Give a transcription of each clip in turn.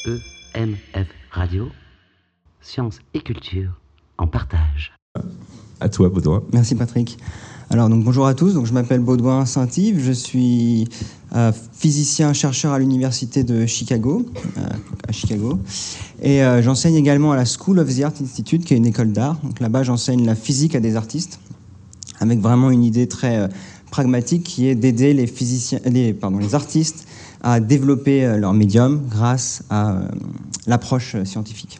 EMF Radio, sciences et culture en partage. À toi, Baudouin. Merci, Patrick. Alors, bonjour à tous. Je m'appelle Baudouin Saint-Yves. Je suis physicien-chercheur à l'université de Chicago, à Chicago. Et j'enseigne également à la School of the Art Institute, qui est une école d'art. Donc là-bas, j'enseigne la physique à des artistes, avec vraiment une idée très pragmatique qui est d'aider les artistes à développer leur médium grâce à l'approche scientifique.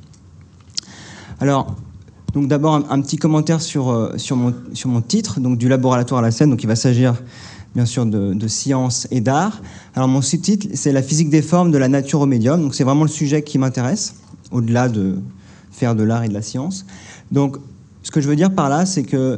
Alors, donc d'abord un petit commentaire sur mon titre, donc du laboratoire à la scène. Donc il va s'agir bien sûr de science et d'art. Alors mon sous-titre, c'est la physique des formes de la nature au médium. Donc c'est vraiment le sujet qui m'intéresse, au-delà de faire de l'art et de la science. Donc ce que je veux dire par là, c'est que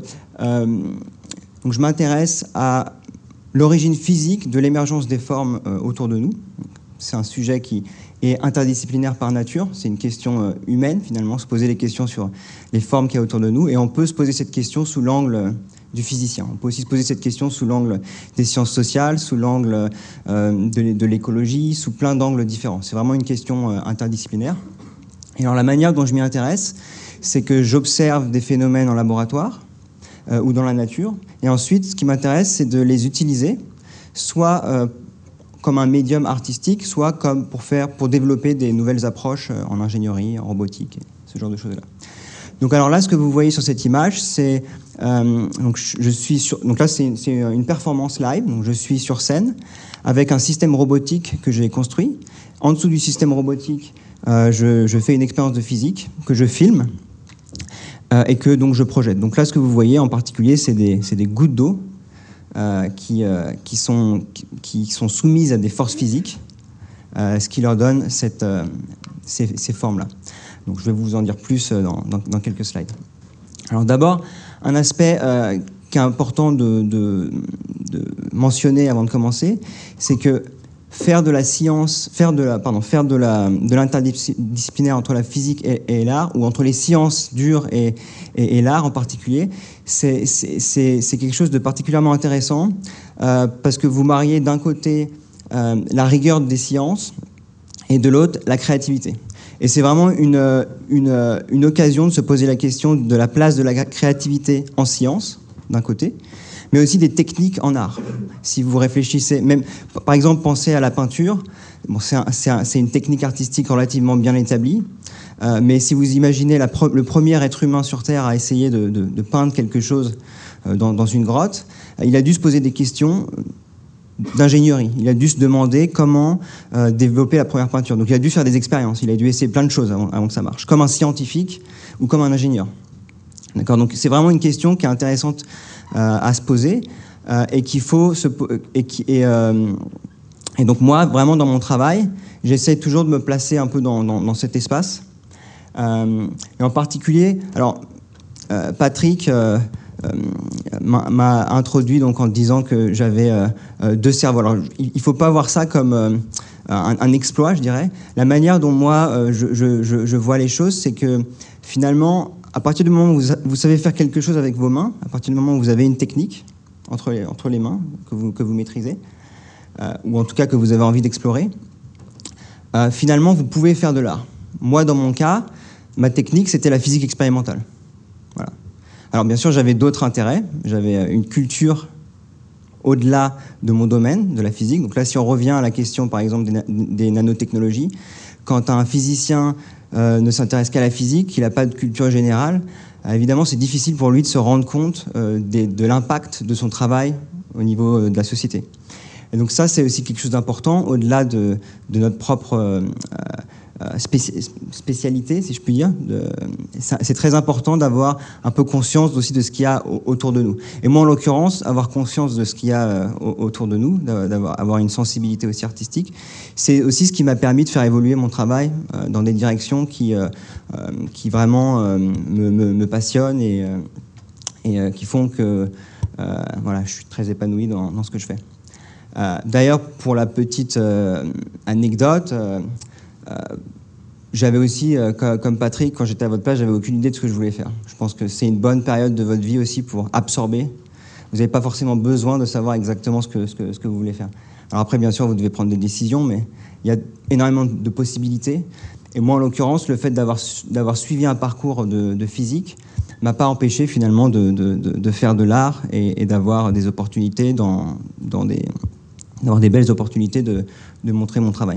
donc je m'intéresse à l'origine physique de l'émergence des formes autour de nous. C'est un sujet qui est interdisciplinaire par nature. C'est une question humaine, finalement, se poser des questions sur les formes qu'il y a autour de nous. Et on peut se poser cette question sous l'angle du physicien. On peut aussi se poser cette question sous l'angle des sciences sociales, sous l'angle de l'écologie, sous plein d'angles différents. C'est vraiment une question interdisciplinaire. Et alors la manière dont je m'y intéresse, c'est que j'observe des phénomènes en laboratoire ou dans la nature. Et ensuite, ce qui m'intéresse, c'est de les utiliser, soit comme un médium artistique, soit comme pour développer des nouvelles approches en ingénierie, en robotique, ce genre de choses-là. Donc alors là, ce que vous voyez sur cette image, c'est donc là c'est une performance live. Donc je suis sur scène avec un système robotique que j'ai construit. En dessous du système robotique, je fais une expérience de physique que je filme et que donc je projette. Donc là, ce que vous voyez en particulier, c'est des gouttes d'eau. Qui sont soumises à des forces physiques, ce qui leur donne ces formes-là. Donc je vais vous en dire plus dans quelques slides. Alors d'abord, un aspect qui est important de mentionner avant de commencer, c'est que faire de l'interdisciplinaire entre la physique et l'art, ou entre les sciences dures et l'art en particulier, c'est quelque chose de particulièrement intéressant parce que vous mariez d'un côté la rigueur des sciences et de l'autre la créativité. Et c'est vraiment une occasion de se poser la question de la place de la créativité en sciences, d'un côté, mais aussi des techniques en art. Si vous réfléchissez, même, par exemple, pensez à la peinture. Bon, c'est une technique artistique relativement bien établie, mais si vous imaginez le premier être humain sur Terre à essayer de peindre quelque chose dans une grotte, il a dû se poser des questions d'ingénierie. Il a dû se demander comment développer la première peinture. Donc il a dû faire des expériences, il a dû essayer plein de choses avant que ça marche, comme un scientifique ou comme un ingénieur. D'accord ? Donc c'est vraiment une question qui est intéressante à se poser et qu'il faut et donc moi, vraiment dans mon travail, j'essaie toujours de me placer un peu dans cet espace. Et en particulier, alors Patrick m'a introduit donc en disant que j'avais deux cerveaux. Alors il ne faut pas voir ça comme un exploit, je dirais. La manière dont moi je vois les choses, c'est que finalement, à partir du moment où vous savez faire quelque chose avec vos mains, à partir du moment où vous avez une technique entre les mains que vous maîtrisez, ou en tout cas que vous avez envie d'explorer, finalement, vous pouvez faire de l'art. Moi, dans mon cas, ma technique, c'était la physique expérimentale. Voilà. Alors, bien sûr, j'avais d'autres intérêts. J'avais une culture au-delà de mon domaine, de la physique. Donc là, si on revient à la question, par exemple, des nanotechnologies, quand un physicien ne s'intéresse qu'à la physique, qu'il n'a pas de culture générale, évidemment, c'est difficile pour lui de se rendre compte de l'impact de son travail au niveau de la société. Et donc ça, c'est aussi quelque chose d'important, au-delà de notre propre spécialité, si je puis dire. C'est très important d'avoir un peu conscience aussi de ce qu'il y a autour de nous. Et moi, en l'occurrence, avoir conscience de ce qu'il y a autour de nous, avoir une sensibilité aussi artistique, c'est aussi ce qui m'a permis de faire évoluer mon travail dans des directions qui vraiment me passionnent et qui font que voilà, je suis très épanoui dans ce que je fais. D'ailleurs, pour la petite anecdote, j'avais aussi, comme Patrick, quand j'étais à votre place, j'avais aucune idée de ce que je voulais faire. Je pense que c'est une bonne période de votre vie aussi pour absorber. Vous n'avez pas forcément besoin de savoir exactement ce que vous voulez faire. Alors après, bien sûr, vous devez prendre des décisions, mais il y a énormément de possibilités. Et moi, en l'occurrence, le fait d'avoir suivi un parcours de physique m'a pas empêché finalement de faire de l'art et d'avoir des opportunités d'avoir des belles opportunités de montrer mon travail.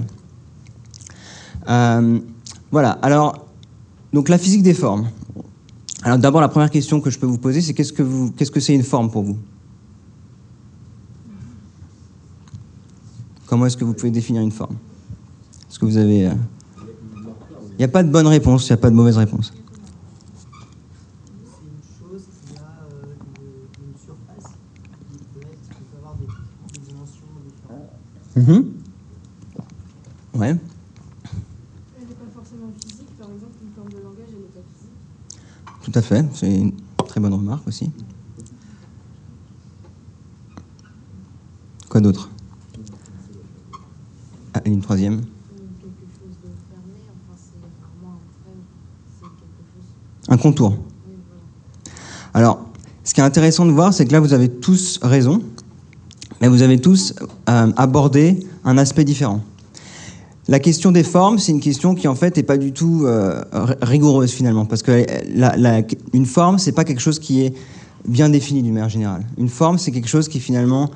Voilà. Alors, donc la physique des formes. Alors d'abord, la première question que je peux vous poser, c'est qu'est-ce que c'est une forme pour vous? Comment est-ce que vous pouvez définir une forme? Est-ce que vous avez... Il n'y a pas de bonne réponse, il n'y a pas de mauvaise réponse. C'est une chose qui a une surface qui peut avoir des dimensions différentes. Ouais. Elle n'est pas forcément physique, par exemple, une forme de langage, elle n'est pas physique. Tout à fait, c'est une très bonne remarque aussi. Quoi d'autre? Ah, une troisième. Quelque chose de fermé, enfin, c'est vraiment un frame, c'est quelque chose. Un contour. Oui, voilà. Alors, ce qui est intéressant de voir, c'est que là, vous avez tous raison, mais vous avez tous abordé un aspect différent. La question des formes, c'est une question qui, en fait, n'est pas du tout rigoureuse, finalement, parce que une forme, c'est pas quelque chose qui est bien défini d'une manière générale. Une forme, c'est quelque chose qui, finalement,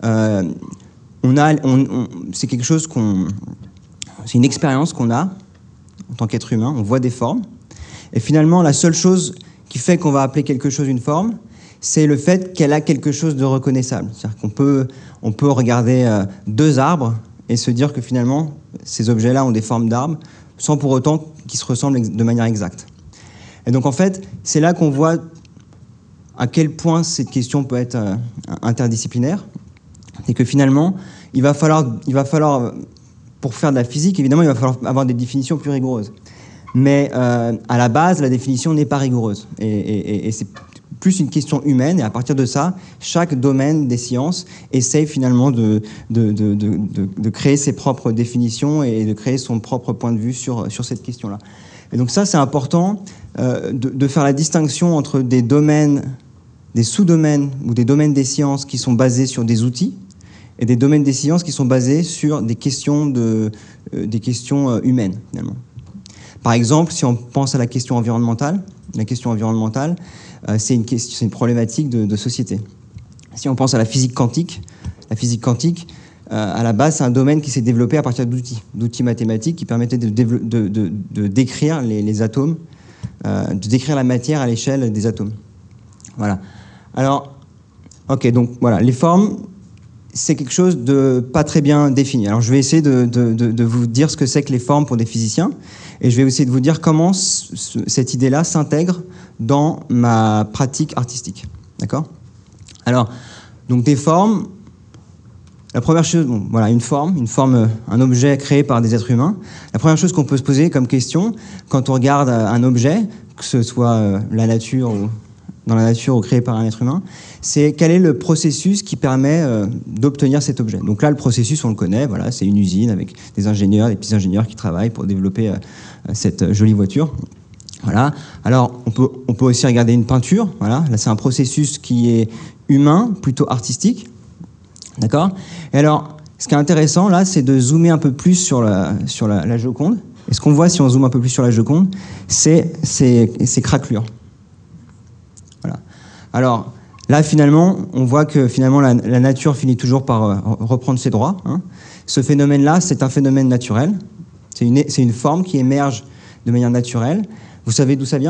c'est quelque chose c'est une expérience qu'on a en tant qu'être humain. On voit des formes, et finalement, la seule chose qui fait qu'on va appeler quelque chose une forme, c'est le fait qu'elle a quelque chose de reconnaissable. C'est-à-dire qu'on peut regarder deux arbres et se dire que finalement, ces objets-là ont des formes d'arbres, sans pour autant qu'ils se ressemblent de manière exacte. Et donc, en fait, c'est là qu'on voit à quel point cette question peut être interdisciplinaire, et que finalement, il va falloir, pour faire de la physique, évidemment, il va falloir avoir des définitions plus rigoureuses. Mais à la base, la définition n'est pas rigoureuse. Et c'est plus une question humaine, et à partir de ça, chaque domaine des sciences essaye finalement de créer ses propres définitions et de créer son propre point de vue sur cette question-là. Et donc ça, c'est important de faire la distinction entre des domaines, des sous-domaines ou des domaines des sciences qui sont basés sur des outils et des domaines des sciences qui sont basés sur des questions humaines, finalement. Par exemple, si on pense à la question environnementale, c'est une problématique de société. Si on pense à la physique quantique, à la base, c'est un domaine qui s'est développé à partir d'outils mathématiques qui permettaient de décrire les atomes, de décrire la matière à l'échelle des atomes. Voilà. Alors, ok, donc voilà, les formes, c'est quelque chose de pas très bien défini. Alors, je vais essayer de vous dire ce que c'est que les formes pour des physiciens, et je vais essayer de vous dire comment cette idée-là s'intègre dans ma pratique artistique. D'accord ? Alors, donc des formes. La première chose, voilà, une forme, un objet créé par des êtres humains. La première chose qu'on peut se poser comme question quand on regarde un objet, que ce soit la nature ou dans la nature ou créé par un être humain, c'est quel est le processus qui permet d'obtenir cet objet. Donc là, le processus, on le connaît, voilà, c'est une usine avec des petits ingénieurs qui travaillent pour développer cette jolie voiture. Voilà. Alors, on peut aussi regarder une peinture. Voilà. Là, c'est un processus qui est humain, plutôt artistique. D'accord ? Et alors, ce qui est intéressant, là, c'est de zoomer un peu plus sur la Joconde. Et ce qu'on voit, si on zoome un peu plus sur la Joconde, c'est ces craquelures. Voilà. Alors, là, finalement, on voit que finalement, la nature finit toujours par reprendre ses droits. Hein. Ce phénomène-là, c'est un phénomène naturel. C'est une forme qui émerge de manière naturelle. Vous savez d'où ça vient ?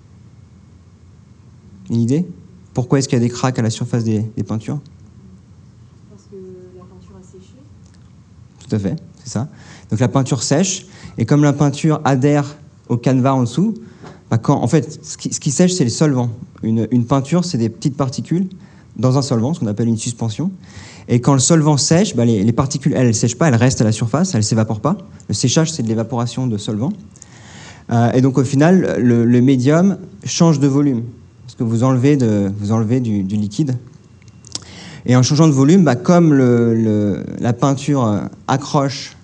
Une idée ? Pourquoi est-ce qu'il y a des craques à la surface des peintures ? Parce que la peinture a séché. Tout à fait, c'est ça. Donc la peinture sèche, et comme la peinture adhère au canevas en dessous, en fait, ce qui sèche, c'est le solvant. Une peinture, c'est des petites particules dans un solvant, ce qu'on appelle une suspension. Et quand le solvant sèche, les particules, elles ne sèchent pas, elles restent à la surface, elles ne s'évaporent pas. Le séchage, c'est de l'évaporation de solvant. Et donc au final, le médium change de volume, parce que vous enlevez du liquide. Et en changeant de volume, comme la peinture accroche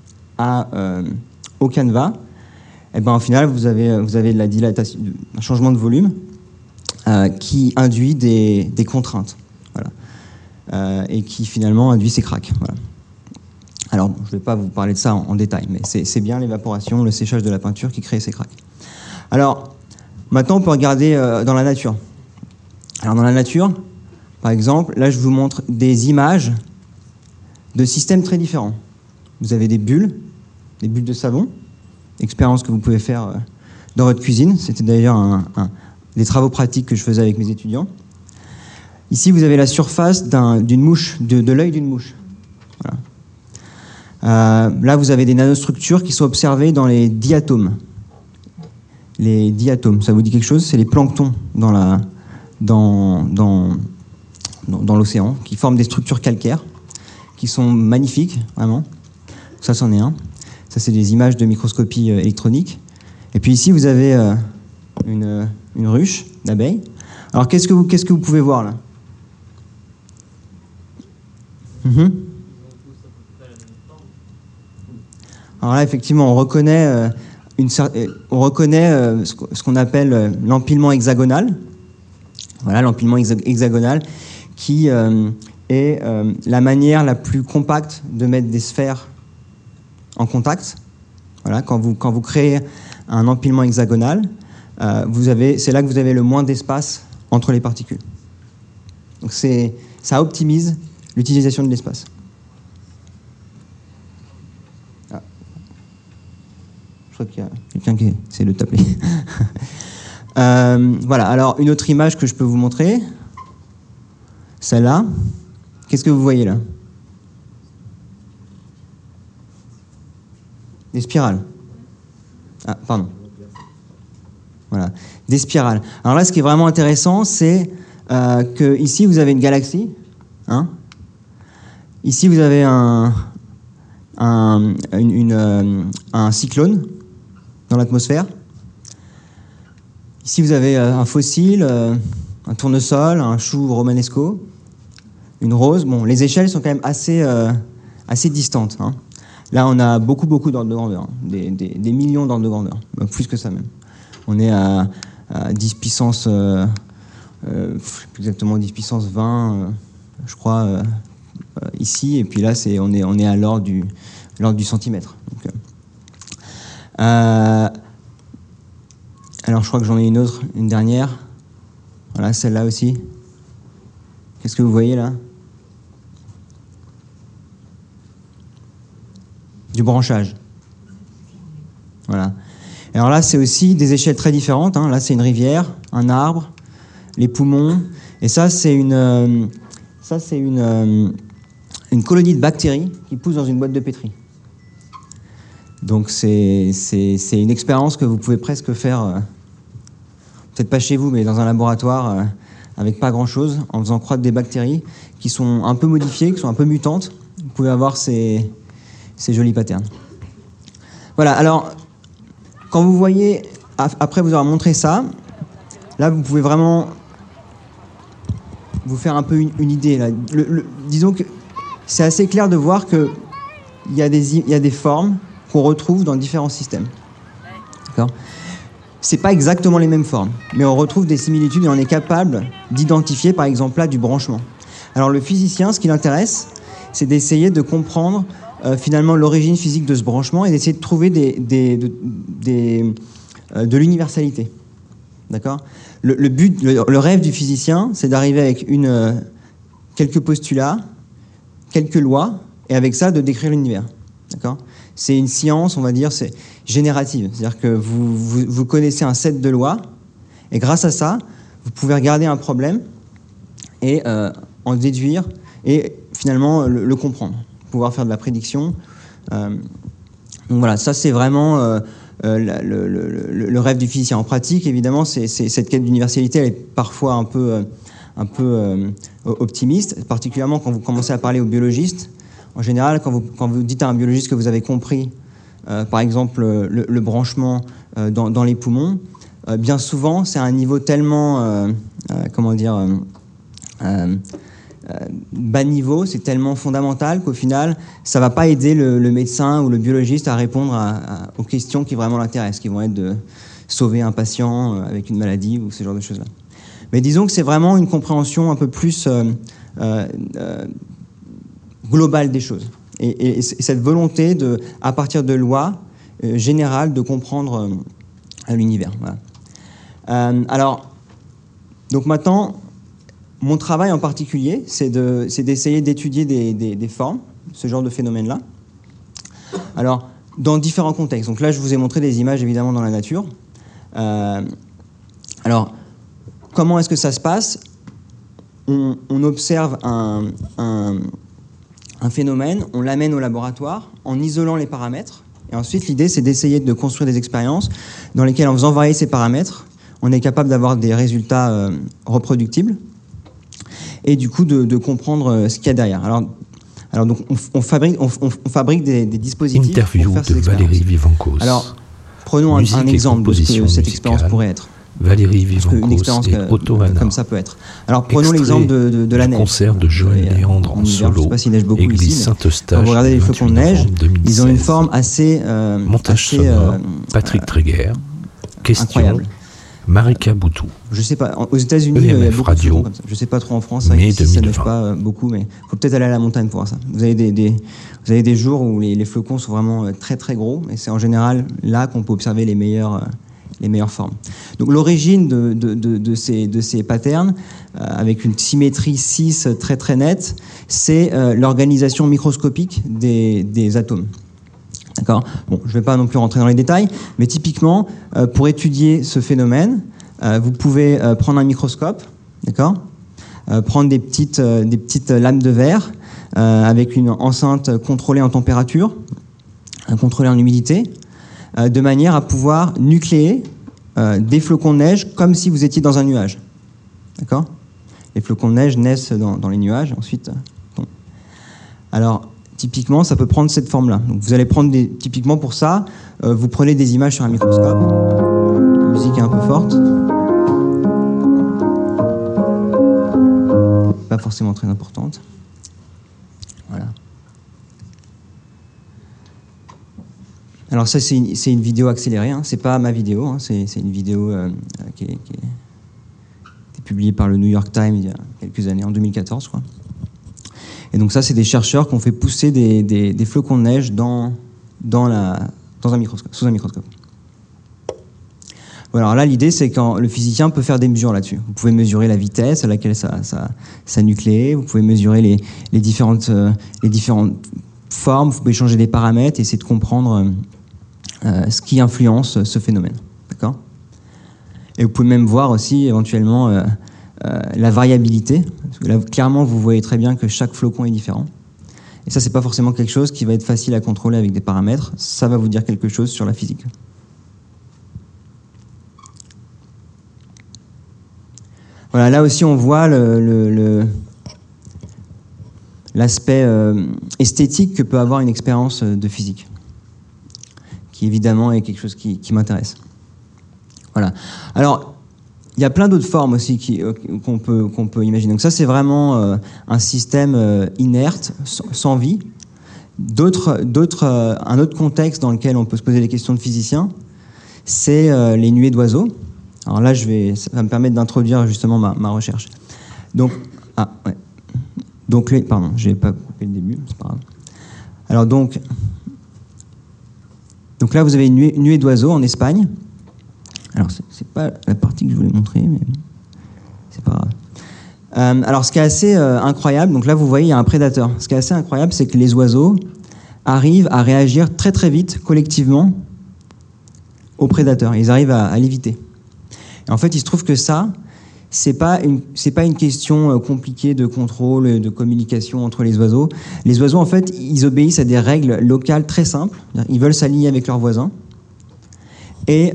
au canevas, et au final, vous avez de la dilatation, un changement de volume qui induit des contraintes. Voilà. Et qui finalement induit ces craques. Voilà. Alors, je ne vais pas vous parler de ça en détail, mais c'est bien l'évaporation, le séchage de la peinture qui crée ces craques. Alors, maintenant, on peut regarder dans la nature. Alors, dans la nature, par exemple, là, je vous montre des images de systèmes très différents. Vous avez des bulles de savon, expérience que vous pouvez faire dans votre cuisine. C'était d'ailleurs des travaux pratiques que je faisais avec mes étudiants. Ici, vous avez la surface d'une mouche, de l'œil d'une mouche. Voilà. Là, vous avez des nanostructures qui sont observées dans les diatomes. Les diatomes, ça vous dit quelque chose? C'est les planctons dans l'océan, qui forment des structures calcaires, qui sont magnifiques, vraiment. Ça, c'en est un. Ça, c'est des images de microscopie électronique. Et puis ici, vous avez une ruche d'abeilles. Alors, qu'est-ce que vous pouvez voir, là? Alors là, effectivement, on reconnaît ce qu'on appelle l'empilement hexagonal. Voilà, l'empilement hexagonal qui est la manière la plus compacte de mettre des sphères en contact. Voilà, quand vous créez un empilement hexagonal, c'est là que vous avez le moins d'espace entre les particules. Donc ça optimise l'utilisation de l'espace. Ah. Je crois qu'il y a quelqu'un qui essaie de taper. Voilà, alors une autre image que je peux vous montrer, celle-là. Qu'est-ce que vous voyez là? Des spirales. Ah, pardon. Voilà, des spirales. Alors là, ce qui est vraiment intéressant, c'est que ici vous avez une galaxie. Hein? Ici, vous avez un cyclone dans l'atmosphère. Ici, vous avez un fossile, un tournesol, un chou romanesco, une rose. Bon, les échelles sont quand même assez distantes. Hein. Là, on a beaucoup d'ordres de grandeur, hein. des millions d'ordres de grandeur, plus que ça même. On est à 10 puissance, plus exactement 10 puissance 20, je crois, ici, et puis là, on est à l'ordre du centimètre. Donc, alors, je crois que j'en ai une dernière. Voilà, celle-là aussi. Qu'est-ce que vous voyez là? Du branchage. Voilà. Alors là, c'est aussi des échelles très différentes. Hein. Là, c'est une rivière, un arbre, les poumons. Et ça, c'est une colonie de bactéries qui pousse dans une boîte de pétri. Donc, c'est une expérience que vous pouvez presque faire, peut-être pas chez vous, mais dans un laboratoire avec pas grand-chose, en faisant croître des bactéries qui sont un peu modifiées, qui sont un peu mutantes. Vous pouvez avoir ces jolis patterns. Voilà, alors, quand vous voyez, après vous avoir montré ça, là, vous pouvez vraiment vous faire un peu une idée. Là. Disons que c'est assez clair de voir qu'il y a des formes qu'on retrouve dans différents systèmes. D'accord ? C'est pas exactement les mêmes formes, mais on retrouve des similitudes et on est capable d'identifier, par exemple, là, du branchement. Alors, le physicien, ce qui l'intéresse, c'est d'essayer de comprendre finalement l'origine physique de ce branchement et d'essayer de trouver de l'universalité. D'accord ? Le rêve du physicien, c'est d'arriver avec quelques postulats, quelques lois, et avec ça, de décrire l'univers. D'accord ? C'est une science, on va dire, c'est générative. C'est-à-dire que vous connaissez un set de lois, et grâce à ça, vous pouvez regarder un problème et en déduire, et finalement le comprendre. Pouvoir faire de la prédiction. Donc voilà, ça c'est vraiment le rêve du physicien. En pratique, évidemment, cette quête d'universalité, elle est parfois un peu optimiste, particulièrement quand vous commencez à parler aux biologistes. En général, quand vous dites à un biologiste que vous avez compris, par exemple, le branchement dans les poumons, bien souvent, c'est à un niveau tellement, bas niveau, c'est tellement fondamental qu'au final, ça ne va pas aider le médecin ou le biologiste à répondre aux questions qui vraiment l'intéressent, qui vont être de sauver un patient avec une maladie ou ce genre de choses-là. Mais disons que c'est vraiment une compréhension un peu plus globale des choses. Et cette volonté, à partir de lois générales, de comprendre l'univers. Voilà. Alors, donc maintenant, mon travail en particulier, c'est d'essayer d'étudier des formes, ce genre de phénomène-là. Alors, dans différents contextes. Donc là, je vous ai montré des images, évidemment, dans la nature. Alors, comment est-ce que ça se passe ? On observe un phénomène, on l'amène au laboratoire en isolant les paramètres. Et ensuite, l'idée, c'est d'essayer de construire des expériences dans lesquelles, en faisant varier ces paramètres, on est capable d'avoir des résultats reproductibles et du coup de comprendre ce qu'il y a derrière. Alors donc, on fabrique des dispositifs Interview pour faire ces de expériences. Valérie Vivancos. Alors, prenons un exemple de ce que cette expérience pourrait être. Valérie Parce qu'une Vivancos expérience et Otto Hanna. comme ça peut être. Alors prenons l'exemple de la neige. Concert de Joël Léandre en hiver, je ne solo, sais pas s'il neige beaucoup Église ici, mais Saint-Eustache, quand vous regardez les flocons de 28 neige, novembre 2016. ils ont une forme assez, Montage assez sonore, Patrick Tréguer. Question, incroyable. Marika Boutou. Je sais pas, aux États-Unis, il y a EMF beaucoup Radio, de flocons comme ça. Je sais pas trop en France, mai ici, ça neige 2020. pas beaucoup, mais il faut peut-être aller à la montagne pour voir ça. Vous avez des jours où les flocons sont vraiment très très gros, et c'est en général là qu'on peut observer les meilleures formes. Donc l'origine de ces patterns, avec une symétrie 6 très très nette, c'est l'organisation microscopique des atomes. D'accord ? Bon, je ne vais pas non plus rentrer dans les détails, mais typiquement, pour étudier ce phénomène, vous pouvez prendre un microscope, d'accord ? Prendre des petites lames de verre avec une enceinte contrôlée en température, contrôlée en humidité, de manière à pouvoir nucléer des flocons de neige comme si vous étiez dans un nuage. D'accord ? Les flocons de neige naissent dans les nuages, ensuite... Bon. Alors, typiquement, ça peut prendre cette forme-là. Donc, vous allez prendre typiquement pour ça, vous prenez des images sur un microscope. La musique est un peu forte. Pas forcément très importante. Voilà. Alors ça, c'est une vidéo accélérée, hein. C'est pas ma vidéo, hein. C'est une vidéo qui a été publiée par le New York Times il y a quelques années, en 2014, je crois. Et donc ça, c'est des chercheurs qui ont fait pousser des flocons de neige sous un microscope. Voilà, alors là, l'idée, c'est que le physicien peut faire des mesures là-dessus. Vous pouvez mesurer la vitesse à laquelle ça nuclée, vous pouvez mesurer les différentes formes, vous pouvez changer des paramètres et essayer de comprendre ce qui influence ce phénomène. D'accord ? Et vous pouvez même voir aussi éventuellement la variabilité. Parce que là, clairement, vous voyez très bien que chaque flocon est différent. Et ça, c'est pas forcément quelque chose qui va être facile à contrôler avec des paramètres. Ça va vous dire quelque chose sur la physique. Voilà, là aussi, on voit l'aspect esthétique que peut avoir une expérience de physique, qui évidemment est quelque chose qui m'intéresse. Voilà. Alors, il y a plein d'autres formes aussi qu'on peut imaginer. Donc ça, c'est vraiment un système inerte, sans vie. Un autre contexte dans lequel on peut se poser des questions de physicien, c'est les nuées d'oiseaux. Alors là, ça va me permettre d'introduire justement ma recherche. Donc, pardon, je n'ai pas coupé le début, c'est pas grave. Alors donc là, vous avez une nuée d'oiseaux en Espagne. Alors, c'est pas la partie que je voulais montrer, mais c'est pas grave. Alors, ce qui est assez incroyable, donc là, vous voyez, il y a un prédateur. Ce qui est assez incroyable, c'est que les oiseaux arrivent à réagir très très vite, collectivement, au prédateur. Ils arrivent à l'éviter. Et en fait, il se trouve que ça, c'est pas une question compliquée de contrôle et de communication entre les oiseaux. Les oiseaux, en fait, ils obéissent à des règles locales très simples. Ils veulent s'aligner avec leurs voisins. Et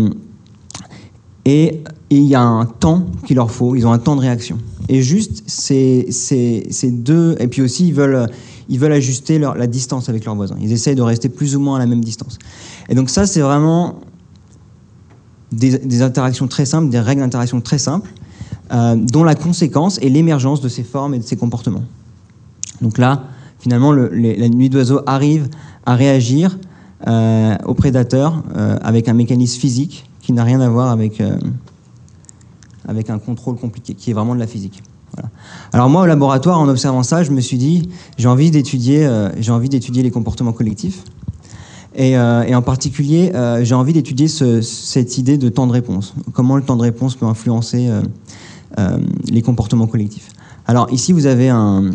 il y a un temps qu'il leur faut. Ils ont un temps de réaction. Et juste ces deux... Et puis aussi, ils veulent ajuster la distance avec leurs voisins. Ils essayent de rester plus ou moins à la même distance. Et donc ça, c'est vraiment des interactions très simples, des règles d'interaction très simples, dont la conséquence est l'émergence de ces formes et de ces comportements. Donc là, finalement, la nuée d'oiseaux arrive à réagir au prédateur avec un mécanisme physique qui n'a rien à voir avec un contrôle compliqué, qui est vraiment de la physique. Voilà. Alors moi, au laboratoire, en observant ça, je me suis dit, j'ai envie d'étudier les comportements collectifs. Et en particulier, j'ai envie d'étudier cette idée de temps de réponse. Comment le temps de réponse peut influencer les comportements collectifs. Alors ici, vous avez un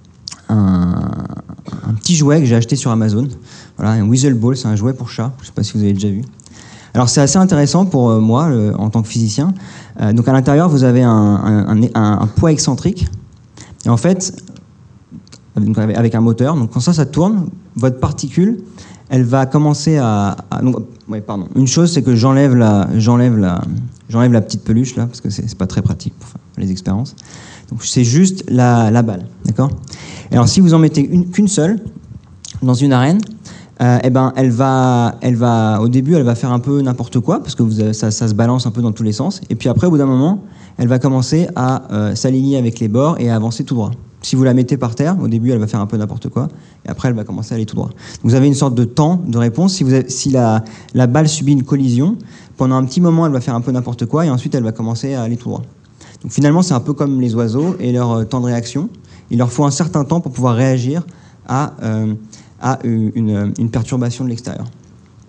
petit jouet que j'ai acheté sur Amazon. Voilà, un Weasel Ball, c'est un jouet pour chat. Je ne sais pas si vous avez déjà vu. Alors c'est assez intéressant pour moi, en tant que physicien. Donc à l'intérieur, vous avez un poids excentrique. Et en fait, avec un moteur, donc quand ça tourne, votre particule, elle va commencer une chose, c'est que j'enlève la petite peluche là, parce que c'est pas très pratique pour faire les expériences. Donc c'est juste la balle, d'accord ? Et alors si vous en mettez qu'une seule dans une arène, elle va au début, elle va faire un peu n'importe quoi parce que ça se balance un peu dans tous les sens. Et puis après, au bout d'un moment, elle va commencer à s'aligner avec les bords et à avancer tout droit. Si vous la mettez par terre, au début, elle va faire un peu n'importe quoi, et après, elle va commencer à aller tout droit. Donc, vous avez une sorte de temps de réponse. Si la balle subit une collision, pendant un petit moment, elle va faire un peu n'importe quoi, et ensuite, elle va commencer à aller tout droit. Donc finalement, c'est un peu comme les oiseaux et leur temps de réaction. Il leur faut un certain temps pour pouvoir réagir à une perturbation de l'extérieur. D'accord ?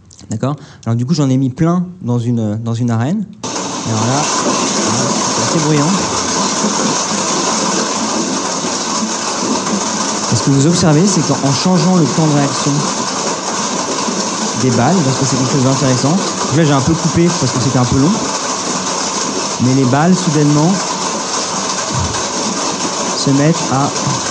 Alors du coup, j'en ai mis plein dans une arène. Et alors là, c'est assez bruyant. Et ce que vous observez, c'est qu'en changeant le temps de réaction des balles, parce que c'est quelque chose d'intéressant. Donc là, j'ai un peu coupé parce que c'était un peu long. Mais les balles, soudainement, se mettent à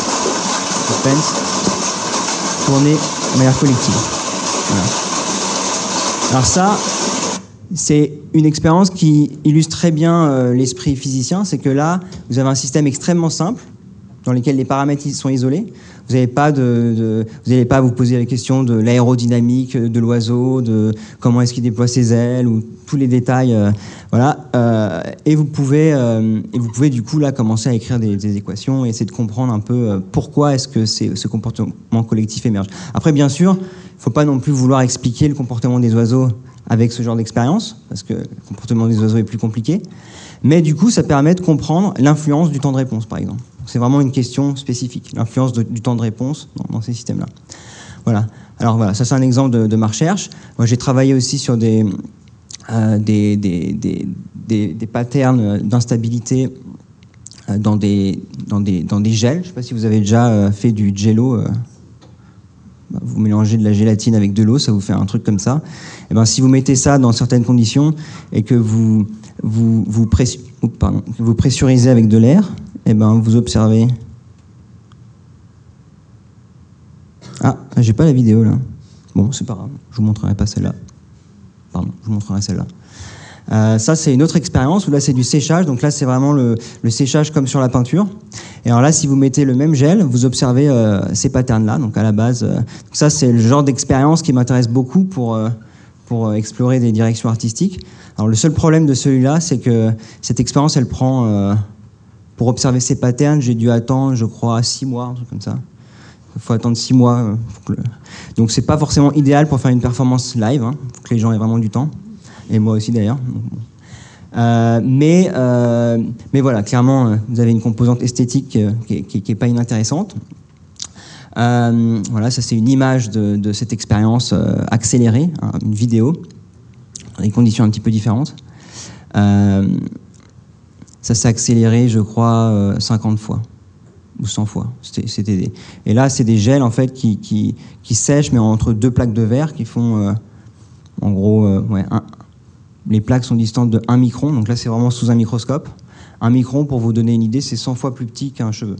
tourner de manière collective. Voilà. Alors ça, c'est une expérience qui illustre très bien l'esprit physicien. C'est que là, vous avez un système extrêmement simple dans lequel les paramètres sont isolés. Vous n'allez pas à vous poser la question de l'aérodynamique de l'oiseau, de comment est-ce qu'il déploie ses ailes, ou tous les détails. Et vous pouvez du coup là commencer à écrire des équations et essayer de comprendre un peu pourquoi est-ce que ce comportement collectif émerge. Après, bien sûr, il ne faut pas non plus vouloir expliquer le comportement des oiseaux avec ce genre d'expérience, parce que le comportement des oiseaux est plus compliqué. Mais du coup, ça permet de comprendre l'influence du temps de réponse, par exemple. C'est vraiment une question spécifique, l'influence du temps de réponse dans ces systèmes-là. Voilà. Alors voilà, ça c'est un exemple de ma recherche. Moi, j'ai travaillé aussi sur des patterns d'instabilité dans des gels. Je ne sais pas si vous avez déjà fait du jello. Vous mélangez de la gélatine avec de l'eau, ça vous fait un truc comme ça. Et ben, si vous mettez ça dans certaines conditions et que vous pressurisez avec de l'air, et ben, vous observez... Ah, j'ai pas la vidéo là. Bon, c'est pas grave, je vous montrerai pas celle-là. Pardon, je vous montrerai celle-là. Ça, c'est une autre expérience où là, c'est du séchage. Donc là, c'est vraiment le séchage comme sur la peinture. Et alors là, si vous mettez le même gel, vous observez ces patterns-là. Donc à la base, ça, c'est le genre d'expérience qui m'intéresse beaucoup pour explorer des directions artistiques. Alors le seul problème de celui-là, c'est que cette expérience, elle prend... pour observer ces patterns, j'ai dû attendre, je crois, 6 mois, un truc comme ça. Il faut attendre 6 mois. Donc c'est pas forcément idéal pour faire une performance live. Il faut que les gens aient vraiment du temps. Et moi aussi d'ailleurs. Mais voilà, clairement, vous avez une composante esthétique qui est pas inintéressante. Voilà, ça c'est une image de cette expérience accélérée, une vidéo, dans des conditions un petit peu différentes. Ça s'est accéléré, je crois, 50 fois ou 100 fois. Et là, c'est des gels en fait qui sèchent, mais entre 2 plaques de verre qui font, en gros, les plaques sont distantes de 1 micron. Donc là, c'est vraiment sous un microscope. 1 micron, pour vous donner une idée, c'est 100 fois plus petit qu'un cheveu.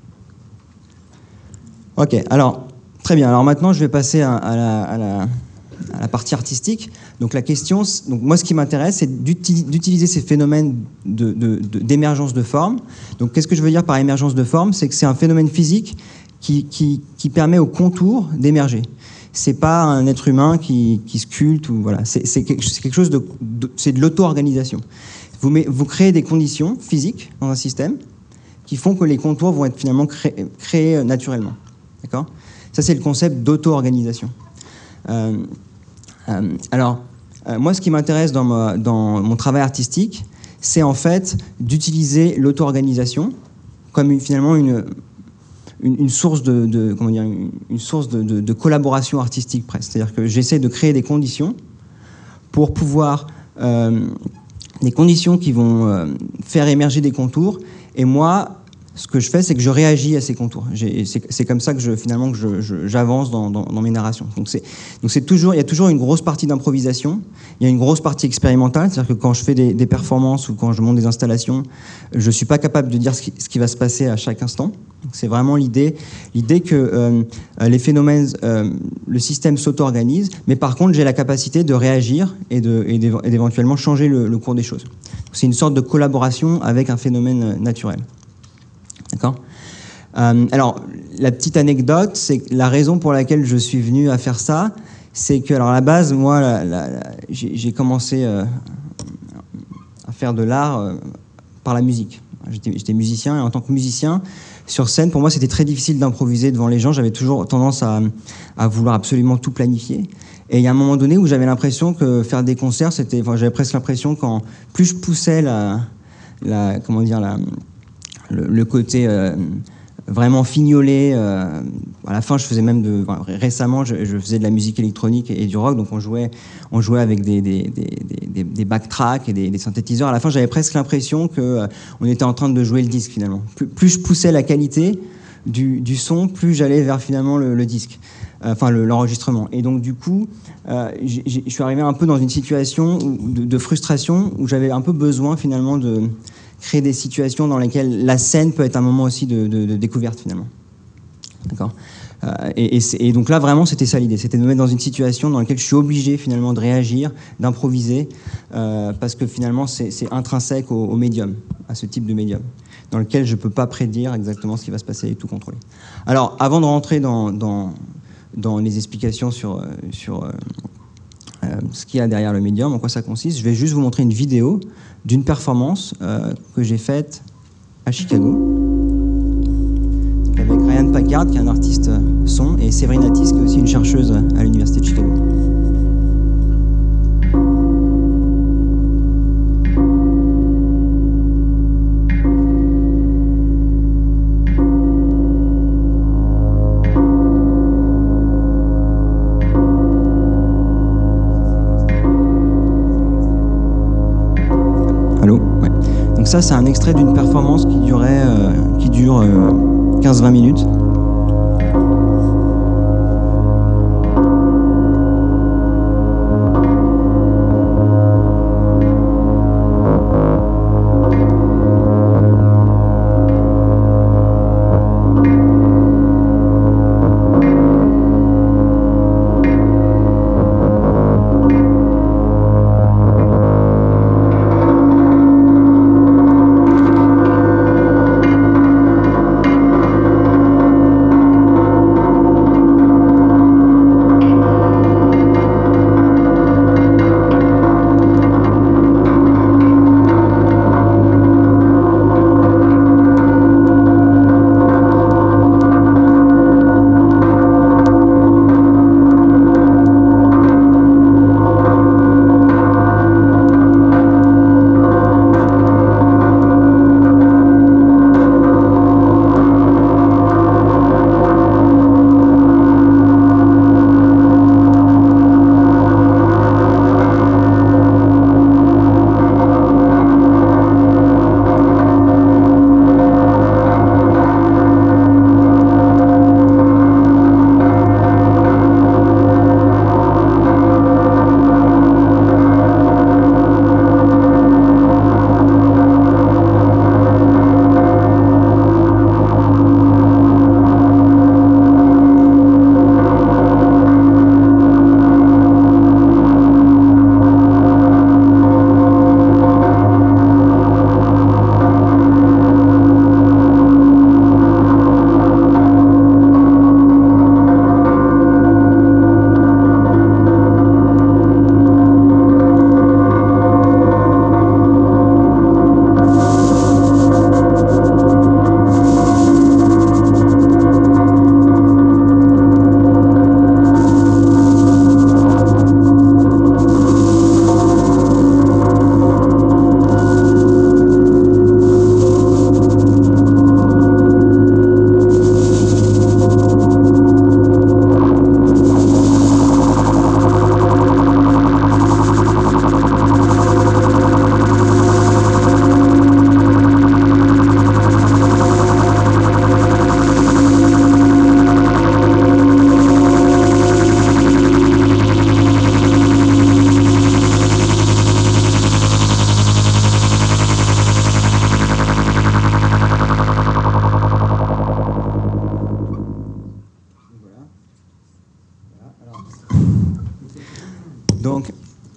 Ok, alors, très bien. Alors maintenant, je vais passer à la partie artistique. Donc la question, donc moi ce qui m'intéresse, c'est d'utiliser ces phénomènes d'émergence de forme. Donc qu'est-ce que je veux dire par émergence de forme ? C'est que c'est un phénomène physique qui permet au contour d'émerger. C'est pas un être humain qui sculpte ou voilà. C'est quelque chose c'est de l'auto-organisation. Vous créez des conditions physiques dans un système qui font que les contours vont être finalement créés naturellement. D'accord ? Ça c'est le concept d'auto-organisation. Moi, ce qui m'intéresse dans mon travail artistique, c'est en fait d'utiliser l'auto-organisation comme finalement une source comment dire, une source de collaboration artistique presque. C'est-à-dire que j'essaie de créer des conditions pour pouvoir des conditions qui vont faire émerger des contours, et moi ce que je fais, c'est que je réagis à ces contours. C'est comme ça que j'avance dans mes narrations. Donc c'est toujours, il y a toujours une grosse partie d'improvisation, il y a une grosse partie expérimentale, c'est-à-dire que quand je fais des performances ou quand je monte des installations, je ne suis pas capable de dire ce qui va se passer à chaque instant. Donc c'est vraiment l'idée que les phénomènes, le système s'auto-organise, mais par contre j'ai la capacité de réagir et d'éventuellement changer le cours des choses. C'est une sorte de collaboration avec un phénomène naturel. D'accord ? Alors, la petite anecdote, c'est que la raison pour laquelle je suis venu à faire ça, c'est que, alors à la base, moi, j'ai commencé à faire de l'art par la musique. J'étais musicien, et en tant que musicien, sur scène, pour moi, c'était très difficile d'improviser devant les gens. J'avais toujours tendance à vouloir absolument tout planifier. Et il y a un moment donné où j'avais l'impression que faire des concerts, j'avais presque l'impression que plus je poussais comment dire, le côté vraiment fignolé. À la fin, je faisais même récemment, je faisais de la musique électronique et du rock, donc on jouait avec des backtracks et des synthétiseurs. À la fin, j'avais presque l'impression qu'on était en train de jouer le disque finalement. Plus je poussais la qualité du son, plus j'allais vers finalement le disque, l'enregistrement. Et donc du coup, je suis arrivé un peu dans une situation de frustration où j'avais un peu besoin finalement de créer des situations dans lesquelles la scène peut être un moment aussi de découverte finalement. D'accord ? Et donc là vraiment c'était ça l'idée, c'était de me mettre dans une situation dans laquelle je suis obligé finalement de réagir, d'improviser, parce que finalement c'est intrinsèque au médium, à ce type de médium, dans lequel je ne peux pas prédire exactement ce qui va se passer et tout contrôler. Alors avant de rentrer dans les explications sur ce qu'il y a derrière le médium, en quoi ça consiste, je vais juste vous montrer une vidéo d'une performance que j'ai faite à Chicago avec Ryan Packard qui est un artiste son et Séverine Atis qui est aussi une chercheuse à l'université de Chicago. Ça, c'est un extrait d'une performance qui dure 15-20 minutes. Donc,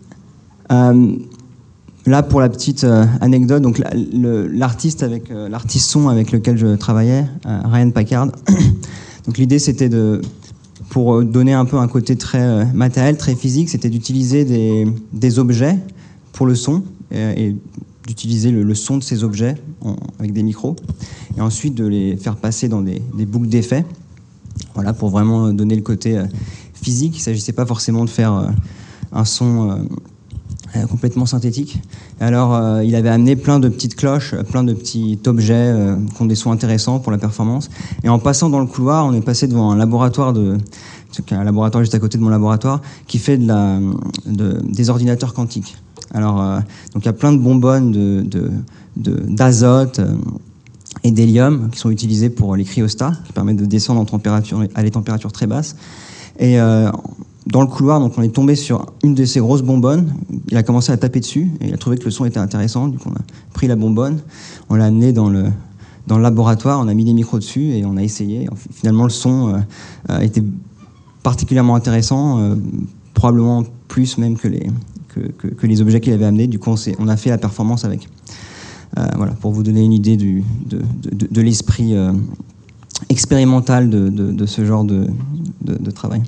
là, pour la petite anecdote, donc l'artiste son avec lequel je travaillais, Ryan Packard. Donc l'idée, c'était pour donner un peu un côté très matériel, très physique, c'était d'utiliser des objets pour le son et d'utiliser le son de ces objets avec des micros, et ensuite de les faire passer dans des boucles d'effets, voilà, pour vraiment donner le côté physique. Il ne s'agissait pas forcément de faire un son complètement synthétique. Alors, il avait amené plein de petites cloches, plein de petits objets qui ont des sons intéressants pour la performance. Et en passant dans le couloir, on est passé devant un laboratoire un laboratoire juste à côté de mon laboratoire, qui fait des ordinateurs quantiques. Alors, donc il y a plein de bonbonnes d'azote et d'hélium qui sont utilisés pour les cryostats, qui permettent de descendre à des températures très basses. Et dans le couloir, donc on est tombé sur une de ces grosses bonbonnes. Il a commencé à taper dessus et il a trouvé que le son était intéressant. Du coup, on a pris la bonbonne, on l'a amené dans le laboratoire, on a mis des micros dessus et on a essayé. Finalement, le son était particulièrement intéressant, probablement plus même que les objets qu'il avait amenés. Du coup, on a fait la performance avec. Voilà, pour vous donner une idée de l'esprit expérimental de ce genre de travail.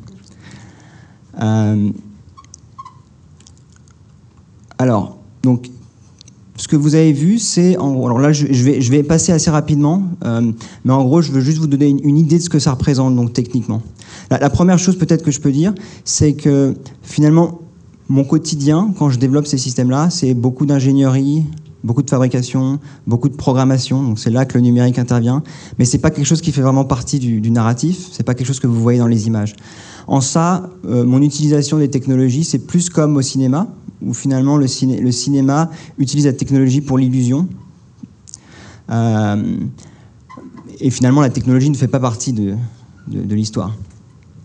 Alors, donc, ce que vous avez vu, c'est... Alors là, je vais passer assez rapidement, mais en gros, je veux juste vous donner une idée de ce que ça représente, donc, techniquement. La première chose, peut-être, que je peux dire, c'est que, finalement, mon quotidien, quand je développe ces systèmes-là, c'est beaucoup d'ingénierie, beaucoup de fabrication, beaucoup de programmation, donc c'est là que le numérique intervient, mais c'est pas quelque chose qui fait vraiment partie du narratif, c'est pas quelque chose que vous voyez dans les images. En ça, mon utilisation des technologies, c'est plus comme au cinéma, où finalement le cinéma utilise la technologie pour l'illusion, et finalement la technologie ne fait pas partie de l'histoire. D'accord ?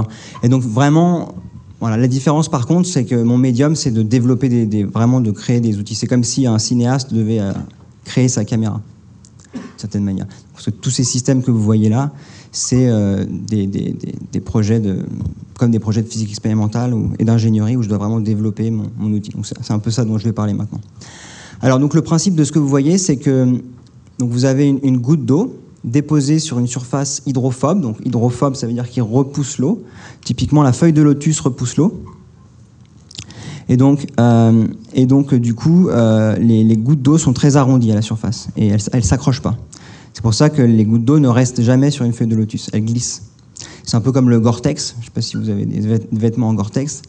Et donc vraiment... Voilà, la différence par contre, c'est que mon médium, c'est de développer vraiment de créer des outils. C'est comme si un cinéaste devait créer sa caméra, d'une certaine manière. Parce que tous ces systèmes que vous voyez là, c'est des projets comme des projets de physique expérimentale et d'ingénierie où je dois vraiment développer mon outil. Donc c'est un peu ça dont je vais parler maintenant. Alors donc le principe de ce que vous voyez, c'est que donc vous avez une goutte d'eau déposée sur une surface hydrophobe. Donc hydrophobe, ça veut dire qu'il repousse l'eau. Typiquement, la feuille de lotus repousse l'eau. Et donc du coup, les gouttes d'eau sont très arrondies à la surface et elles ne s'accrochent pas. C'est pour ça que les gouttes d'eau ne restent jamais sur une feuille de lotus, elles glissent. C'est un peu comme le Gore-Tex. Je ne sais pas si vous avez des vêtements en Gore-Tex.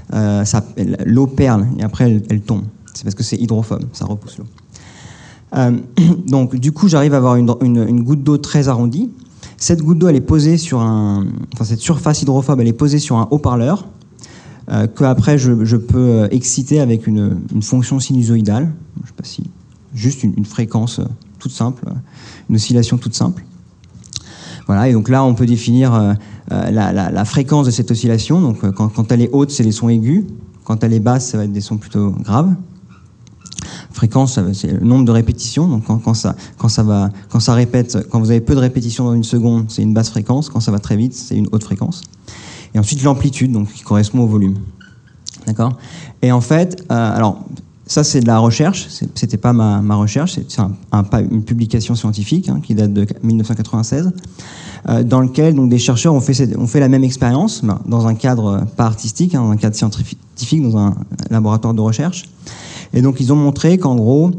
L'eau perle et après elle tombe. C'est parce que c'est hydrophobe, ça repousse l'eau. Donc du coup, j'arrive à avoir une goutte d'eau très arrondie. Cette goutte d'eau, elle est posée sur cette surface hydrophobe, elle est posée sur un haut-parleur que après je peux exciter avec une fonction sinusoïdale. Je sais pas si juste une fréquence toute simple, une oscillation toute simple. Voilà. Et donc là, on peut définir la fréquence de cette oscillation. Donc quand elle est haute, c'est des sons aigus. Quand elle est basse, ça va être des sons plutôt graves. Fréquence, c'est le nombre de répétitions. Donc quand ça répète, quand vous avez peu de répétitions dans une seconde, c'est une basse fréquence. Quand ça va très vite, c'est une haute fréquence. Et ensuite l'amplitude, donc qui correspond au volume. D'accord ? Et en fait, alors ça c'est de la recherche. C'était pas ma recherche. C'est une publication scientifique qui date de 1996, dans lequel donc des chercheurs ont fait la même expérience, dans un cadre pas artistique, dans un cadre scientifique, dans un laboratoire de recherche. Et donc, ils ont montré qu'en gros,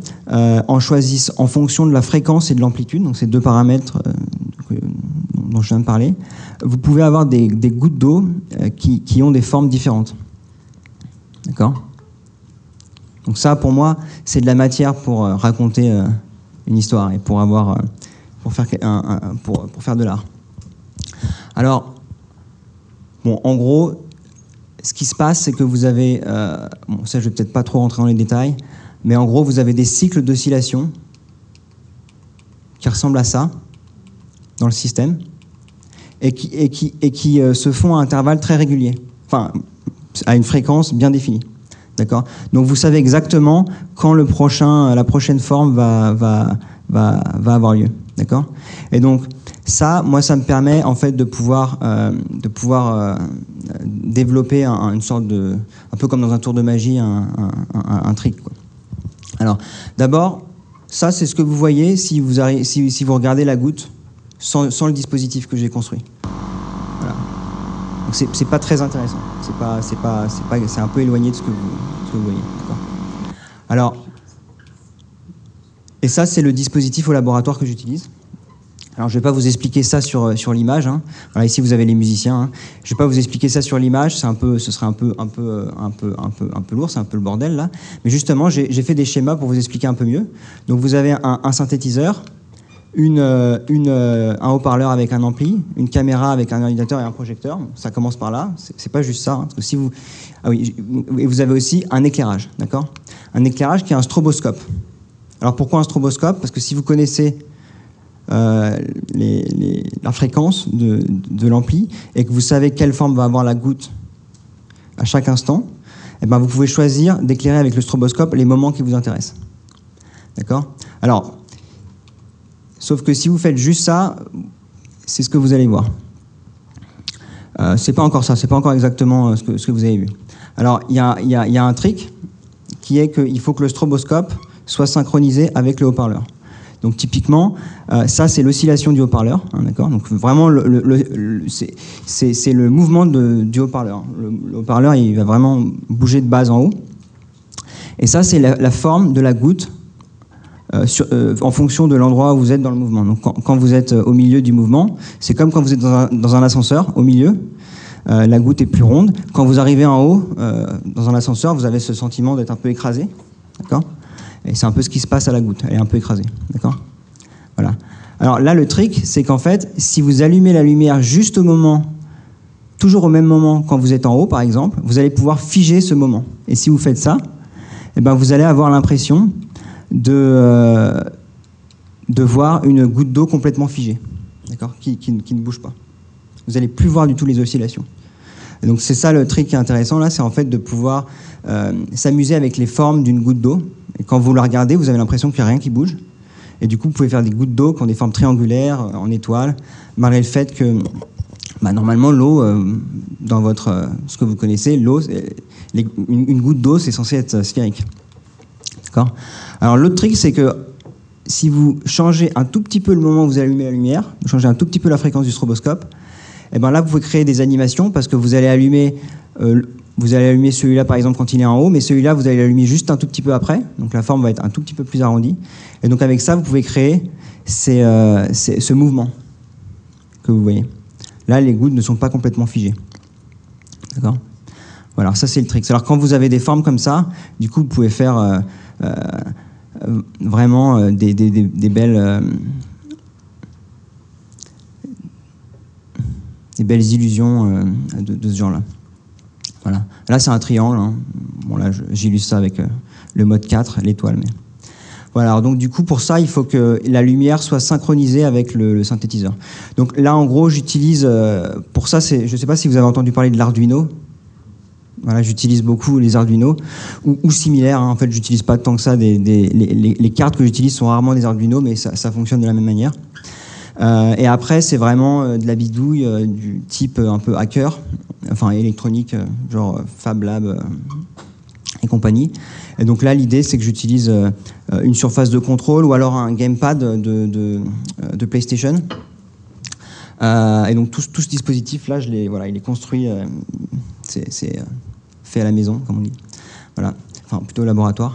en fonction de la fréquence et de l'amplitude, donc ces deux paramètres dont je viens de parler, vous pouvez avoir des gouttes d'eau qui ont des formes différentes. D'accord ? Donc ça, pour moi, c'est de la matière pour raconter une histoire et pour faire de l'art. Alors, bon, en gros, ce qui se passe, c'est que vous avez... ça, je vais peut-être pas trop rentrer dans les détails, mais en gros, vous avez des cycles d'oscillation qui ressemblent à ça dans le système et qui se font à intervalles très réguliers, enfin, à une fréquence bien définie. D'accord ? Donc, vous savez exactement quand la prochaine forme va avoir lieu. D'accord ? Et donc, Ça, moi, ça me permet en fait de pouvoir développer une sorte de, un peu comme dans un tour de magie, un trick, quoi. Alors, d'abord, ça, c'est ce que vous voyez si vous regardez la goutte sans le dispositif que j'ai construit. Voilà. Donc, c'est pas très intéressant. C'est un peu éloigné de ce que vous voyez. D'accord. Alors, et ça, c'est le dispositif au laboratoire que j'utilise. Alors, je ne vais pas vous expliquer ça sur l'image, hein. Voilà, ici, vous avez les musiciens, hein. Je ne vais pas vous expliquer ça sur l'image. Ce serait un peu lourd, c'est un peu le bordel là. Mais justement, j'ai fait des schémas pour vous expliquer un peu mieux. Donc, vous avez un synthétiseur, un haut-parleur avec un ampli, une caméra avec un ordinateur et un projecteur. Ça commence par là. C'est pas juste ça, hein, parce que et vous avez aussi un éclairage, d'accord ? Un éclairage qui est un stroboscope. Alors, pourquoi un stroboscope ? Parce que si vous connaissez la fréquence de l'ampli et que vous savez quelle forme va avoir la goutte à chaque instant, eh ben vous pouvez choisir d'éclairer avec le stroboscope les moments qui vous intéressent. D'accord ? Alors, sauf que si vous faites juste ça, c'est ce que vous allez voir. C'est pas encore ça, c'est pas encore exactement ce que vous avez vu. Alors, il y a un trick qui est qu'il faut que le stroboscope soit synchronisé avec le haut-parleur. Donc typiquement, ça c'est l'oscillation du haut-parleur, hein, d'accord ? Donc vraiment, c'est le mouvement du haut-parleur. Le haut-parleur, il va vraiment bouger de bas en haut. Et ça, c'est la forme de la goutte en fonction de l'endroit où vous êtes dans le mouvement. Donc quand vous êtes au milieu du mouvement, c'est comme quand vous êtes dans un ascenseur, au milieu. La goutte est plus ronde. Quand vous arrivez en haut, dans un ascenseur, vous avez ce sentiment d'être un peu écrasé, d'accord ? Et c'est un peu ce qui se passe à la goutte, elle est un peu écrasée, d'accord ? Voilà. Alors là, le trick, c'est qu'en fait, si vous allumez la lumière juste toujours au même moment quand vous êtes en haut, par exemple, vous allez pouvoir figer ce moment. Et si vous faites ça, eh ben, vous allez avoir l'impression de voir une goutte d'eau complètement figée, d'accord ? Qui ne bouge pas. Vous n'allez plus voir du tout les oscillations. Et donc c'est ça le trick qui est intéressant là, c'est en fait de pouvoir s'amuser avec les formes d'une goutte d'eau. Et quand vous la regardez, vous avez l'impression qu'il n'y a rien qui bouge. Et du coup, vous pouvez faire des gouttes d'eau qui ont des formes triangulaires, en étoiles, malgré le fait que, normalement, l'eau, dans ce que vous connaissez, l'eau, une goutte d'eau, c'est censé être sphérique. D'accord ? Alors, l'autre trick, c'est que si vous changez un tout petit peu le moment où vous allumez la lumière, vous changez un tout petit peu la fréquence du stroboscope, et ben là, vous pouvez créer des animations parce que vous allez allumer celui-là, par exemple, quand il est en haut, mais celui-là, vous allez l'allumer juste un tout petit peu après. Donc la forme va être un tout petit peu plus arrondie. Et donc avec ça, vous pouvez créer ce mouvement que vous voyez. Là, les gouttes ne sont pas complètement figées. D'accord ? Voilà, ça c'est le trick. Alors quand vous avez des formes comme ça, du coup, vous pouvez faire vraiment des belles illusions de ce genre-là. Voilà. Là, c'est un triangle, hein. Bon, là, j'illustre ça avec le mode 4, l'étoile. Mais... Voilà. Alors, donc, du coup, pour ça, il faut que la lumière soit synchronisée avec le synthétiseur. Donc là, en gros, j'utilise... pour ça, je ne sais pas si vous avez entendu parler de l'Arduino. Voilà, j'utilise beaucoup les Arduino, ou similaires. Hein. En fait, j'utilise pas tant que ça. Les cartes que j'utilise sont rarement des Arduino, mais ça fonctionne de la même manière. Et après, c'est vraiment de la bidouille du type un peu hacker, enfin électronique, genre Fab Lab et compagnie. Et donc là, l'idée, c'est que j'utilise une surface de contrôle ou alors un gamepad de PlayStation. Et donc tout ce dispositif-là, il est construit, c'est fait à la maison, comme on dit. Voilà, enfin plutôt au laboratoire.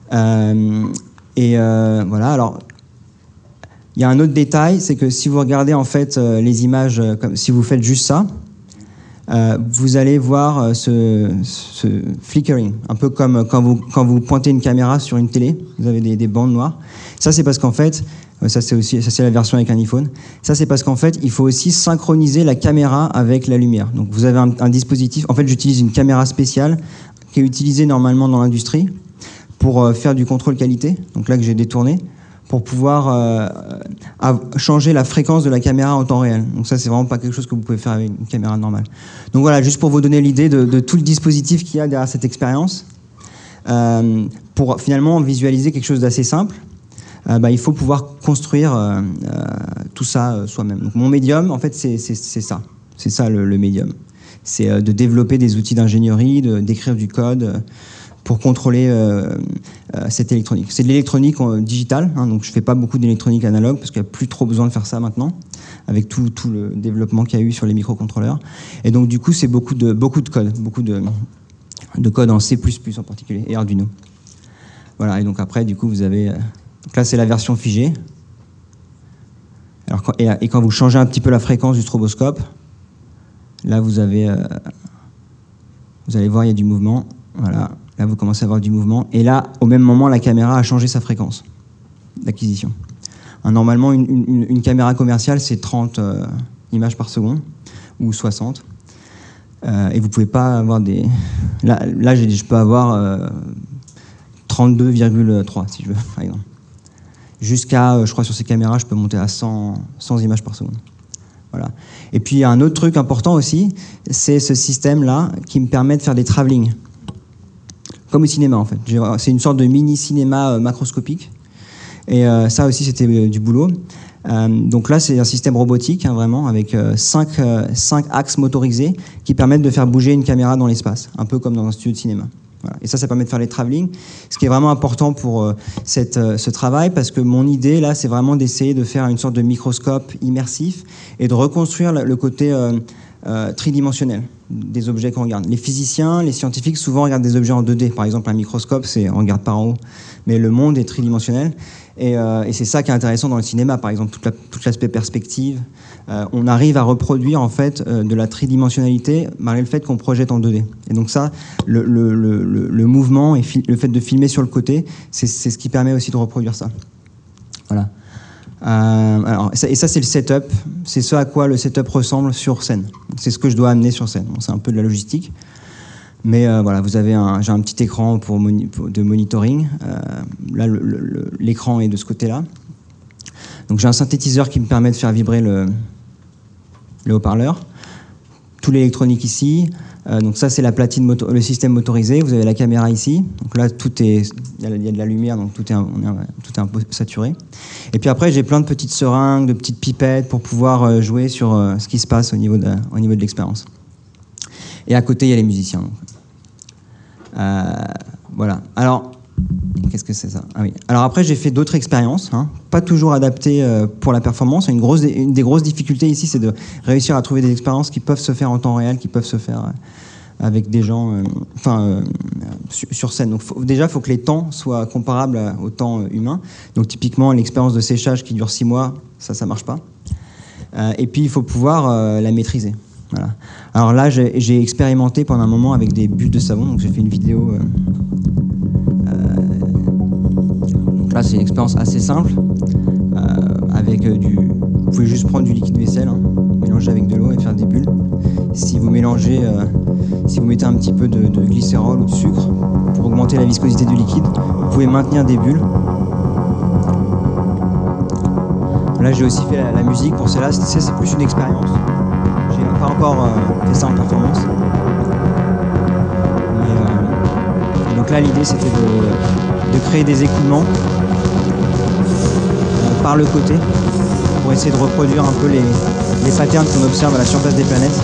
Voilà, alors... Il y a un autre détail, c'est que si vous regardez en fait les images, si vous faites juste ça, vous allez voir ce flickering, un peu comme quand vous pointez une caméra sur une télé, vous avez des bandes noires. Ça c'est parce qu'en fait, ça c'est la version avec un iPhone. Ça c'est parce qu'en fait, il faut aussi synchroniser la caméra avec la lumière. Donc vous avez un dispositif. En fait, j'utilise une caméra spéciale qui est utilisée normalement dans l'industrie pour faire du contrôle qualité. Donc là que j'ai détourné, pour pouvoir changer la fréquence de la caméra en temps réel. Donc ça, c'est vraiment pas quelque chose que vous pouvez faire avec une caméra normale. Donc voilà, juste pour vous donner l'idée de tout le dispositif qu'il y a derrière cette expérience, pour finalement visualiser quelque chose d'assez simple. il faut pouvoir construire tout ça soi-même. Donc, mon médium, en fait, c'est ça. C'est ça le médium. C'est de développer des outils d'ingénierie, d'écrire du code pour contrôler cette électronique. C'est de l'électronique digitale, hein, donc je ne fais pas beaucoup d'électronique analogue parce qu'il n'y a plus trop besoin de faire ça maintenant, avec tout le développement qu'il y a eu sur les microcontrôleurs. Et donc du coup, c'est beaucoup de code, beaucoup de code en C++ en particulier, et Arduino. Voilà, et donc après, du coup, vous avez... donc là, c'est la version figée. Alors, et quand vous changez un petit peu la fréquence du stroboscope, là, vous allez voir, il y a du mouvement. Voilà. Là, vous commencez à avoir du mouvement. Et là, au même moment, la caméra a changé sa fréquence d'acquisition. Normalement, une caméra commerciale, c'est 30 images par seconde, ou 60. Et vous ne pouvez pas avoir des... Là je peux avoir 32,3, si je veux, par exemple. Jusqu'à, je crois, sur ces caméras, je peux monter à 100 images par seconde. Voilà. Et puis, il y a un autre truc important aussi, c'est ce système-là qui me permet de faire des travelling. Comme au cinéma, en fait. C'est une sorte de mini-cinéma macroscopique. Et ça aussi, c'était du boulot. Donc là, c'est un système robotique, hein, vraiment, avec 5 axes motorisés qui permettent de faire bouger une caméra dans l'espace, un peu comme dans un studio de cinéma. Voilà. Et ça permet de faire les travelling, ce qui est vraiment important pour ce travail, parce que mon idée, là, c'est vraiment d'essayer de faire une sorte de microscope immersif et de reconstruire le côté tridimensionnel des objets qu'on regarde. Les physiciens, les scientifiques, souvent regardent des objets en 2D. Par exemple, un microscope, on regarde par en haut. Mais le monde est tridimensionnel. Et c'est ça qui est intéressant dans le cinéma, par exemple, tout l'aspect perspective. On arrive à reproduire, en fait, de la tridimensionnalité malgré le fait qu'on projette en 2D. Et donc ça, le mouvement et le fait de filmer sur le côté, c'est ce qui permet aussi de reproduire ça. Voilà. Et ça, c'est le setup. C'est ce à quoi le setup ressemble sur scène. C'est ce que je dois amener sur scène. Bon, c'est un peu de la logistique. Mais voilà, j'ai un petit écran de monitoring. Là, l'écran est de ce côté-là. Donc j'ai un synthétiseur qui me permet de faire vibrer le haut-parleur. Tout l'électronique ici. Donc ça, c'est la platine le système motorisé. Vous avez la caméra ici. Donc là, il y a de la lumière, donc tout est un peu saturé. Et puis après, j'ai plein de petites seringues, de petites pipettes pour pouvoir jouer sur ce qui se passe au niveau de l'expérience. Et à côté, il y a les musiciens. Donc. Voilà. Alors, qu'est-ce que c'est ça? Ah oui. Alors après, j'ai fait d'autres expériences, hein, pas toujours adaptées pour la performance. Une des grosses difficultés ici, c'est de réussir à trouver des expériences qui peuvent se faire en temps réel, qui peuvent se faire avec des gens, sur scène. Donc déjà, il faut que les temps soient comparables au temps humain. Donc typiquement, l'expérience de séchage qui dure 6 mois, ça marche pas. Et puis, il faut pouvoir la maîtriser. Voilà. Alors là, j'ai expérimenté pendant un moment avec des bulles de savon. Donc j'ai fait une vidéo. Donc là, c'est une expérience assez simple. Vous pouvez juste prendre du liquide vaisselle, hein, mélanger avec de l'eau et faire des bulles. Si vous mélangez, si vous mettez un petit peu de glycérol ou de sucre pour augmenter la viscosité du liquide, vous pouvez maintenir des bulles. Là, j'ai aussi fait la musique pour celle-là. C'est plus une expérience. J'ai pas encore fait ça en performance. Mais, donc là, l'idée, c'était de créer des écoulements par le côté pour essayer de reproduire un peu les patterns qu'on observe à la surface des planètes.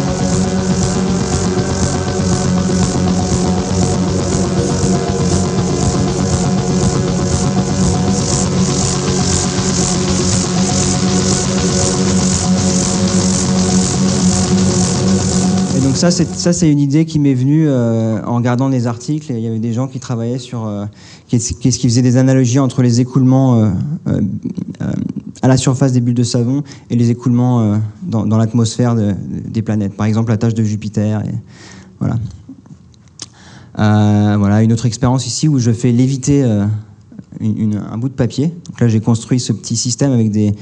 Ça, c'est une idée qui m'est venue en regardant des articles. Il y avait des gens qui travaillaient sur... qui faisaient des analogies entre les écoulements à la surface des bulles de savon et les écoulements dans l'atmosphère des planètes. Par exemple, la tâche de Jupiter. Et, voilà. Voilà, une autre expérience ici où je fais léviter un bout de papier. Donc là, j'ai construit ce petit système avec des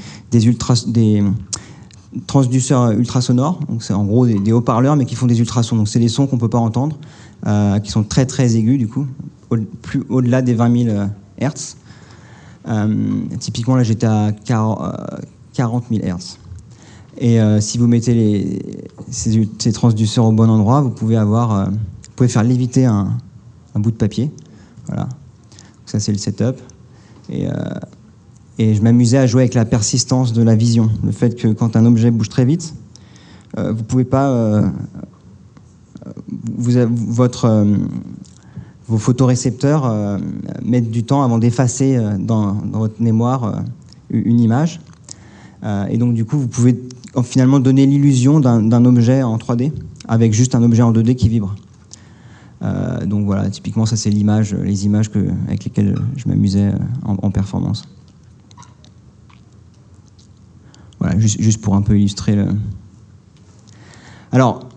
transduceurs ultrasonores, donc c'est en gros des haut-parleurs mais qui font des ultrasons, donc c'est des sons qu'on peut pas entendre, qui sont très très aigus du coup, au-delà des 20 000 Hz. Typiquement là j'étais à 40 000 Hz. Et si vous mettez ces transduceurs au bon endroit, vous pouvez faire léviter un bout de papier. Voilà. Donc ça c'est le setup. Et Et je m'amusais à jouer avec la persistance de la vision. Le fait que quand un objet bouge très vite, vous pouvez pas... vos photorécepteurs mettent du temps avant d'effacer dans votre mémoire une image. Et donc, du coup, vous pouvez finalement donner l'illusion d'un objet en 3D avec juste un objet en 2D qui vibre. Donc voilà, typiquement, ça c'est les images avec lesquelles je m'amusais en performance. Voilà, juste pour un peu illustrer le... Alors,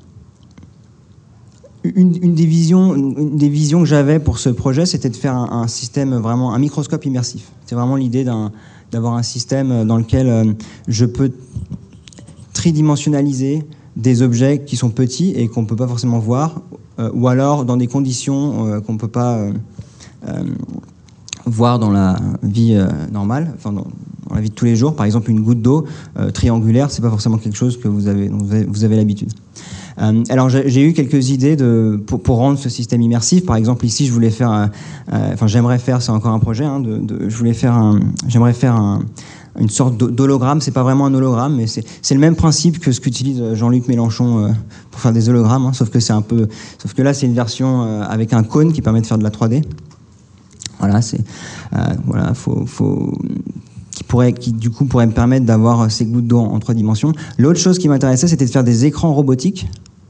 une des visions que j'avais pour ce projet, c'était de faire un système vraiment, un microscope immersif. C'est vraiment l'idée d'avoir un système dans lequel je peux tridimensionnaliser des objets qui sont petits et qu'on ne peut pas forcément voir, ou alors dans des conditions qu'on ne peut pas voir dans la vie normale, enfin dans la vie de tous les jours. Par exemple, une goutte d'eau triangulaire, c'est pas forcément quelque chose que vous avez l'habitude. Alors j'ai eu quelques idées pour rendre ce système immersif. Par exemple, ici, je voulais faire, j'aimerais faire, c'est encore un projet, j'aimerais faire une sorte d'hologramme. C'est pas vraiment un hologramme, mais c'est le même principe que ce qu'utilise Jean-Luc Mélenchon pour faire des hologrammes, sauf que là, c'est une version avec un cône qui permet de faire de la 3D. Voilà, qui du coup pourrait me permettre d'avoir ces gouttes d'eau en 3 dimensions. L'autre chose qui m'intéressait, c'était de faire des écrans robotiques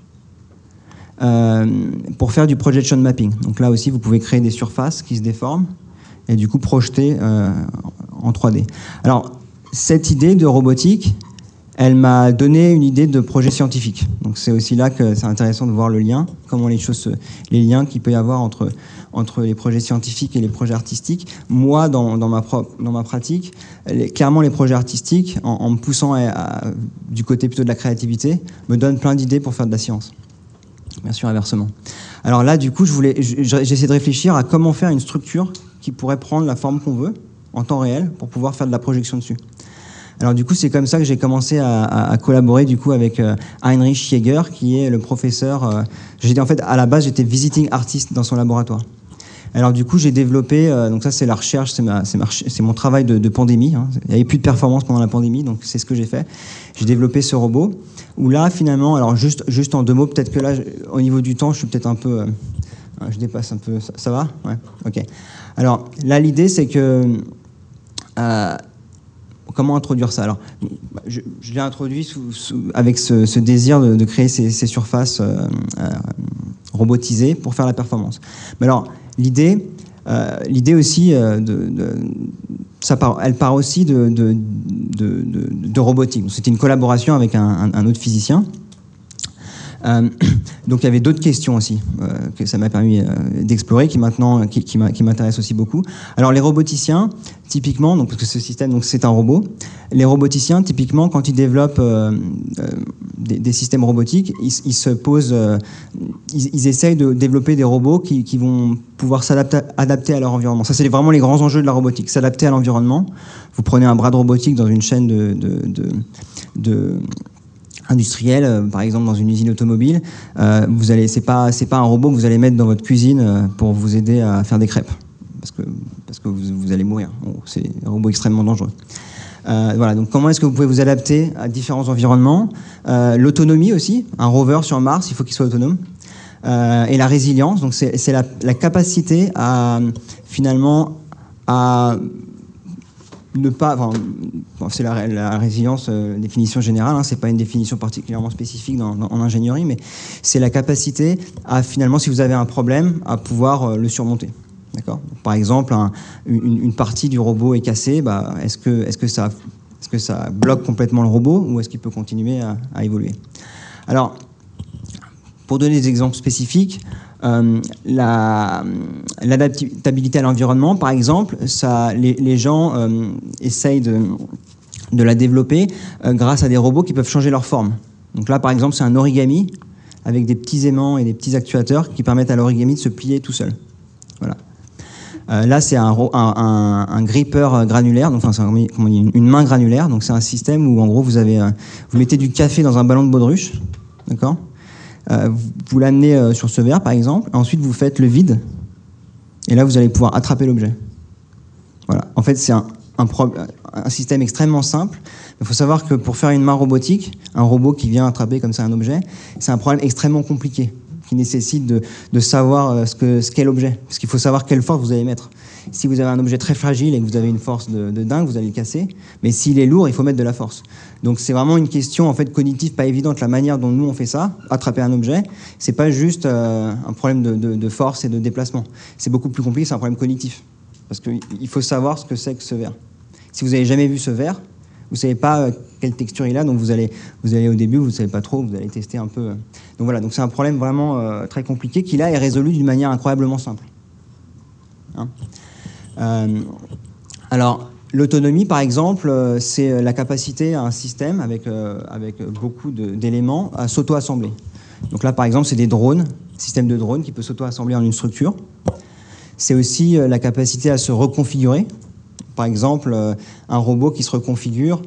pour faire du projection mapping. Donc là aussi, vous pouvez créer des surfaces qui se déforment et du coup projeter en 3D. Alors, cette idée de robotique, elle m'a donné une idée de projet scientifique. Donc c'est aussi là que c'est intéressant de voir le lien, les liens qu'il peut y avoir entre les projets scientifiques et les projets artistiques. Moi, dans ma pratique, clairement les projets artistiques, en me poussant du côté plutôt de la créativité, me donnent plein d'idées pour faire de la science. Bien sûr, inversement. Alors là, du coup, j'essaie de réfléchir à comment faire une structure qui pourrait prendre la forme qu'on veut, en temps réel, pour pouvoir faire de la projection dessus. Alors du coup, c'est comme ça que j'ai commencé à collaborer du coup avec Heinrich Jäger, qui est le professeur. À la base, j'étais visiting artist dans son laboratoire. Alors du coup, j'ai développé, donc ça c'est la recherche, c'est mon travail de pandémie. Il n'y avait plus de performance pendant la pandémie, donc c'est ce que j'ai fait. J'ai développé ce robot, où là finalement, alors juste en 2 mots, peut-être que là, au niveau du temps, je suis peut-être un peu... je dépasse un peu, ça va ? Ouais, ok. Alors là, l'idée c'est que... comment introduire ça ? Alors, je l'ai introduit avec ce désir de créer ces surfaces robotisées pour faire la performance. Mais alors, l'idée aussi, elle part aussi de robotique. C'était une collaboration avec un autre physicien. Donc il y avait d'autres questions aussi que ça m'a permis d'explorer, qui m'intéressent aussi beaucoup. Alors les roboticiens, typiquement, donc parce que ce système, donc c'est un robot. Les roboticiens, typiquement, quand ils développent des systèmes robotiques, ils essayent de développer des robots qui vont pouvoir adapter à leur environnement. Ça, c'est vraiment les grands enjeux de la robotique. S'adapter à l'environnement. Vous prenez un bras de robotique dans une chaîne industriel, par exemple dans une usine automobile, c'est pas un robot que vous allez mettre dans votre cuisine pour vous aider à faire des crêpes, parce que vous allez mourir. C'est un robot extrêmement dangereux. Voilà, donc comment est-ce que vous pouvez vous adapter à différents environnements ? L'autonomie aussi, un rover sur Mars, il faut qu'il soit autonome. Et la résilience, donc c'est la capacité à finalement c'est la résilience, définition générale, c'est pas une définition particulièrement spécifique en ingénierie, mais c'est la capacité à finalement, si vous avez un problème, à pouvoir le surmonter. D'accord ? Par exemple, une partie du robot est cassée, est-ce que ça bloque complètement le robot ou est-ce qu'il peut continuer à évoluer ? Alors, pour donner des exemples spécifiques, l'adaptabilité à l'environnement, par exemple, les gens essayent de la développer grâce à des robots qui peuvent changer leur forme. Donc là, par exemple, c'est un origami avec des petits aimants et des petits actuateurs qui permettent à l'origami de se plier tout seul. Voilà. Là, c'est un gripper granulaire, donc c'est une main granulaire. Donc c'est un système où, en gros, vous mettez du café dans un ballon de baudruche, d'accord ? Vous l'amenez sur ce verre, par exemple, et ensuite vous faites le vide, et là vous allez pouvoir attraper l'objet. Voilà. En fait, c'est un système extrêmement simple. Il faut savoir que pour faire une main robotique, un robot qui vient attraper comme ça un objet, c'est un problème extrêmement compliqué, qui nécessite de savoir ce qu'est l'objet. Parce qu'il faut savoir quelle force vous allez mettre. Si vous avez un objet très fragile et que vous avez une force de dingue, vous allez le casser. Mais s'il est lourd, il faut mettre de la force. Donc c'est vraiment une question en fait cognitive pas évidente, la manière dont nous on fait ça, attraper un objet. C'est pas juste un problème de force et de déplacement. C'est beaucoup plus compliqué, c'est un problème cognitif. Parce qu'il faut savoir ce que c'est que ce verre. Si vous n'avez jamais vu ce verre, vous ne savez pas quelle texture il a, donc vous allez au début, vous ne savez pas trop, vous allez tester un peu. Donc voilà, donc c'est un problème vraiment très compliqué qui là est résolu d'une manière incroyablement simple. Hein, alors, l'autonomie, par exemple, c'est la capacité à un système avec beaucoup d'éléments à s'auto-assembler. Donc là, par exemple, c'est des drones, système de drones qui peut s'auto-assembler en une structure. C'est aussi la capacité à se reconfigurer. Par exemple, un robot qui se reconfigure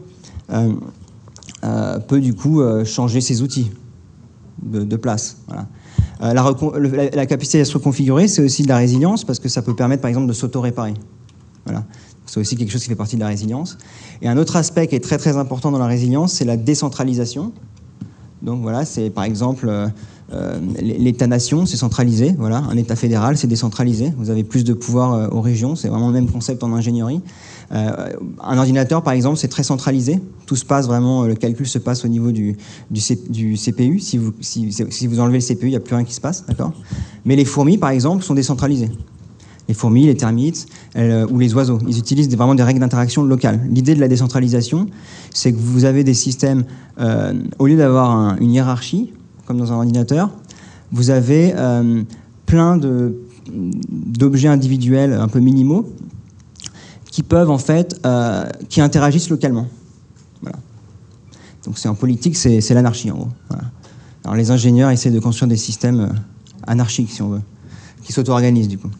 peut du coup changer ses outils de place. Voilà. La capacité à se reconfigurer, c'est aussi de la résilience, parce que ça peut permettre, par exemple, de s'auto-réparer. Voilà. C'est aussi quelque chose qui fait partie de la résilience. Et un autre aspect qui est très très important dans la résilience, c'est la décentralisation. Donc voilà, c'est par exemple l'État-nation, c'est centralisé. Voilà, un État fédéral, c'est décentralisé. Vous avez plus de pouvoir aux régions. C'est vraiment le même concept en ingénierie. Un ordinateur, par exemple, c'est très centralisé. Tout se passe vraiment, le calcul se passe au niveau du CPU. Si vous enlevez le CPU, il n'y a plus rien qui se passe, d'accord ? Mais les fourmis, par exemple, sont décentralisées. Les fourmis, les termites ou les oiseaux, ils utilisent vraiment des règles d'interaction locales. L'idée de la décentralisation, c'est que vous avez des systèmes, au lieu d'avoir une hiérarchie, comme dans un ordinateur, vous avez plein d'objets individuels un peu minimaux qui peuvent en fait, qui interagissent localement. Voilà. Donc c'est en politique, c'est l'anarchie en gros. Voilà. Alors les ingénieurs essaient de construire des systèmes anarchiques, si on veut, qui s'auto-organisent du coup.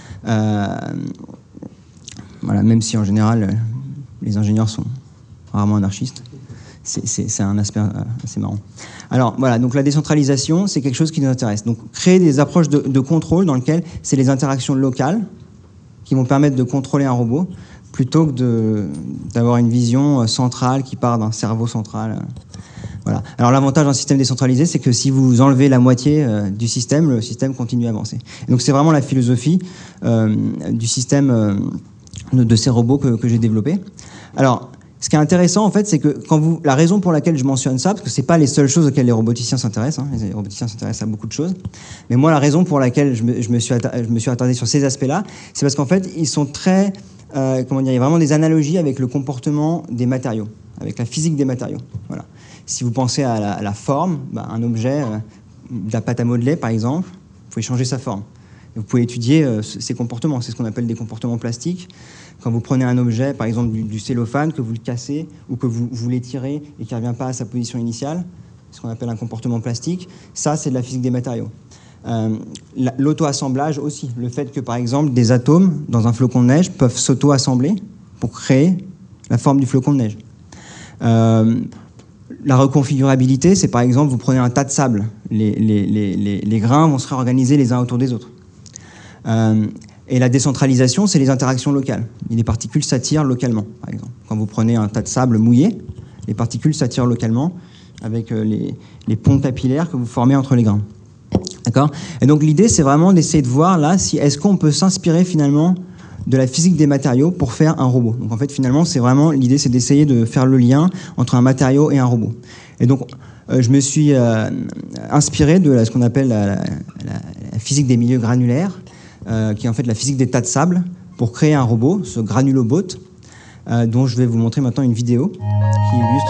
Voilà, même si en général les ingénieurs sont rarement anarchistes, c'est un aspect assez marrant. Alors voilà, donc la décentralisation, c'est quelque chose qui nous intéresse. Donc créer des approches de contrôle dans lesquelles c'est les interactions locales qui vont permettre de contrôler un robot, plutôt que d'avoir une vision centrale qui part d'un cerveau central. Voilà. Alors l'avantage d'un système décentralisé, c'est que si vous enlevez la moitié du système, le système continue à avancer. Et donc c'est vraiment la philosophie du système de ces robots que j'ai développé. Alors, ce qui est intéressant, en fait, c'est que la raison pour laquelle je mentionne ça, parce que c'est pas les seules choses auxquelles les roboticiens s'intéressent, hein, les roboticiens s'intéressent à beaucoup de choses, mais moi, la raison pour laquelle je me suis attardé sur ces aspects-là, c'est parce qu'en fait, ils sont très, il y a vraiment des analogies avec le comportement des matériaux, avec la physique des matériaux. Voilà. Si vous pensez à la forme, un objet, de la pâte à modeler, par exemple, vous pouvez changer sa forme. Vous pouvez étudier ses comportements, c'est ce qu'on appelle des comportements plastiques. Quand vous prenez un objet, par exemple du cellophane, que vous le cassez ou que vous l'étirez et qui ne revient pas à sa position initiale, ce qu'on appelle un comportement plastique, ça c'est de la physique des matériaux. L'auto-assemblage aussi, le fait que par exemple des atomes dans un flocon de neige peuvent s'auto-assembler pour créer la forme du flocon de neige. La reconfigurabilité, c'est par exemple, vous prenez un tas de sable, les grains vont se réorganiser les uns autour des autres. Et la décentralisation, c'est les interactions locales. Les particules s'attirent localement, par exemple. Quand vous prenez un tas de sable mouillé, les particules s'attirent localement avec les ponts capillaires que vous formez entre les grains. D'accord ? Et donc l'idée, c'est vraiment d'essayer de voir là, est-ce qu'on peut s'inspirer finalement de la physique des matériaux pour faire un robot. Donc en fait, finalement, l'idée, c'est d'essayer de faire le lien entre un matériau et un robot. Et donc, je me suis inspiré de ce qu'on appelle la physique des milieux granulaires, qui est en fait la physique des tas de sable, pour créer un robot, ce Granulobot, dont je vais vous montrer maintenant une vidéo qui illustre...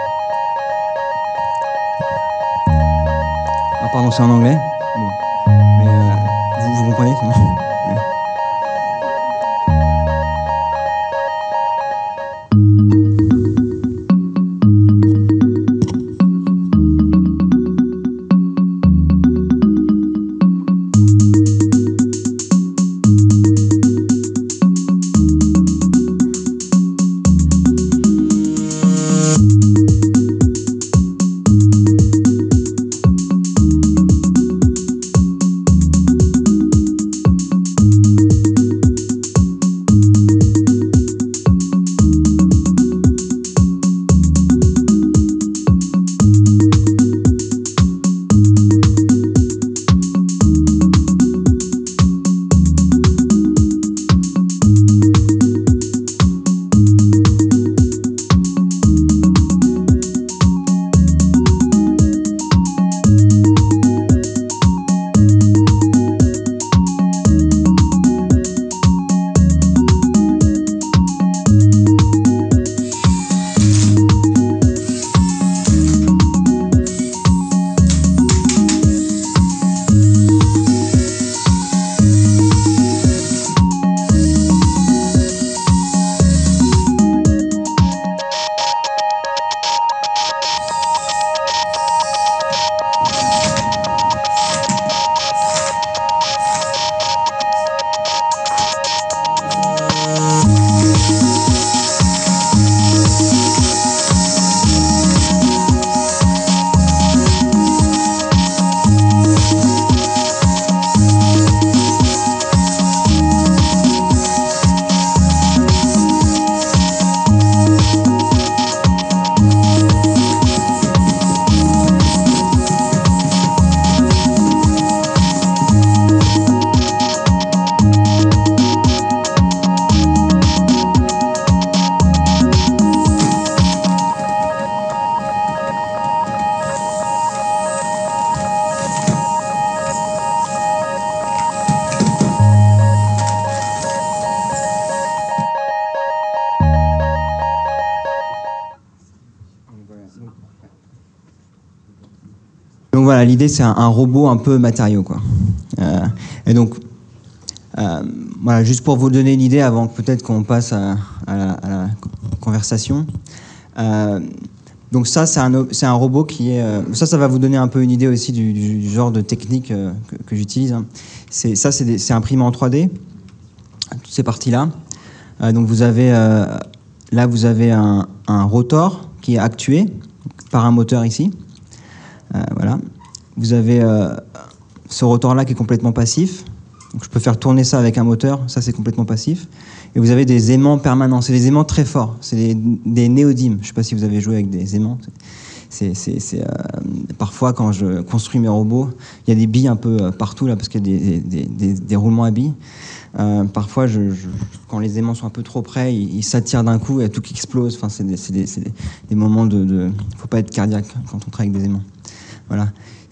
Ah pardon, c'est en anglais. Bon. Mais vous comprenez, c'est bon. Donc voilà, l'idée c'est un robot un peu matériau, quoi. Et donc voilà, juste pour vous donner une idée avant que peut-être qu'on passe à la conversation. Donc ça c'est un robot qui est ça va vous donner un peu une idée aussi du genre de technique que j'utilise. Hein. C'est imprimé en 3D, toutes ces parties là. Donc vous avez là vous avez un rotor qui est actué par un moteur ici. Voilà. Vous avez ce rotor-là qui est complètement passif. Donc je peux faire tourner ça avec un moteur, ça c'est complètement passif. Et vous avez des aimants permanents, c'est des aimants très forts, c'est des néodymes. Je ne sais pas si vous avez joué avec des aimants. Parfois quand je construis mes robots, il y a des billes un peu partout là parce qu'il y a des roulements à billes. Parfois, quand les aimants sont un peu trop près, ils s'attirent d'un coup et tout qui explose. Enfin, c'est des moments de faut pas être cardiaque quand on travaille avec des aimants. Voilà.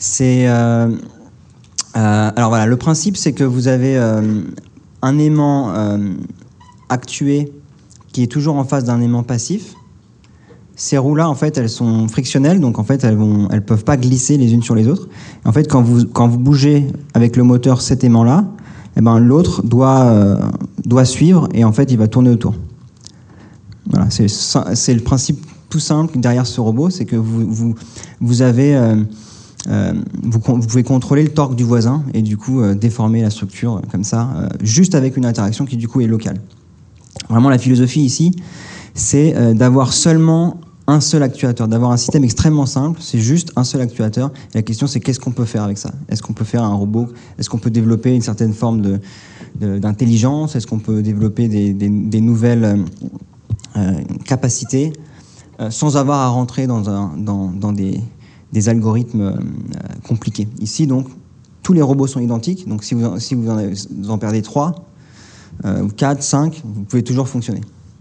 Alors voilà, le principe c'est que vous avez un aimant actué qui est toujours en face d'un aimant passif. Ces roues-là, en fait, elles sont frictionnelles, donc en fait, elles peuvent pas glisser les unes sur les autres. En fait, quand vous bougez avec le moteur cet aimant-là, eh ben, l'autre doit suivre et en fait, il va tourner autour. Voilà, c'est le principe tout simple derrière ce robot, c'est que vous avez vous pouvez contrôler le torque du voisin et du coup déformer la structure comme ça, juste avec une interaction qui du coup est locale. Vraiment, la philosophie ici, c'est d'avoir seulement un seul actuateur, d'avoir un système extrêmement simple, c'est juste un seul actuateur. Et la question, c'est qu'est-ce qu'on peut faire avec ça? Est-ce qu'on peut faire un robot? Est-ce qu'on peut développer une certaine forme d'intelligence? Est-ce qu'on peut développer des nouvelles capacités sans avoir à rentrer dans des algorithmes compliqués? Ici, donc, tous les robots sont identiques. Donc, si vous en perdez 3, ou 4, 5, vous pouvez toujours fonctionner.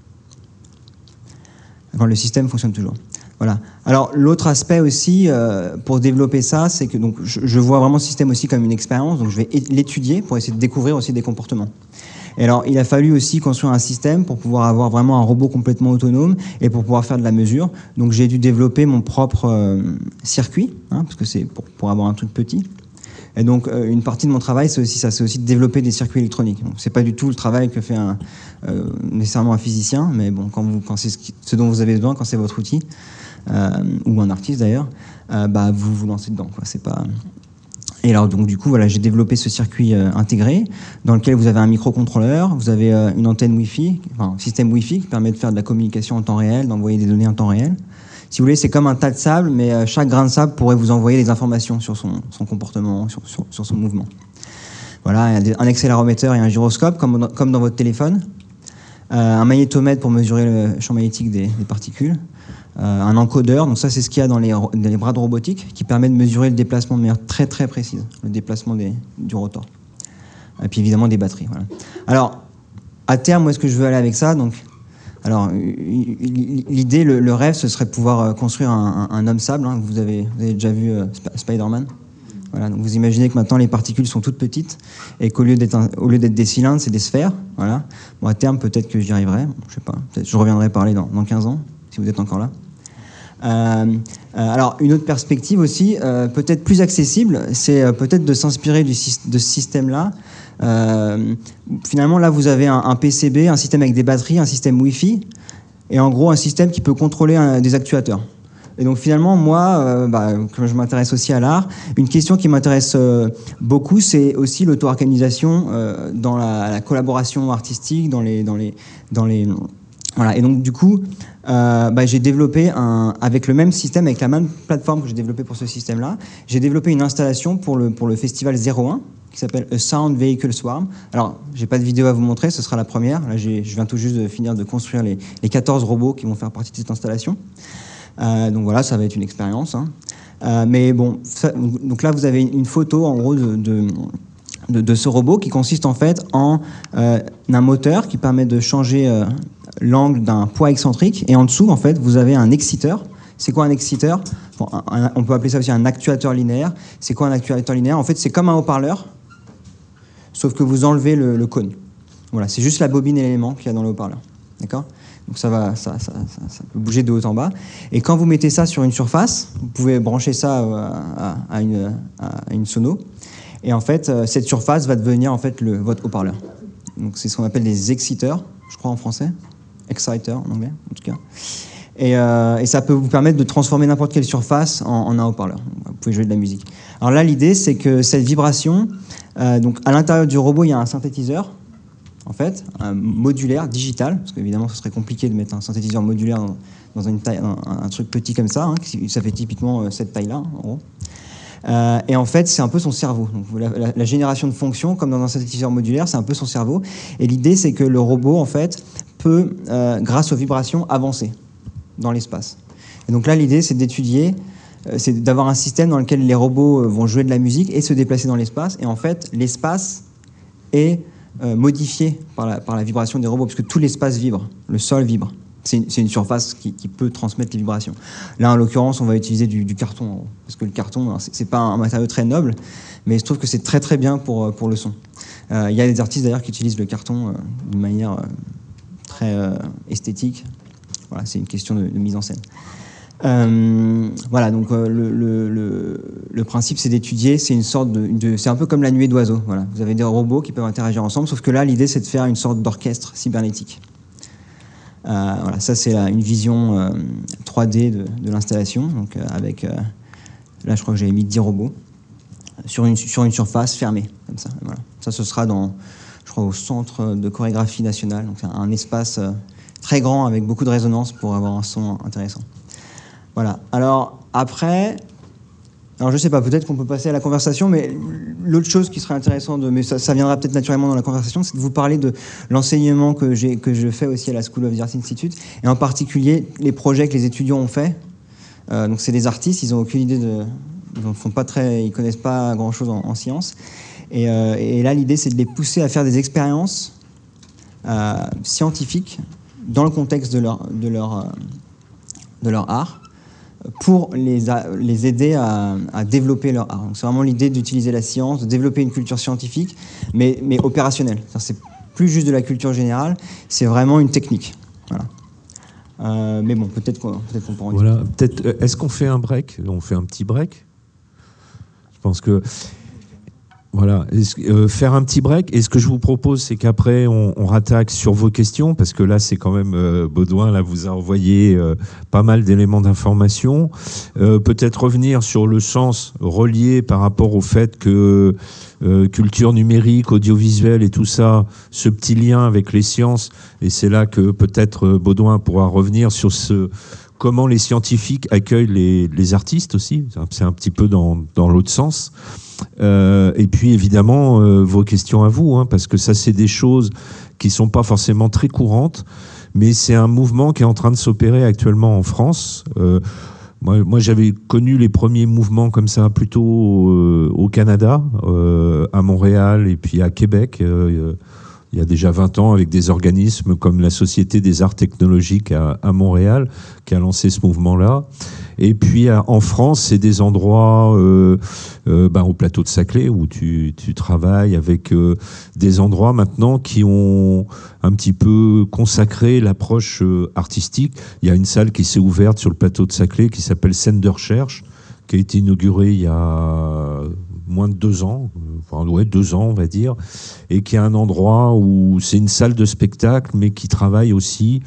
Le système fonctionne toujours. Voilà. Alors, l'autre aspect aussi, pour développer ça, c'est que donc, je vois vraiment ce système aussi comme une expérience, donc je vais l'étudier pour essayer de découvrir aussi des comportements. Et alors, il a fallu aussi construire un système pour pouvoir avoir vraiment un robot complètement autonome et pour pouvoir faire de la mesure. Donc, j'ai dû développer mon propre circuit, hein, parce que c'est pour avoir un truc petit. Et donc, une partie de mon travail, c'est aussi de développer des circuits électroniques. Donc, c'est pas du tout le travail que fait nécessairement un physicien, mais bon, quand c'est ce dont vous avez besoin, quand c'est votre outil, ou un artiste d'ailleurs, vous vous lancez dedans, quoi. C'est pas... Et alors, donc, du coup, voilà, j'ai développé ce circuit intégré, dans lequel vous avez un microcontrôleur, vous avez une antenne Wi-Fi, enfin, un système Wi-Fi qui permet de faire de la communication en temps réel, d'envoyer des données en temps réel. Si vous voulez, c'est comme un tas de sable, mais chaque grain de sable pourrait vous envoyer des informations sur son comportement, sur son mouvement. Voilà, un accéléromètre et un gyroscope, comme dans votre téléphone. Un magnétomètre pour mesurer le champ magnétique des particules. Un encodeur, donc ça c'est ce qu'il y a dans les bras de robotique, qui permet de mesurer le déplacement de manière très très précise, le déplacement du rotor. Et puis évidemment des batteries. Voilà. Alors, à terme, où est-ce que je veux aller avec ça? Donc, alors, l'idée, le rêve, ce serait de pouvoir construire un homme sable. Hein. Vous avez déjà vu Spider-Man. Voilà, donc vous imaginez que maintenant les particules sont toutes petites et qu'au lieu d'être des cylindres, c'est des sphères. Voilà. Bon, à terme, peut-être que j'y arriverai. Je sais pas. Peut-être je reviendrai parler dans 15 ans, si vous êtes encore là. Alors, une autre perspective aussi, peut-être plus accessible, c'est peut-être de s'inspirer de ce système-là. Finalement, là, vous avez un PCB, un système avec des batteries, un système Wi-Fi, et en gros, un système qui peut contrôler des actuateurs. Et donc, finalement, moi, comme je m'intéresse aussi à l'art, une question qui m'intéresse beaucoup, c'est aussi l'auto-organisation dans la collaboration artistique, dans les voilà. Et donc, du coup, j'ai développé avec le même système, avec la même plateforme que j'ai développée pour ce système-là, j'ai développé une installation pour le festival 01 qui s'appelle A Sound Vehicle Swarm. Alors, j'ai pas de vidéo à vous montrer, ce sera la première. Là, je viens tout juste de finir de construire les 14 robots qui vont faire partie de cette installation. Donc voilà, ça va être une expérience. Hein. Mais bon, donc là, vous avez une photo, en gros, de ce robot qui consiste en fait en un moteur qui permet de changer l'angle d'un poids excentrique, et en dessous, en fait, vous avez un exciteur. C'est quoi un exciteur? Bon, on peut appeler ça aussi un actuateur linéaire. C'est quoi un actuateur linéaire? En fait, c'est comme un haut-parleur, sauf que vous enlevez le cône. Voilà, c'est juste la bobine et l'élément qu'il y a dans le haut-parleur. D'accord? Donc ça peut bouger de haut en bas. Et quand vous mettez ça sur une surface, vous pouvez brancher ça à une sono. Et en fait, cette surface va devenir en fait votre haut-parleur. Donc c'est ce qu'on appelle des exciteurs, je crois en français. Exciter en anglais, en tout cas. Et ça peut vous permettre de transformer n'importe quelle surface en un haut-parleur. Vous pouvez jouer de la musique. Alors là, l'idée, c'est que cette vibration, donc à l'intérieur du robot, il y a un synthétiseur, en fait, un modulaire, digital, parce qu'évidemment, ce serait compliqué de mettre un synthétiseur modulaire dans une taille, un truc petit comme ça, hein, ça fait typiquement cette taille-là, en gros. Et en fait, c'est un peu son cerveau. Donc, la génération de fonctions, comme dans un synthétiseur modulaire, c'est un peu son cerveau. Et l'idée, c'est que le robot, en fait, peut, grâce aux vibrations, avancer dans l'espace. Et donc là, l'idée, c'est d'étudier, c'est d'avoir un système dans lequel les robots vont jouer de la musique et se déplacer dans l'espace. Et en fait, l'espace est modifié par la vibration des robots, parce que tout l'espace vibre, le sol vibre. C'est une surface qui peut transmettre les vibrations. Là, en l'occurrence, on va utiliser du carton, parce que le carton, c'est pas un matériau très noble, mais je trouve que c'est très très bien pour le son. Il y a des artistes d'ailleurs qui utilisent le carton d'une manière très esthétique. Voilà, c'est une question de mise en scène. Voilà, donc le principe, c'est d'étudier, c'est une sorte c'est un peu comme la nuée d'oiseaux. Voilà. Vous avez des robots qui peuvent interagir ensemble, sauf que là, l'idée, c'est de faire une sorte d'orchestre cybernétique. Voilà, ça, c'est une vision 3D de l'installation, donc avec, là, je crois que j'avais mis 10 robots sur une surface fermée, comme ça. Voilà. Ça, ce sera je crois, au Centre de chorégraphie nationale, donc un espace très grand avec beaucoup de résonance pour avoir un son intéressant. Voilà. Alors après, je sais pas, peut-être qu'on peut passer à la conversation, mais l'autre chose qui serait intéressant, mais ça viendra peut-être naturellement dans la conversation, c'est de vous parler de l'enseignement que je fais aussi à la School of the Arts Institute, et en particulier les projets que les étudiants ont faits. Donc c'est des artistes, ils ont aucune idée ils connaissent pas grand-chose en sciences, et là l'idée c'est de les pousser à faire des expériences scientifiques dans le contexte de leur art, pour les aider à développer leur art. Donc c'est vraiment l'idée d'utiliser la science, de développer une culture scientifique, mais opérationnelle. C'est plus juste de la culture générale, c'est vraiment une technique. Voilà. Mais bon, peut-être qu'on peut en dire. Voilà. Est-ce qu'on fait un break ? On fait un petit break ? Je pense que... Voilà, faire un petit break. Et ce que je vous propose, c'est qu'après, on rattaque sur vos questions, parce que là, c'est quand même Baudouin, là, vous a envoyé pas mal d'éléments d'information. Peut-être revenir sur le sens relié par rapport au fait que culture numérique, audiovisuelle et tout ça, ce petit lien avec les sciences, et c'est là que peut-être Baudouin pourra revenir sur comment les scientifiques accueillent les artistes aussi. C'est un petit peu dans l'autre sens. Et puis évidemment vos questions à vous, parce que ça c'est des choses qui sont pas forcément très courantes, mais c'est un mouvement qui est en train de s'opérer actuellement en France. Moi j'avais connu les premiers mouvements comme ça plutôt au Canada, à Montréal et puis à Québec, il y a déjà 20 ans, avec des organismes comme la Société des Arts Technologiques à Montréal qui a lancé ce mouvement-là. Et puis en France, c'est des endroits au plateau de Saclay où tu travailles avec des endroits maintenant qui ont un petit peu consacré l'approche artistique. Il y a une salle qui s'est ouverte sur le plateau de Saclay qui s'appelle Scène de Recherche, qui a été inaugurée il y a moins de 2 ans, 2 ans on va dire, et qui est un endroit où c'est une salle de spectacle, mais qui travaille aussi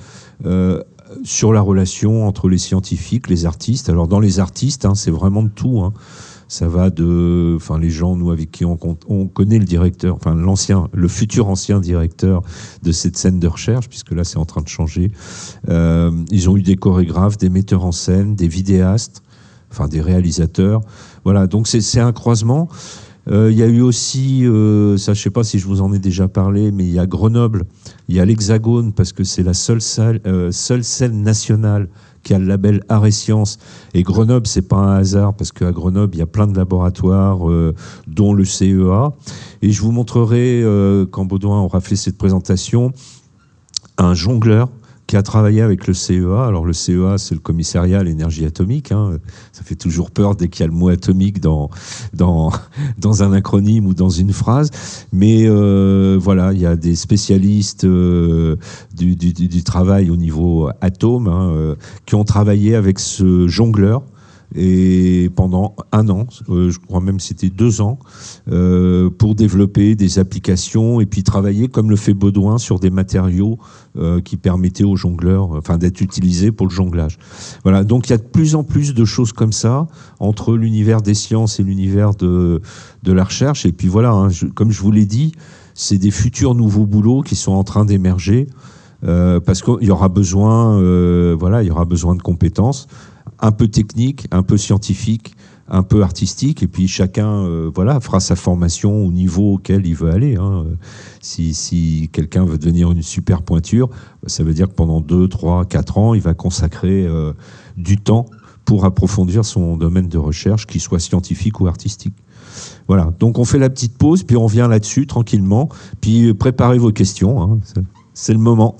sur la relation entre les scientifiques, les artistes. Alors dans les artistes, c'est vraiment de tout. Ça va les gens, nous, avec qui on connaît le directeur, le futur ancien directeur de cette scène de recherche, puisque là c'est en train de changer. Ils ont eu des chorégraphes, des metteurs en scène, des vidéastes, des réalisateurs. Voilà, donc c'est un croisement. Il y a eu aussi, ça je sais pas si je vous en ai déjà parlé, mais il y a Grenoble, il y a l'Hexagone, parce que c'est la seule scène nationale qui a le label Art et Sciences. Et Grenoble, c'est pas un hasard, parce qu'à Grenoble, il y a plein de laboratoires, dont le CEA. Et je vous montrerai, quand Baudouin aura fait cette présentation, un jongleur qui a travaillé avec le CEA. Alors le CEA, c'est le commissariat à l'énergie atomique. Ça fait toujours peur dès qu'il y a le mot atomique dans dans un acronyme ou dans une phrase, mais voilà, il y a des spécialistes du travail au niveau atome qui ont travaillé avec ce jongleur. Et pendant 1 an, je crois même c'était 2 ans, pour développer des applications et puis travailler comme le fait Baudouin sur des matériaux qui permettaient aux jongleurs, d'être utilisés pour le jonglage. Voilà, donc il y a de plus en plus de choses comme ça entre l'univers des sciences et l'univers de la recherche. Et puis voilà, comme je vous l'ai dit, c'est des futurs nouveaux boulots qui sont en train d'émerger parce qu'il y aura besoin, il y aura besoin de compétences. Un peu technique, un peu scientifique, un peu artistique, et puis chacun fera sa formation au niveau auquel il veut aller. Si quelqu'un veut devenir une super pointure, ça veut dire que pendant 2, 3, 4 ans, il va consacrer du temps pour approfondir son domaine de recherche, qu'il soit scientifique ou artistique. Voilà, donc on fait la petite pause, puis on revient là-dessus tranquillement, puis préparez vos questions, c'est le moment.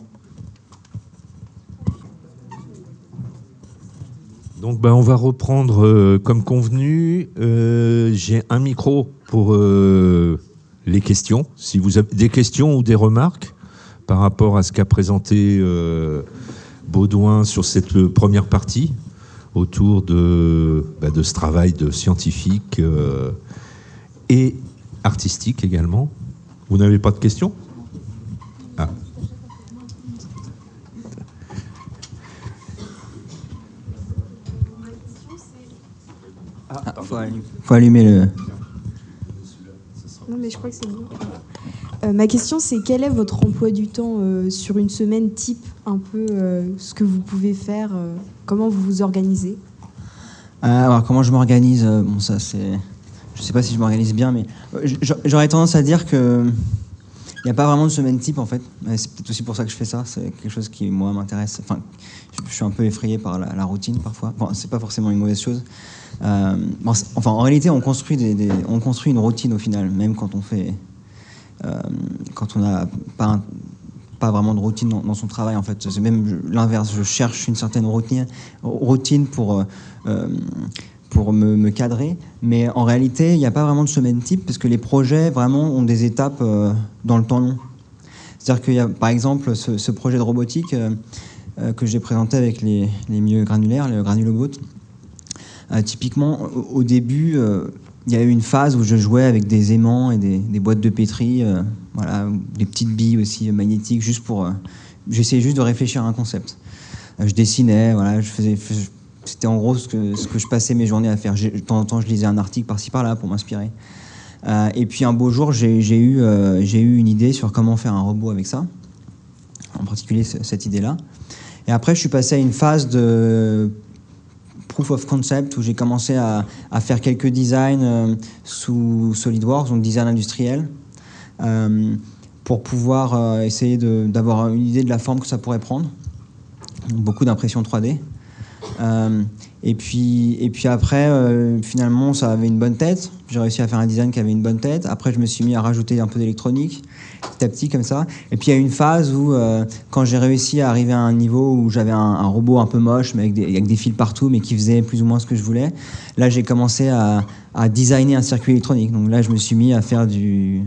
Donc on va reprendre comme convenu. J'ai un micro pour les questions. Si vous avez des questions ou des remarques par rapport à ce qu'a présenté Baudouin sur cette première partie autour de ce travail de scientifique et artistique également. Vous n'avez pas de questions ? Ah. Faut allumer le... Non, mais je crois que c'est bon. Ma question, c'est quel est votre emploi du temps sur une semaine type, un peu ce que vous pouvez faire, comment vous vous organisez ? Alors, comment je m'organise ? Bon, ça, c'est... Je sais pas si je m'organise bien, mais j'aurais tendance à dire que il n'y a pas vraiment de semaine type, en fait. C'est peut-être aussi pour ça que je fais ça. C'est quelque chose qui, moi, m'intéresse. Enfin, je suis un peu effrayé par la routine, parfois. Bon, c'est pas forcément une mauvaise chose. En réalité, on construit une routine, au final, même quand on fait... quand on n'a pas vraiment de routine dans son travail, en fait. C'est même l'inverse. Je cherche une certaine routine pour me cadrer, mais en réalité, il n'y a pas vraiment de semaine type, parce que les projets, vraiment, ont des étapes dans le temps long. C'est-à-dire qu'il y a, par exemple, ce projet de robotique que j'ai présenté avec les milieux granulaires, le Granulobot. Typiquement, au début, il y a eu une phase où je jouais avec des aimants et des boîtes de pétri, des petites billes aussi magnétiques, j'essayais juste de réfléchir à un concept. Je dessinais, c'était en gros ce que je passais mes journées à faire. De temps en temps, je lisais un article par-ci par-là pour m'inspirer. Et puis un beau jour, j'ai eu une idée sur comment faire un robot avec ça, en particulier cette idée-là. Et après, je suis passé à une phase de proof of concept où j'ai commencé à faire quelques designs sous SolidWorks, donc design industriel, pour pouvoir essayer d'avoir une idée de la forme que ça pourrait prendre. Beaucoup d'impression 3D. Et puis après, finalement, ça avait une bonne tête. J'ai réussi à faire un design qui avait une bonne tête. Après, je me suis mis à rajouter un peu d'électronique, petit à petit, comme ça. Et puis, il y a eu une phase où, quand j'ai réussi à arriver à un niveau où j'avais un robot un peu moche, mais avec des fils partout, mais qui faisait plus ou moins ce que je voulais, là, j'ai commencé à designer un circuit électronique. Donc là, je me suis mis à faire des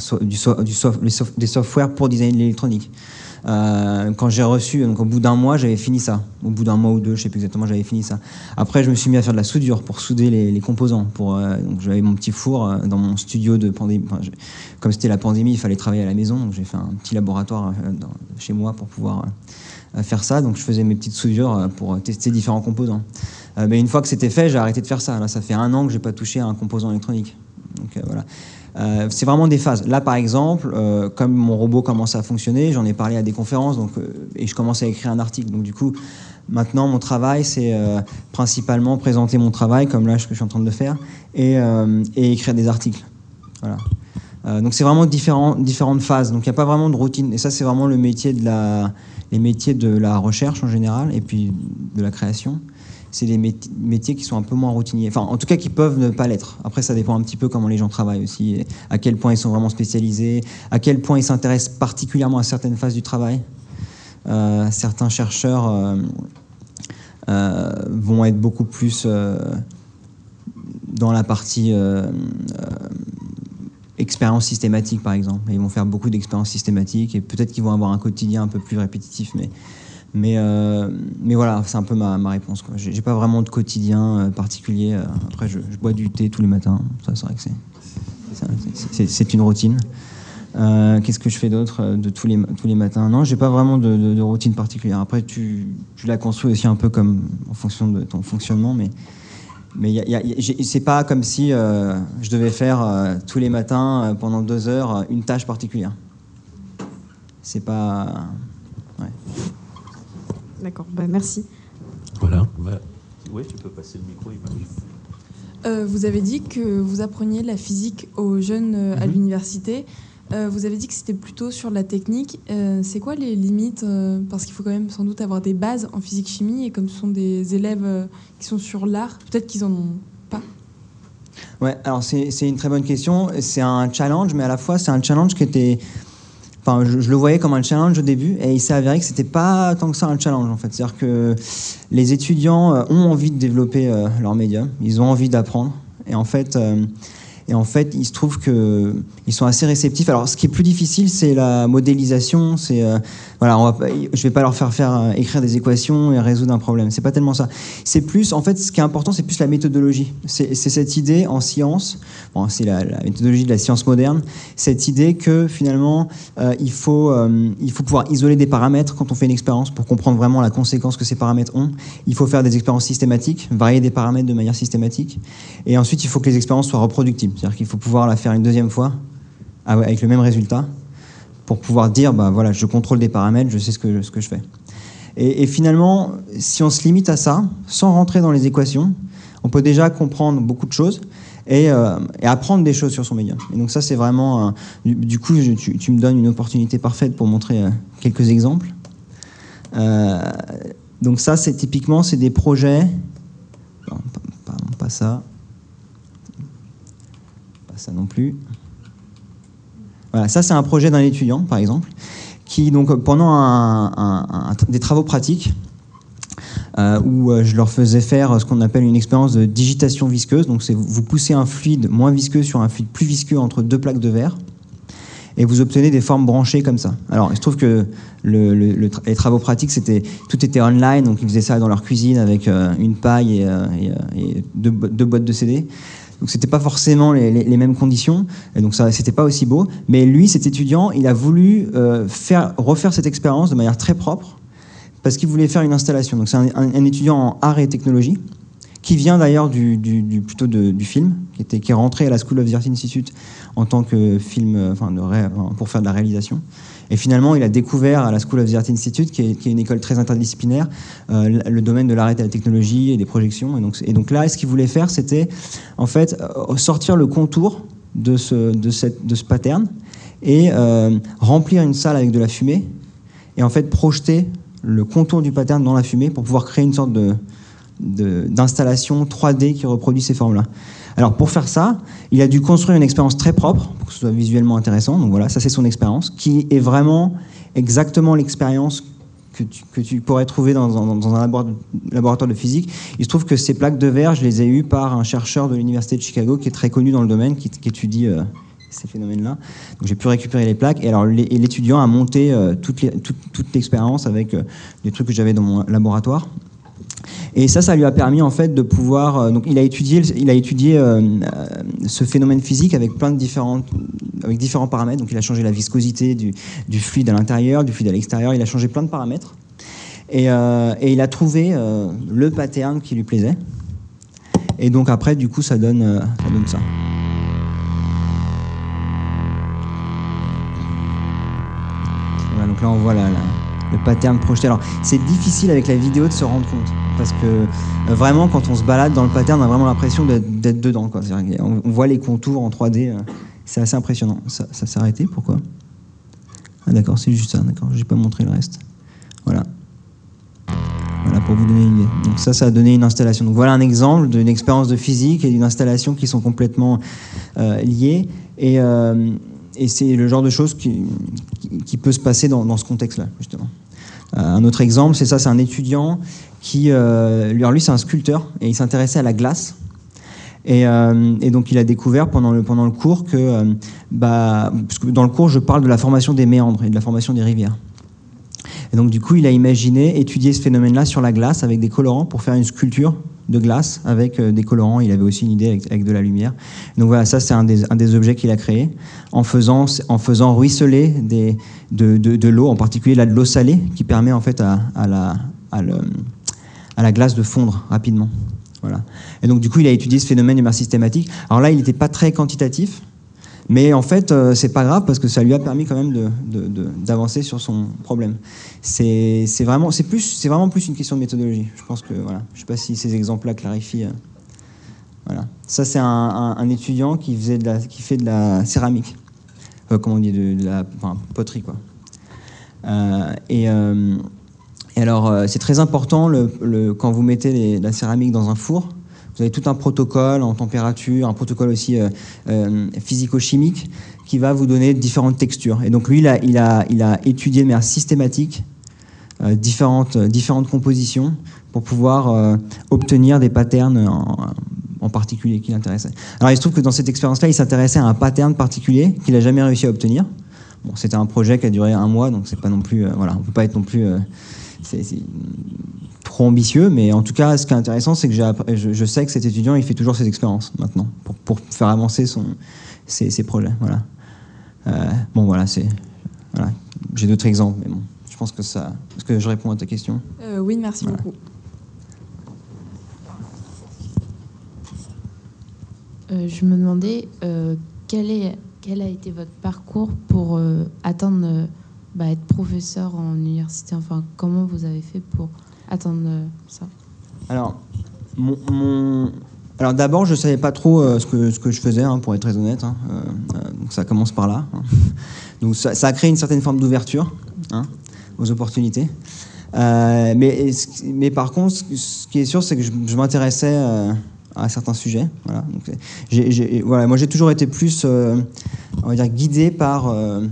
softwares pour designer l'électronique. Quand j'ai reçu, donc au bout d'1 mois, j'avais fini ça. Au bout d'1 mois ou 2, je sais plus exactement, j'avais fini ça. Après, je me suis mis à faire de la soudure pour souder les composants. Donc j'avais mon petit four dans mon studio de pandémie. Comme c'était la pandémie, il fallait travailler à la maison, donc j'ai fait un petit laboratoire chez moi pour pouvoir faire ça. Donc je faisais mes petites soudures pour tester différents composants. Mais une fois que c'était fait, j'ai arrêté de faire ça. Là, ça fait 1 an que j'ai pas touché à un composant électronique. Donc voilà. C'est vraiment des phases. Là, par exemple, comme mon robot commence à fonctionner, j'en ai parlé à des conférences, et je commence à écrire un article. Donc du coup, maintenant, mon travail, c'est principalement présenter mon travail, comme là, ce que je suis en train de le faire, et écrire des articles. Voilà. Donc c'est vraiment différentes phases. Donc il n'y a pas vraiment de routine. Et ça, c'est vraiment les métiers de la recherche en général, et puis de la création. C'est des métiers qui sont un peu moins routiniers. Enfin, en tout cas, qui peuvent ne pas l'être. Après, ça dépend un petit peu comment les gens travaillent aussi, à quel point ils sont vraiment spécialisés, à quel point ils s'intéressent particulièrement à certaines phases du travail. Certains chercheurs vont être beaucoup plus dans la partie expériences systématiques, par exemple. Et ils vont faire beaucoup d'expériences systématiques et peut-être qu'ils vont avoir un quotidien un peu plus répétitif, mais voilà, c'est un peu ma réponse, quoi. J'ai pas vraiment de quotidien particulier. Après, je bois du thé tous les matins. Ça, c'est vrai que c'est une routine. Qu'est-ce que je fais d'autre de tous les matins? Non, j'ai pas vraiment de routine particulière. Après, tu la construis aussi un peu comme en fonction de ton fonctionnement, mais c'est pas comme si je devais faire tous les matins pendant 2 heures une tâche particulière. C'est pas... Ouais. D'accord, merci. Voilà. Oui, tu peux passer le micro, Image. Vous avez dit que vous appreniez la physique aux jeunes à l'université. Vous avez dit que c'était plutôt sur la technique. C'est quoi les limites parce qu'il faut quand même sans doute avoir des bases en physique-chimie, et comme ce sont des élèves qui sont sur l'art, peut-être qu'ils en ont pas. Ouais, alors c'est une très bonne question. C'est un challenge, mais à la fois c'est un challenge qui était... Enfin, je le voyais comme un challenge au début, et il s'est avéré que c'était pas tant que ça un challenge, en fait. C'est-à-dire que les étudiants ont envie de développer leur médium, ils ont envie d'apprendre, et en fait, il se trouve qu'ils sont assez réceptifs. Alors, ce qui est plus difficile, c'est la modélisation. Voilà, je vais pas leur faire écrire des équations et résoudre un problème. C'est pas tellement ça. C'est plus, en fait, ce qui est important, c'est plus la méthodologie. C'est cette idée en science. Bon, c'est la méthodologie de la science moderne. Cette idée que finalement, il faut pouvoir isoler des paramètres quand on fait une expérience pour comprendre vraiment la conséquence que ces paramètres ont. Il faut faire des expériences systématiques, varier des paramètres de manière systématique. Et ensuite, il faut que les expériences soient reproductibles. C'est-à-dire qu'il faut pouvoir la faire une deuxième fois avec le même résultat pour pouvoir dire, voilà, je contrôle des paramètres, je sais ce que je fais. Et finalement, si on se limite à ça, sans rentrer dans les équations, on peut déjà comprendre beaucoup de choses et apprendre des choses sur son médium. Et donc ça, c'est vraiment... du coup, tu me donnes une opportunité parfaite pour montrer quelques exemples. Donc ça, c'est typiquement, c'est des projets... Non, pas ça. Ça non plus. Voilà, ça c'est un projet d'un étudiant, par exemple, qui, donc, pendant des travaux pratiques, où je leur faisais faire ce qu'on appelle une expérience de digitation visqueuse. Donc, c'est vous poussez un fluide moins visqueux sur un fluide plus visqueux entre 2 plaques de verre, et vous obtenez des formes branchées comme ça. Alors, il se trouve que les travaux pratiques, tout était online, donc ils faisaient ça dans leur cuisine avec une paille et deux boîtes de CD. Donc c'était pas forcément les mêmes conditions, et donc ça c'était pas aussi beau. Mais lui, cet étudiant, il a voulu refaire cette expérience de manière très propre, parce qu'il voulait faire une installation. Donc c'est un étudiant en art et technologie, qui vient d'ailleurs plutôt du film, qui est rentré à la School of the Art Institute en tant que film, pour faire de la réalisation. Et finalement, il a découvert à la School of the Art Institute, qui est une école très interdisciplinaire, le domaine de l'art et de la technologie et des projections. Et donc là, ce qu'il voulait faire, c'était en fait sortir le contour de ce pattern et remplir une salle avec de la fumée et en fait projeter le contour du pattern dans la fumée pour pouvoir créer une sorte d'installation 3D qui reproduit ces formes-là. Alors pour faire ça, il a dû construire une expérience très propre pour que ce soit visuellement intéressant. Donc voilà, ça c'est son expérience, qui est vraiment exactement l'expérience que tu pourrais trouver dans un laboratoire de physique. Il se trouve que ces plaques de verre, je les ai eues par un chercheur de l'université de Chicago qui est très connu dans le domaine, qui étudie ces phénomènes-là. Donc j'ai pu récupérer les plaques, et alors l'étudiant a monté toute l'expérience avec des trucs que j'avais dans mon laboratoire. Et ça lui a permis en fait de pouvoir. Donc il a étudié ce phénomène physique avec différents paramètres. Donc il a changé la viscosité du fluide à l'intérieur, du fluide à l'extérieur. Il a changé plein de paramètres et il a trouvé le pattern qui lui plaisait. Et donc après, du coup, ça donne ça. Voilà, donc là on voit le pattern projeté. Alors c'est difficile avec la vidéo de se rendre compte, parce que vraiment quand on se balade dans le pattern, on a vraiment l'impression d'être dedans, quoi. On voit les contours en 3D, c'est assez impressionnant. Ça s'est arrêté, pourquoi? Ah d'accord, c'est juste ça, d'accord, j'ai pas montré le reste. Voilà pour vous donner une idée. Donc ça a donné une installation. Donc voilà un exemple d'une expérience de physique et d'une installation qui sont complètement liées, et c'est le genre de choses qui peut se passer dans ce contexte-là, justement. Un autre exemple, c'est un étudiant qui, lui c'est un sculpteur, et il s'intéressait à la glace. Et donc il a découvert pendant le cours que, parce que dans le cours je parle de la formation des méandres et de la formation des rivières. Et donc du coup il a imaginé étudier ce phénomène-là sur la glace avec des colorants pour faire une sculpture de glace avec des colorants. Il avait aussi une idée avec de la lumière. Donc voilà, ça c'est un des objets qu'il a créé en faisant ruisseler de l'eau, en particulier de l'eau salée, qui permet en fait à la glace de fondre rapidement. Voilà. Et donc du coup il a étudié ce phénomène de manière systématique. Alors là il n'était pas très quantitatif, mais en fait c'est pas grave parce que ça lui a permis quand même d'avancer sur son problème. C'est vraiment plus une question de méthodologie. Je pense que voilà, je sais pas si ces exemples-là clarifient. Voilà. Ça c'est un étudiant qui fait de la céramique, comment on dit, de la poterie quoi. Et alors, c'est très important, quand vous mettez la céramique dans un four, vous avez tout un protocole en température, un protocole aussi physico-chimique qui va vous donner différentes textures. Et donc lui, il a étudié de manière systématique différentes compositions pour pouvoir obtenir des patterns en particulier qui l'intéressaient. Alors il se trouve que dans cette expérience-là, il s'intéressait à un pattern particulier qu'il n'a jamais réussi à obtenir. Bon, c'était un projet qui a duré 1 mois, donc c'est pas non plus... voilà, on ne peut pas être non plus... c'est trop ambitieux, mais en tout cas, ce qui est intéressant, c'est que je sais que cet étudiant, il fait toujours ses expériences maintenant pour faire avancer ses projets. Voilà. Bon, voilà, voilà. J'ai d'autres exemples, mais bon, je pense que ça... Est-ce que je réponds à ta question ? Oui, merci beaucoup. Je me demandais quel a été votre parcours pour atteindre être professeur en université. Enfin, comment vous avez fait pour atteindre ça ? Alors, alors d'abord, je ne savais pas trop ce que je faisais, pour être très honnête. Donc ça commence par là. Donc ça a créé une certaine forme d'ouverture aux opportunités. Mais par contre, ce qui est sûr, c'est que je m'intéressais à certains sujets. Voilà. Donc, voilà, moi, j'ai toujours été plus, on va dire, guidé par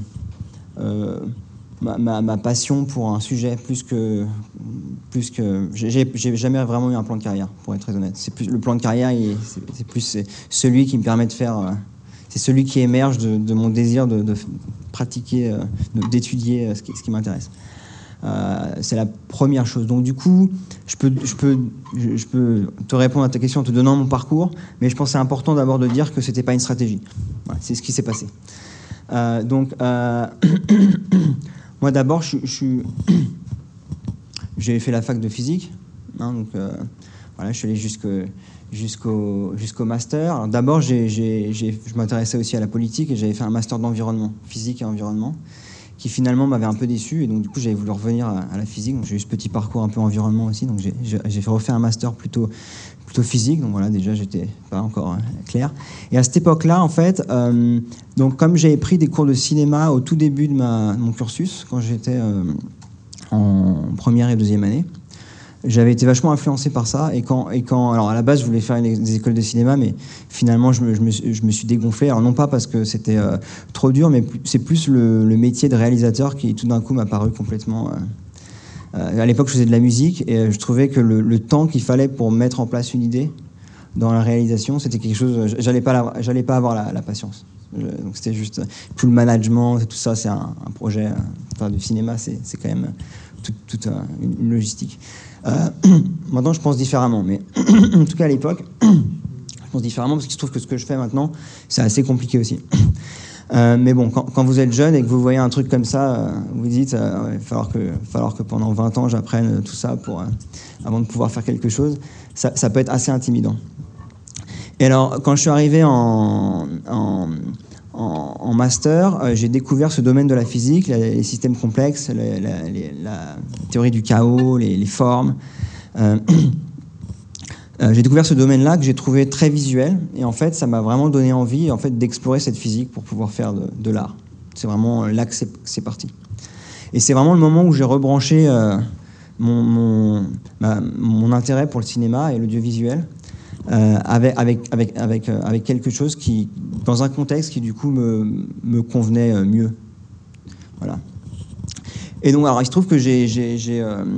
ma passion pour un sujet plus que j'ai jamais vraiment eu un plan de carrière, pour être très honnête. Le plan de carrière, c'est celui qui me permet de faire, c'est celui qui émerge de mon désir de pratiquer, d'étudier ce qui m'intéresse. C'est la première chose. Donc du coup, je peux te répondre à ta question en te donnant mon parcours, mais je pense que c'est important d'abord de dire que c'était pas une stratégie. Voilà, c'est ce qui s'est passé. Moi d'abord, j'ai fait la fac de physique, donc voilà, je suis allé jusqu'au master. Alors d'abord, je m'intéressais aussi à la politique et j'avais fait un master d'environnement, physique et environnement, qui finalement m'avait un peu déçu, et donc du coup j'avais voulu revenir à la physique. Donc j'ai eu ce petit parcours un peu environnement aussi, donc j'ai refait un master plutôt physique. Donc voilà, déjà j'étais pas encore clair. Et à cette époque-là, en fait, donc comme j'avais pris des cours de cinéma au tout début de mon cursus, quand j'étais en première et deuxième année, j'avais été vachement influencé par ça. Et quand alors à la base je voulais faire des écoles de cinéma, mais finalement je me suis dégonflé. Alors non pas parce que c'était trop dur, mais c'est plus le métier de réalisateur qui tout d'un coup m'a paru complètement... à l'époque je faisais de la musique et je trouvais que le temps qu'il fallait pour mettre en place une idée dans la réalisation, c'était quelque chose... J'allais pas avoir la patience. Donc c'était juste tout le management, tout ça, c'est un projet du cinéma, c'est quand même toute une logistique. Maintenant, je pense différemment, mais en tout cas à l'époque, je pense différemment parce qu'il se trouve que ce que je fais maintenant, c'est assez compliqué aussi. Mais bon, quand vous êtes jeune et que vous voyez un truc comme ça, vous dites il va falloir que pendant 20 ans j'apprenne tout ça avant de pouvoir faire quelque chose. Ça peut être assez intimidant. Et alors, quand je suis arrivé en master, j'ai découvert ce domaine de la physique, les systèmes complexes, la théorie du chaos, les formes. J'ai découvert ce domaine-là que j'ai trouvé très visuel, et en fait, ça m'a vraiment donné envie d'explorer cette physique pour pouvoir faire de l'art. C'est vraiment là que c'est parti. Et c'est vraiment le moment où j'ai rebranché mon intérêt pour le cinéma et l'audiovisuel. Avec quelque chose qui, dans un contexte qui du coup me convenait mieux. Voilà. Et donc, alors, il se trouve que j'ai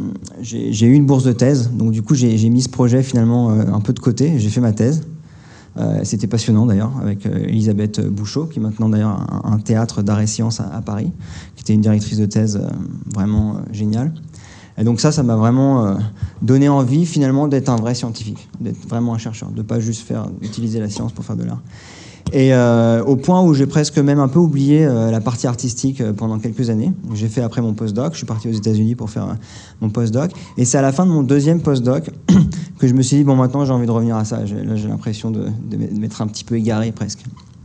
eu une bourse de thèse, donc du coup j'ai mis ce projet finalement un peu de côté. J'ai fait ma thèse C'était passionnant d'ailleurs, avec Elisabeth Bouchot, qui est maintenant d'ailleurs un théâtre d'art et sciences à Paris, qui était une directrice de thèse vraiment géniale. Et donc ça m'a vraiment donné envie finalement d'être un vrai scientifique, d'être vraiment un chercheur, de ne pas juste utiliser la science pour faire de l'art. Et au point où j'ai presque même un peu oublié la partie artistique pendant quelques années. J'ai fait après mon postdoc, je suis parti aux États-Unis pour faire mon postdoc. Et c'est à la fin de mon deuxième postdoc que je me suis dit, bon, maintenant j'ai envie de revenir à ça. Là, j'ai l'impression de m'être un petit peu égaré presque.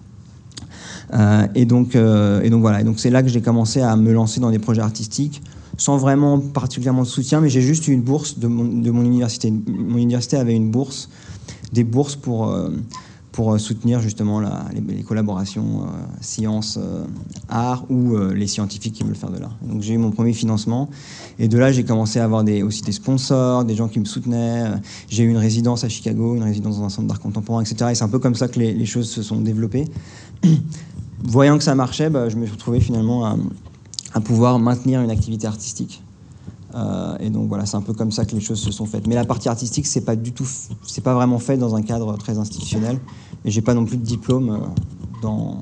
Et donc voilà. Et donc c'est là que j'ai commencé à me lancer dans des projets artistiques, sans vraiment particulièrement de soutien, mais j'ai juste eu une bourse de mon université. Mon université avait des bourses pour soutenir justement les collaborations sciences-art ou les scientifiques qui veulent faire de l'art. Donc j'ai eu mon premier financement et de là j'ai commencé à avoir aussi des sponsors, des gens qui me soutenaient. J'ai eu une résidence à Chicago, une résidence dans un centre d'art contemporain, etc. Et c'est un peu comme ça que les choses se sont développées. Voyant que ça marchait, je me suis retrouvé finalement à pouvoir maintenir une activité artistique. Et donc voilà, c'est un peu comme ça que les choses se sont faites. Mais la partie artistique, c'est pas vraiment fait dans un cadre très institutionnel. Et j'ai pas non plus de diplôme dans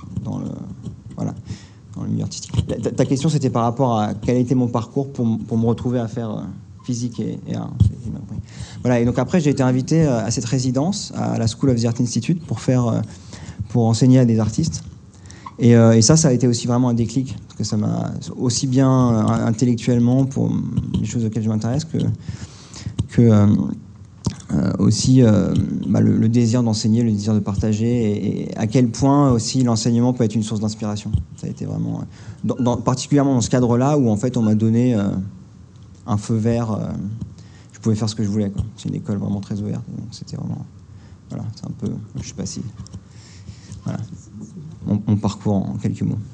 le milieu artistique. Ta question, c'était par rapport à quel a été mon parcours pour me retrouver à faire physique et art. Voilà. Et donc après, j'ai été invité à cette résidence à la School of the Art Institute pour enseigner à des artistes. Et ça a été aussi vraiment un déclic, parce que ça m'a aussi bien intellectuellement pour les choses auxquelles je m'intéresse que aussi le désir d'enseigner, le désir de partager, et à quel point aussi l'enseignement peut être une source d'inspiration. Ça a été vraiment, particulièrement dans ce cadre-là où en fait on m'a donné un feu vert, je pouvais faire ce que je voulais, quoi. C'est une école vraiment très ouverte, donc c'était vraiment, voilà, c'est un peu, je sais pas si, voilà. Mon parcours en quelques mots.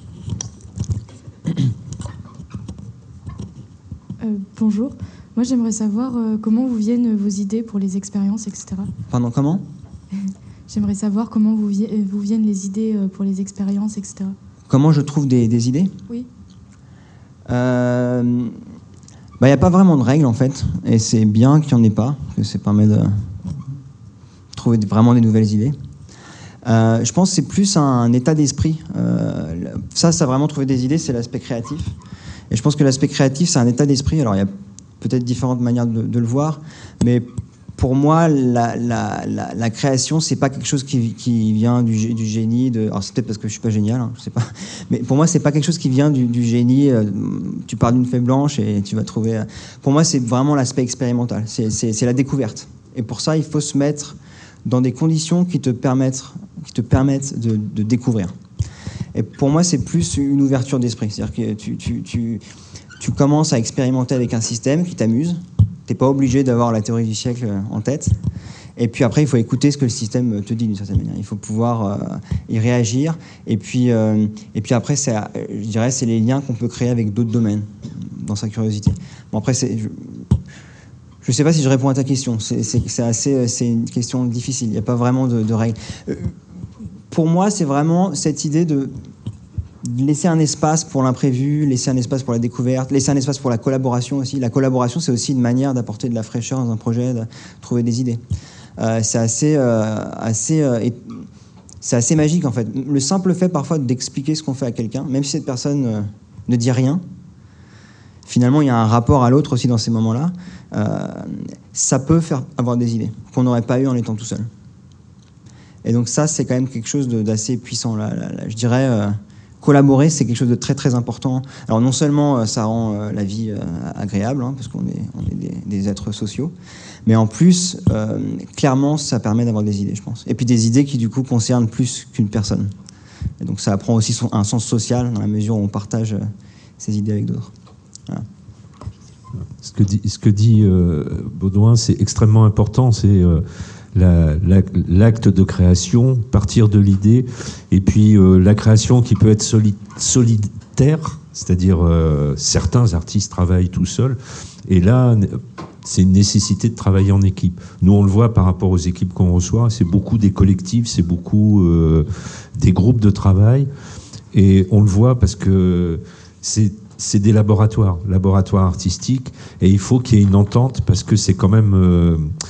Bonjour. Moi, j'aimerais savoir comment vous viennent vos idées pour les expériences, etc. Pardon, comment ? J'aimerais savoir comment vous viennent les idées pour les expériences, etc. Comment je trouve des idées ? Oui. Il n'y a pas vraiment de règles, en fait. Et c'est bien qu'il n'y en ait pas, que ça permet de trouver vraiment des nouvelles idées. Je pense que c'est plus un état d'esprit. Ça a vraiment trouvé des idées, c'est l'aspect créatif. Et je pense que l'aspect créatif, c'est un état d'esprit. Alors, il y a peut-être différentes manières de le voir, mais pour moi, la création, c'est pas quelque chose qui vient du génie. Alors, c'est peut-être parce que je suis pas génial, hein, je sais pas. Mais pour moi, c'est pas quelque chose qui vient du génie. Tu pars d'une feuille blanche et tu vas trouver. Pour moi, c'est vraiment l'aspect expérimental. C'est la découverte. Et pour ça, il faut se mettre dans des conditions qui te permettent de découvrir. Et pour moi, c'est plus une ouverture d'esprit. C'est-à-dire que tu commences à expérimenter avec un système qui t'amuse. Tu n'es pas obligé d'avoir la théorie du siècle en tête. Et puis après, il faut écouter ce que le système te dit d'une certaine manière. Il faut pouvoir y réagir. Et puis après, je dirais, c'est les liens qu'on peut créer avec d'autres domaines dans sa curiosité. Bon, après, je ne sais pas si je réponds à ta question. C'est une question difficile. Il n'y a pas vraiment de règles. Pour moi, c'est vraiment cette idée de laisser un espace pour l'imprévu, laisser un espace pour la découverte, laisser un espace pour la collaboration aussi. La collaboration, c'est aussi une manière d'apporter de la fraîcheur dans un projet, de trouver des idées. C'est assez magique, en fait. Le simple fait, parfois, d'expliquer ce qu'on fait à quelqu'un, même si cette personne ne dit rien, finalement, il y a un rapport à l'autre aussi dans ces moments-là. Ça peut faire avoir des idées qu'on n'aurait pas eu en étant tout seul. Et donc ça, c'est quand même quelque chose d'assez puissant. Je dirais, collaborer, c'est quelque chose de très très important. Alors non seulement ça rend la vie agréable, hein, parce qu'on est des êtres sociaux, mais en plus, clairement, ça permet d'avoir des idées, je pense. Et puis des idées qui, du coup, concernent plus qu'une personne. Et donc ça prend aussi un sens social, dans la mesure où on partage ces idées avec d'autres. Voilà. Ce que dit Baudouin, c'est extrêmement important. C'est l'acte de création, partir de l'idée, et puis la création qui peut être solitaire, c'est-à-dire certains artistes travaillent tout seuls, et là, c'est une nécessité de travailler en équipe. Nous, on le voit par rapport aux équipes qu'on reçoit, c'est beaucoup des collectifs, c'est beaucoup des groupes de travail, et on le voit parce que c'est des laboratoires artistiques, et il faut qu'il y ait une entente, parce que c'est quand même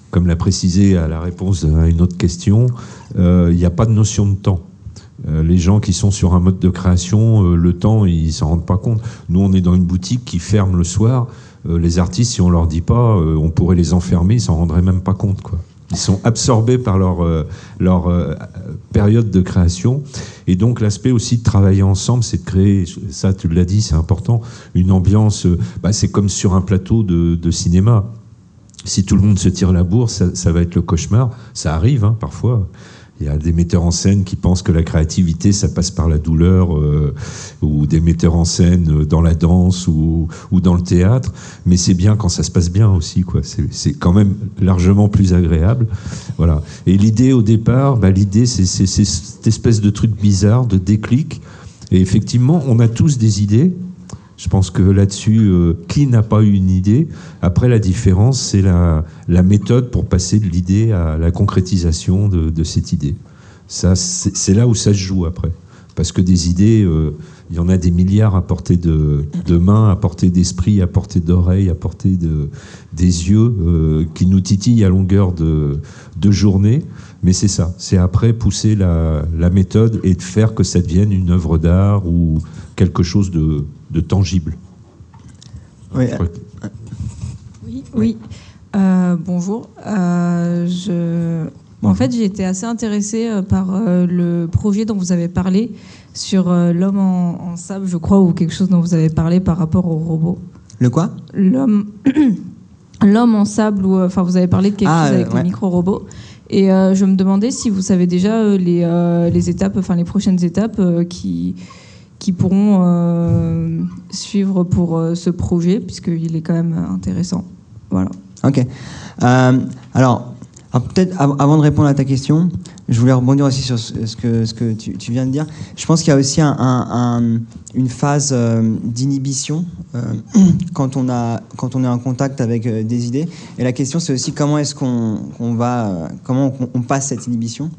comme l'a précisé à la réponse à une autre question, il n'y a pas de notion de temps. Les gens qui sont sur un mode de création, le temps, ils s'en rendent pas compte. Nous, on est dans une boutique qui ferme le soir. Les artistes, si on leur dit pas, on pourrait les enfermer, ils s'en rendraient même pas compte, quoi. Ils sont absorbés par leur période de création. Et donc, l'aspect aussi de travailler ensemble, c'est de créer, ça, tu l'as dit, c'est important, une ambiance. C'est comme sur un plateau de cinéma. Si tout le monde se tire la bourre, ça va être le cauchemar. Ça arrive, hein, parfois. Il y a des metteurs en scène qui pensent que la créativité, ça passe par la douleur, ou des metteurs en scène dans la danse ou dans le théâtre. Mais c'est bien quand ça se passe bien aussi, quoi. C'est quand même largement plus agréable. Voilà. Et l'idée, au départ, l'idée, c'est cette espèce de truc bizarre, de déclic. Et effectivement, on a tous des idées. Je pense que là-dessus, qui n'a pas eu une idée? Après, la différence, c'est la méthode pour passer de l'idée à la concrétisation de cette idée. Ça, c'est là où ça se joue après. Parce que des idées, il y en a des milliards à portée de main, à portée d'esprit, à portée d'oreille, à portée des yeux, qui nous titillent à longueur de journée. Mais c'est ça, c'est après pousser la méthode et de faire que ça devienne une œuvre d'art ou quelque chose de tangible. Oui. Oui. Bonjour. En fait, j'ai été assez intéressée par le projet dont vous avez parlé sur l'homme en sable, je crois, ou quelque chose dont vous avez parlé par rapport au robot. Le quoi? L'homme en sable, ou enfin, vous avez parlé de quelque chose avec les micro-robots. Et je me demandais si vous savez déjà les étapes, enfin les prochaines étapes qui pourront suivre pour ce projet, puisqu'il est quand même intéressant. Voilà. Ok. Alors, peut-être avant de répondre à ta question, je voulais rebondir aussi sur ce que tu viens de dire. Je pense qu'il y a aussi une phase d'inhibition quand on est en contact avec des idées. Et la question, c'est aussi comment est-ce comment on passe cette inhibition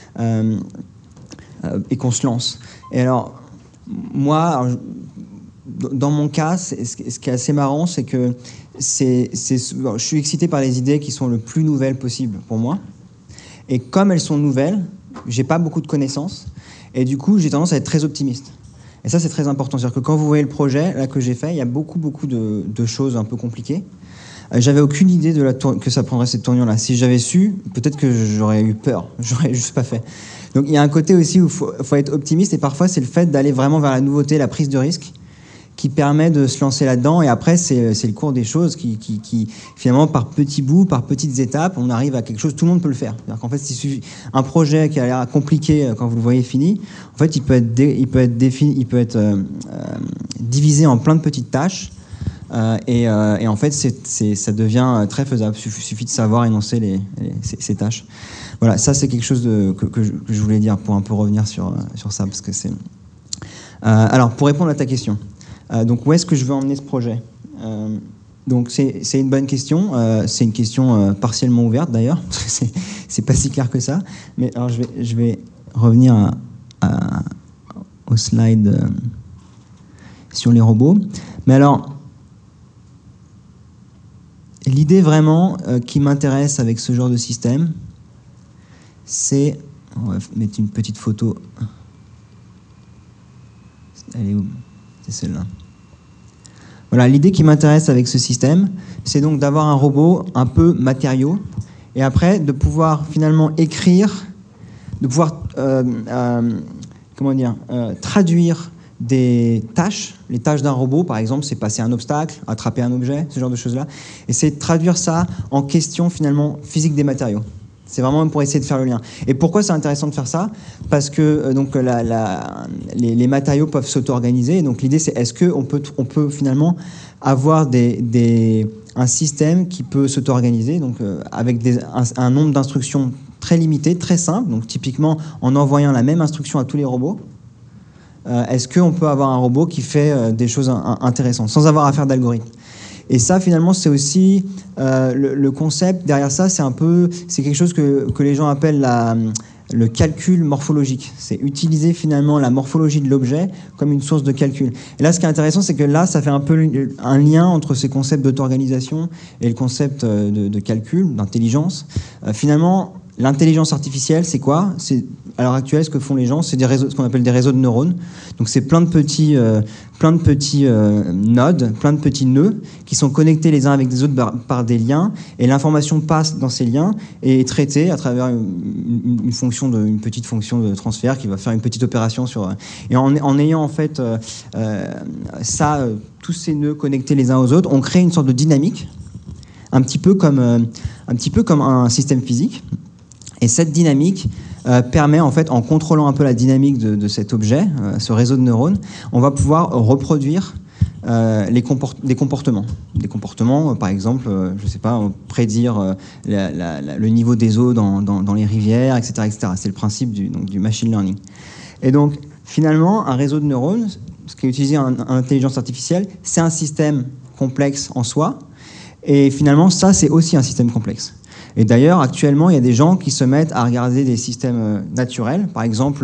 et qu'on se lance. Et alors, moi, dans mon cas, ce qui est assez marrant, c'est que je suis excité par les idées qui sont le plus nouvelles possible pour moi. Et comme elles sont nouvelles, j'ai pas beaucoup de connaissances. Et du coup, j'ai tendance à être très optimiste. Et ça, c'est très important. C'est-à-dire que quand vous voyez le projet là, que j'ai fait, il y a beaucoup de choses un peu compliquées. J'avais aucune idée que ça prendrait cette tournure-là. Si j'avais su, peut-être que j'aurais eu peur. J'aurais juste pas fait. Donc il y a un côté aussi où il faut être optimiste. Et parfois, c'est le fait d'aller vraiment vers la nouveauté, la prise de risque, qui permet de se lancer là-dedans. Et après, c'est le cours des choses qui, finalement, par petits bouts, par petites étapes, on arrive à quelque chose. Tout le monde peut le faire. C'est-à-dire qu'en fait, il suffit un projet qui a l'air compliqué quand vous le voyez fini. En fait, il peut être divisé en plein de petites tâches. Et en fait, ça devient très faisable. Il suffit de savoir énoncer ces tâches. Voilà, ça, c'est quelque chose que je voulais dire pour un peu revenir sur ça, parce que c'est. Alors, pour répondre à ta question. Donc, où est-ce que je veux emmener ce projet? Donc, c'est une bonne question. C'est une question partiellement ouverte, d'ailleurs. C'est pas si clair que ça. Mais alors, je vais revenir au slide sur les robots. Mais alors, l'idée vraiment qui m'intéresse avec ce genre de système, c'est... On va mettre une petite photo. Elle est où? C'est celle-là. Voilà, l'idée qui m'intéresse avec ce système, c'est donc d'avoir un robot un peu matériau, et après de pouvoir finalement écrire, de pouvoir traduire des tâches. Les tâches d'un robot, par exemple, c'est passer un obstacle, attraper un objet, ce genre de choses-là, et c'est de traduire ça en question finalement physique des matériaux. C'est vraiment pour essayer de faire le lien. Et pourquoi c'est intéressant de faire ça? Parce que donc, les matériaux peuvent s'auto-organiser. Et donc l'idée, c'est est-ce qu'on peut finalement avoir un système qui peut s'auto-organiser, donc, avec un nombre d'instructions très limité, très simple. Donc typiquement, en envoyant la même instruction à tous les robots, est-ce qu'on peut avoir un robot qui fait des choses intéressantes, sans avoir à faire d'algorithme? Et ça, finalement, c'est aussi le concept derrière ça. C'est quelque chose que les gens appellent le calcul morphologique. C'est utiliser finalement la morphologie de l'objet comme une source de calcul. Et là, ce qui est intéressant, c'est que là, ça fait un peu un lien entre ces concepts d'auto-organisation et le concept de calcul, d'intelligence. Finalement, l'intelligence artificielle, c'est quoi? C'est, à l'heure actuelle, ce que font les gens, c'est ce qu'on appelle des réseaux de neurones. Donc c'est plein de petits nodes, plein de petits nœuds qui sont connectés les uns avec les autres par des liens, et l'information passe dans ces liens et est traitée à travers une petite fonction de transfert qui va faire une petite opération sur. Et en ayant en fait tous ces nœuds connectés les uns aux autres, on crée une sorte de dynamique, un petit peu comme un système physique. Et cette dynamique permet, en fait, en contrôlant un peu la dynamique de cet objet, ce réseau de neurones, on va pouvoir reproduire des comportements. Des comportements, par exemple, je sais pas, prédire le niveau des eaux dans les rivières, etc., etc. C'est le principe du machine learning. Et donc, finalement, un réseau de neurones, ce qui est utilisé en intelligence artificielle, c'est un système complexe en soi. Et finalement, ça, c'est aussi un système complexe. Et d'ailleurs, actuellement, il y a des gens qui se mettent à regarder des systèmes naturels, par exemple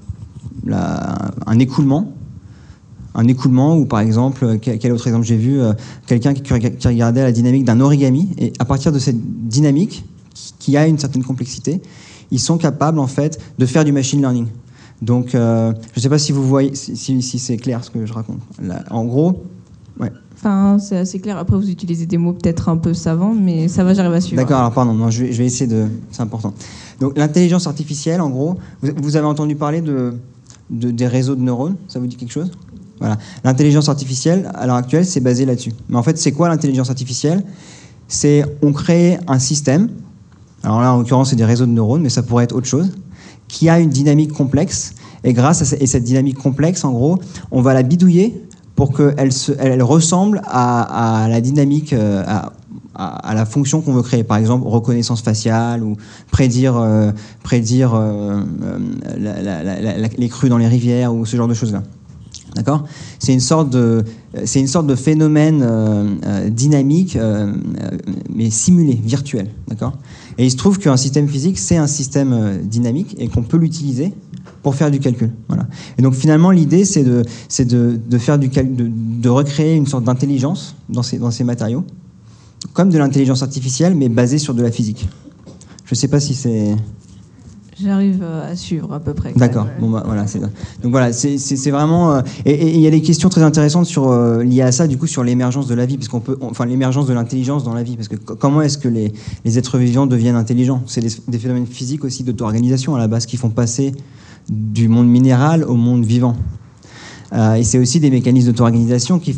un écoulement, ou par exemple, quel autre exemple j'ai vu, quelqu'un qui regardait la dynamique d'un origami, et à partir de cette dynamique, qui a une certaine complexité, ils sont capables en fait de faire du machine learning. Donc, je ne sais pas si vous voyez, si c'est clair ce que je raconte. Là, en gros, ouais. Enfin, c'est assez clair. Après, vous utilisez des mots peut-être un peu savants, mais ça va, j'arrive à suivre. D'accord, alors pardon, non, je vais essayer de... C'est important. Donc, l'intelligence artificielle, en gros, vous avez entendu parler des réseaux de neurones, ça vous dit quelque chose? Voilà. L'intelligence artificielle, à l'heure actuelle, c'est basé là-dessus. Mais en fait, c'est quoi l'intelligence artificielle? C'est, on crée un système, alors là, en l'occurrence, c'est des réseaux de neurones, mais ça pourrait être autre chose, qui a une dynamique complexe, et grâce à cette dynamique complexe, en gros, on va la bidouiller pour qu'elle ressemble à la dynamique, à la fonction qu'on veut créer. Par exemple, reconnaissance faciale ou prédire les crues dans les rivières ou ce genre de choses-là. D'accord ? C'est une sorte de phénomène dynamique, mais simulé, virtuel. D'accord ? Et il se trouve qu'un système physique, c'est un système dynamique et qu'on peut l'utiliser pour faire du calcul. Voilà. Et donc finalement, l'idée, c'est de faire de recréer une sorte d'intelligence dans ces matériaux, comme de l'intelligence artificielle, mais basée sur de la physique. Je ne sais pas si c'est... J'arrive à suivre à peu près. D'accord. Bon, bah, voilà, donc voilà, c'est vraiment... et il y a des questions très intéressantes liées à ça, du coup, sur l'émergence de la vie, l'émergence de l'intelligence dans la vie, parce que comment est-ce que les êtres vivants deviennent intelligents? C'est des phénomènes physiques aussi d'auto-organisation à la base qui font passer du monde minéral au monde vivant. Et c'est aussi des mécanismes d'auto-organisation qui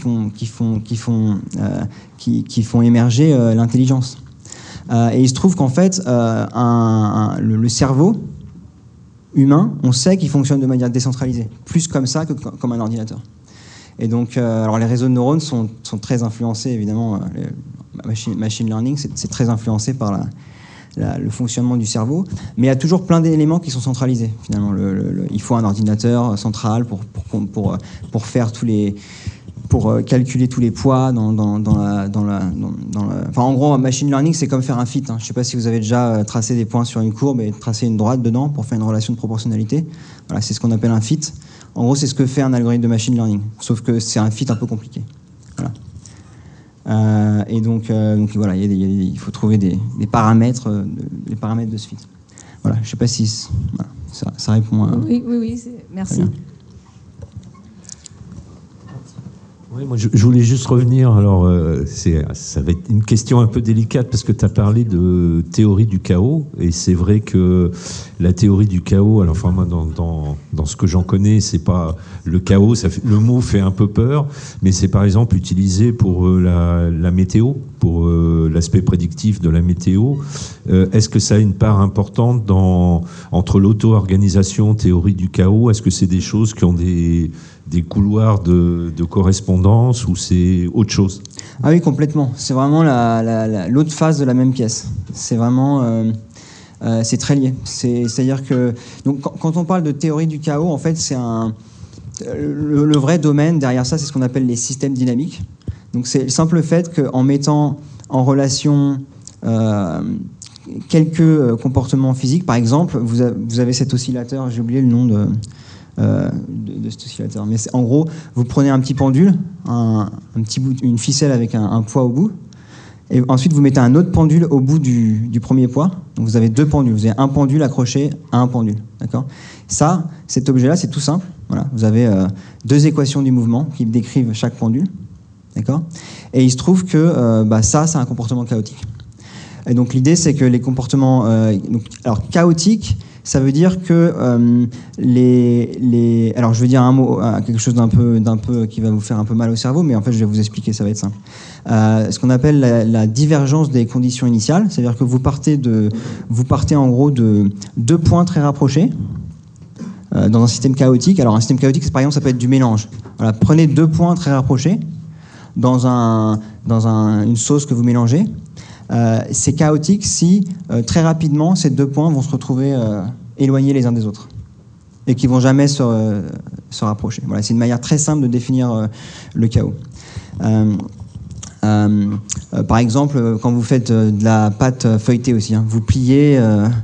font émerger l'intelligence. Et il se trouve qu'en fait, le cerveau humain, on sait qu'il fonctionne de manière décentralisée, plus comme ça que comme un ordinateur. Et donc, alors les réseaux de neurones sont très influencés, évidemment, le machine learning, c'est très influencé par le fonctionnement du cerveau, mais il y a toujours plein d'éléments qui sont centralisés. Finalement, il faut un ordinateur central pour faire pour calculer tous les poids enfin, en gros, machine learning, c'est comme faire un fit. Je ne sais pas si vous avez déjà tracé des points sur une courbe et tracé une droite dedans pour faire une relation de proportionnalité. Voilà, c'est ce qu'on appelle un fit. En gros, c'est ce que fait un algorithme de machine learning, sauf que c'est un fit un peu compliqué. Voilà. Et donc voilà, il faut trouver des paramètres, les paramètres de ce fit. Voilà, je ne sais pas si voilà, ça répond à... Oui, merci. Oui, moi, je voulais juste revenir. Alors, ça va être une question un peu délicate parce que tu as parlé de théorie du chaos. Et c'est vrai que la théorie du chaos, alors, enfin, moi, dans ce que j'en connais, c'est pas le chaos. Le mot fait un peu peur, mais c'est par exemple utilisé pour la météo, pour l'aspect prédictif de la météo. Est-ce que ça a une part importante entre l'auto-organisation, théorie du chaos? Est-ce que c'est des choses qui ont des couloirs de correspondance ou c'est autre chose? Ah oui, complètement. C'est vraiment l'autre face de la même pièce. C'est vraiment... c'est très lié. C'est-à-dire que... Donc, quand on parle de théorie du chaos, en fait, c'est le vrai domaine derrière ça, c'est ce qu'on appelle les systèmes dynamiques. Donc, c'est le simple fait qu'en mettant en relation quelques comportements physiques. Par exemple, vous avez cet oscillateur, j'ai oublié le nom de cet oscillateur. Mais en gros, vous prenez un petit pendule, un petit bout, une ficelle avec un poids au bout, et ensuite vous mettez un autre pendule au bout du premier poids. Donc vous avez 2 pendules. Vous avez un pendule accroché à un pendule. D'accord ? Cet objet-là, c'est tout simple. Voilà. Vous avez 2 équations du mouvement qui décrivent chaque pendule. D'accord ? Et il se trouve que ça, c'est un comportement chaotique. Et donc l'idée, c'est que les comportements... alors chaotique, ça veut dire que alors je vais dire un mot, quelque chose d'un peu qui va vous faire un peu mal au cerveau, mais en fait je vais vous expliquer, ça va être simple. Ce qu'on appelle la divergence des conditions initiales, c'est-à-dire que vous partez en gros de 2 points très rapprochés dans un système chaotique. Alors un système chaotique, par exemple, ça peut être du mélange. Voilà, prenez 2 points très rapprochés dans une sauce que vous mélangez. C'est chaotique si très rapidement ces 2 points vont se retrouver éloignés les uns des autres et qui vont jamais se rapprocher. Voilà, c'est une manière très simple de définir le chaos. Par exemple, quand vous faites de la pâte feuilletée aussi, hein, vous pliez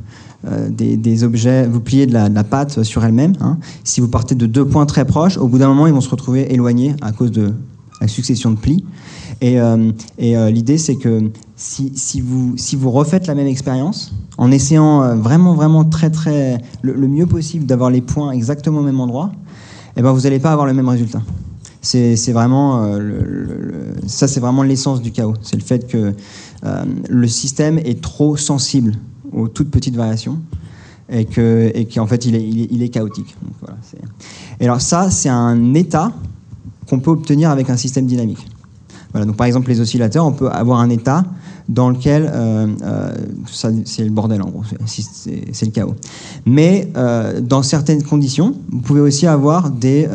des objets, vous pliez de la pâte sur elle-même. Hein. Si vous partez de 2 points très proches, au bout d'un moment, ils vont se retrouver éloignés à cause de la succession de plis. Et l'idée, c'est que si vous refaites la même expérience, en essayant vraiment très le mieux possible d'avoir les points exactement au même endroit, eh ben vous n'allez pas avoir le même résultat. C'est vraiment ça, c'est vraiment l'essence du chaos. C'est le fait que le système est trop sensible aux toutes petites variations et qu'en fait il est chaotique. Donc, voilà, et alors ça, c'est un état qu'on peut obtenir avec un système dynamique. Voilà, donc par exemple les oscillateurs, on peut avoir un état dans lequel c'est le bordel en gros, c'est le chaos. Mais dans certaines conditions, vous pouvez aussi avoir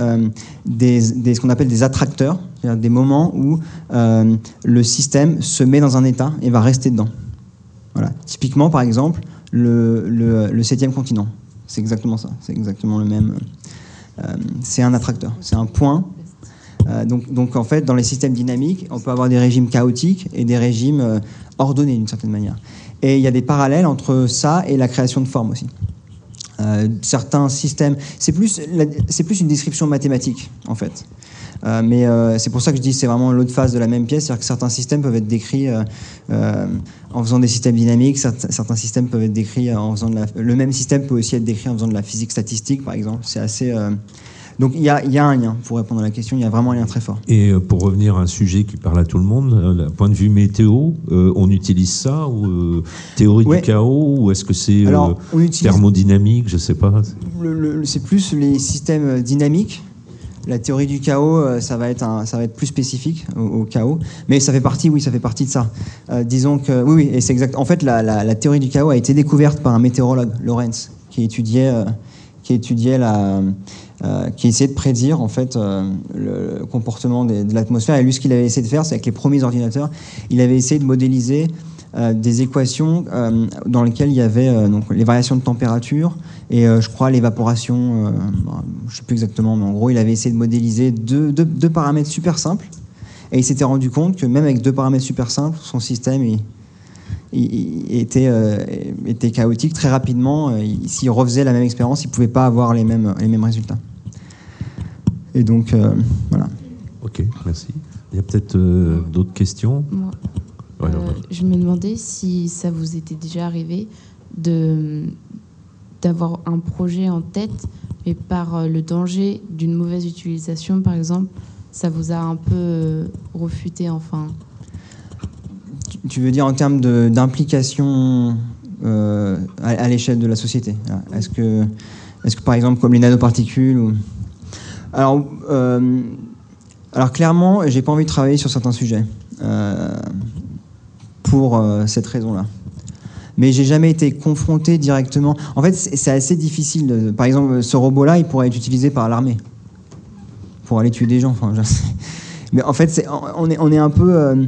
ce qu'on appelle des attracteurs, c'est-à-dire des moments où le système se met dans un état et va rester dedans. Voilà. Typiquement, par exemple, le 7e continent, c'est exactement ça, c'est exactement le même. C'est un attracteur, c'est un point. Donc en fait, dans les systèmes dynamiques, on peut avoir des régimes chaotiques et des régimes ordonnés d'une certaine manière. Et il y a des parallèles entre ça et la création de formes aussi. Certains systèmes, c'est plus une description mathématique en fait. Mais c'est pour ça que je dis que c'est vraiment l'autre face de la même pièce, c'est-à-dire que certains systèmes peuvent être décrits en faisant des systèmes dynamiques, certains systèmes peuvent être décrits en faisant le même système peut aussi être décrit en faisant de la physique statistique par exemple. C'est assez... Donc il y a un lien, pour répondre à la question, il y a vraiment un lien très fort. Et pour revenir à un sujet qui parle à tout le monde, d'un point de vue météo, on utilise ça ou théorie du chaos, ou est-ce que c'est thermodynamique, je ne sais pas. C'est plus les systèmes dynamiques. La théorie du chaos, ça va être plus spécifique au chaos, mais ça fait partie de ça. Disons que oui, et c'est exact. En fait, la théorie du chaos a été découverte par un météorologue, Lorentz, qui essayait de prédire en fait le comportement de l'atmosphère. Et lui, ce qu'il avait essayé de faire, c'est avec les premiers ordinateurs, il avait essayé de modéliser des équations dans lesquelles il y avait donc les variations de température et je crois l'évaporation. Je ne sais plus exactement, mais en gros, il avait essayé de modéliser deux paramètres super simples. Et il s'était rendu compte que même avec 2 paramètres super simples, son système il était chaotique très rapidement. S'il refaisait la même expérience, il ne pouvait pas avoir les mêmes résultats. Et donc, voilà. Ok, merci. Il y a peut-être d'autres questions. Moi, je me demandais si ça vous était déjà arrivé d'avoir un projet en tête, mais par le danger d'une mauvaise utilisation, par exemple, ça vous a un peu refuté, enfin. Tu veux dire en termes d'implication à l'échelle de la société. Est-ce que par exemple, comme les nanoparticules Alors clairement, j'ai pas envie de travailler sur certains sujets pour cette raison-là. Mais j'ai jamais été confronté directement. En fait, c'est assez difficile. Par exemple, ce robot-là, il pourrait être utilisé par l'armée pour aller tuer des gens. Enfin, mais en fait, on est un peu.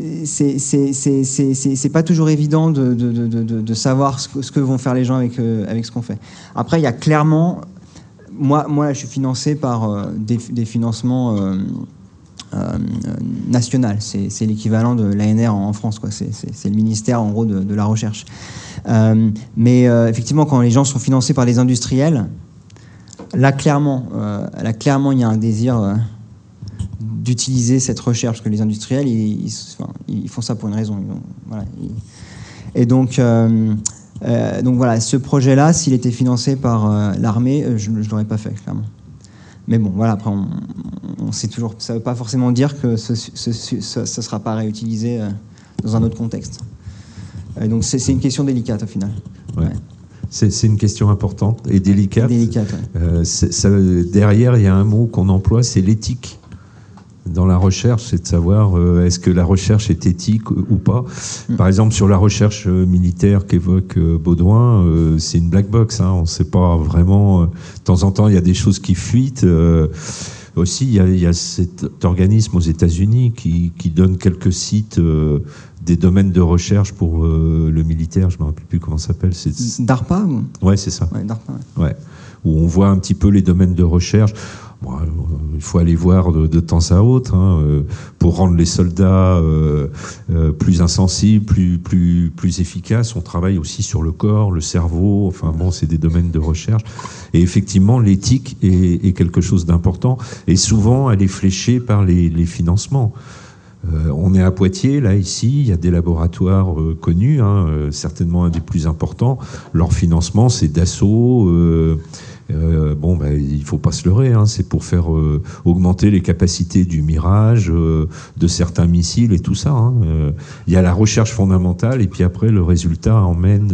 C'est pas toujours évident de savoir ce que vont faire les gens avec ce qu'on fait. Après, il y a clairement... Moi, je suis financé par des financements national. C'est l'équivalent de l'ANR en France, quoi. C'est le ministère, en gros, de la recherche. Mais effectivement, quand les gens sont financés par les industriels, là, clairement, il y a un désir d'utiliser cette recherche, parce que les industriels, ils font ça pour une raison. Et donc voilà, ce projet-là, s'il était financé par l'armée, je ne l'aurais pas fait, clairement. Mais bon, voilà, après, on sait toujours, ça ne veut pas forcément dire que ça ne sera pas réutilisé dans un autre contexte. Donc c'est une question délicate, au final. Ouais. Ouais. C'est une question importante et délicate. Délicate, ouais. Derrière, il y a un mot qu'on emploie, c'est l'éthique. Dans la recherche, c'est de savoir est-ce que la recherche est éthique ou pas. Par exemple, sur la recherche militaire qu'évoque Baudouin, c'est une black box. On ne sait pas vraiment. De temps en temps, il y a des choses qui fuitent. Aussi, il y a cet organisme aux États-Unis qui donne quelques sites des domaines de recherche pour le militaire. Je ne me rappelle plus comment ça s'appelle. DARPA Ouais, c'est ça. Ouais, DARPA. Ouais. Où on voit un petit peu les domaines de recherche. Bon, il faut aller voir de temps à autre pour rendre les soldats plus insensibles, plus efficaces. On travaille aussi sur le corps, le cerveau. Enfin bon, c'est des domaines de recherche. Et effectivement, l'éthique est quelque chose d'important. Et souvent, elle est fléchée par les financements. On est à Poitiers, là, ici, il y a des laboratoires connus, certainement un des plus importants. Leur financement, c'est Dassault. Il ne faut pas se leurrer, c'est pour faire augmenter les capacités du Mirage, de certains missiles et tout ça. Il y a la recherche fondamentale et puis après le résultat emmène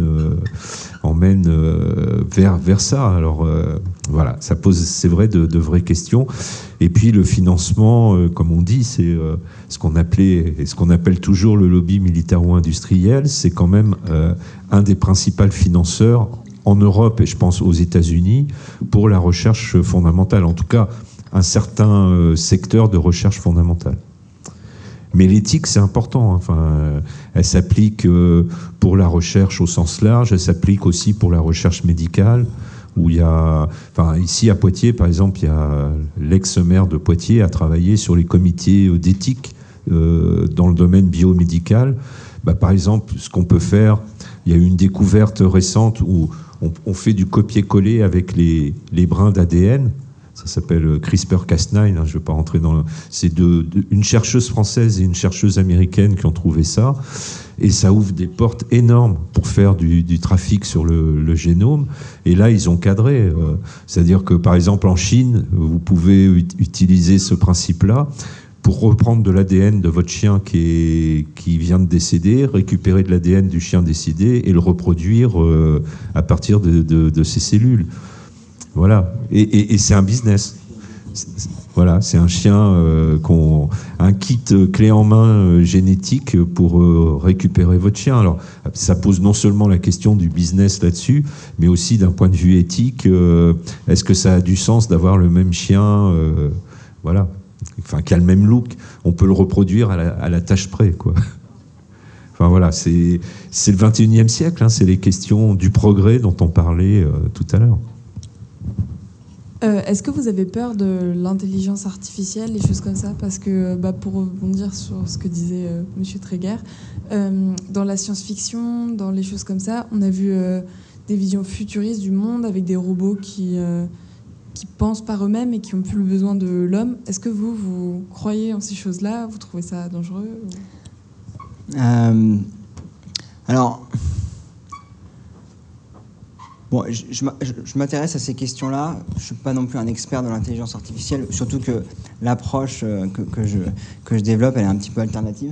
vers ça. Alors voilà, ça pose, c'est vrai, de vraies questions. Et puis le financement, comme on dit, c'est ce qu'on appelle toujours le lobby militaro-industriel. C'est quand même un des principaux financeurs en Europe et je pense aux États-Unis pour la recherche fondamentale, en tout cas un certain secteur de recherche fondamentale. Mais l'éthique, c'est important. Elle s'applique pour la recherche au sens large, elle s'applique aussi pour la recherche médicale, où il y a, ici à Poitiers, par exemple, il y a l'ex-maire de Poitiers a travaillé sur les comités d'éthique dans le domaine biomédical. Par exemple, ce qu'on peut faire, il y a eu une découverte récente où on fait du copier-coller avec les brins d'ADN. Ça s'appelle CRISPR-Cas9. Je ne vais pas rentrer dans... C'est une chercheuse française et une chercheuse américaine qui ont trouvé ça. Et ça ouvre des portes énormes pour faire du trafic sur le génome. Et là, ils ont cadré. C'est-à-dire que, par exemple, en Chine, vous pouvez utiliser ce principe-là pour reprendre de l'ADN de votre chien qui vient de décéder, récupérer de l'ADN du chien décédé et le reproduire à partir de ses cellules. Voilà. Et c'est un business. Voilà, c'est un chien, un kit clé en main génétique pour récupérer votre chien. Alors, ça pose non seulement la question du business là-dessus, mais aussi d'un point de vue éthique. Est-ce que ça a du sens d'avoir le même chien voilà. Qui a le même look, on peut le reproduire à la tâche près, quoi. Voilà, c'est le 21e siècle, c'est les questions du progrès dont on parlait tout à l'heure. Est-ce que vous avez peur de l'intelligence artificielle, les choses comme ça? Parce que, pour rebondir sur ce que disait Monsieur Tréguer, dans la science-fiction, dans les choses comme ça, on a vu des visions futuristes du monde avec des robots qui pensent par eux-mêmes et qui n'ont plus le besoin de l'homme. Est-ce que vous croyez en ces choses-là? Vous trouvez ça dangereux Alors, bon, je m'intéresse à ces questions-là. Je ne suis pas non plus un expert de l'intelligence artificielle, surtout que l'approche que je développe, elle est un petit peu alternative.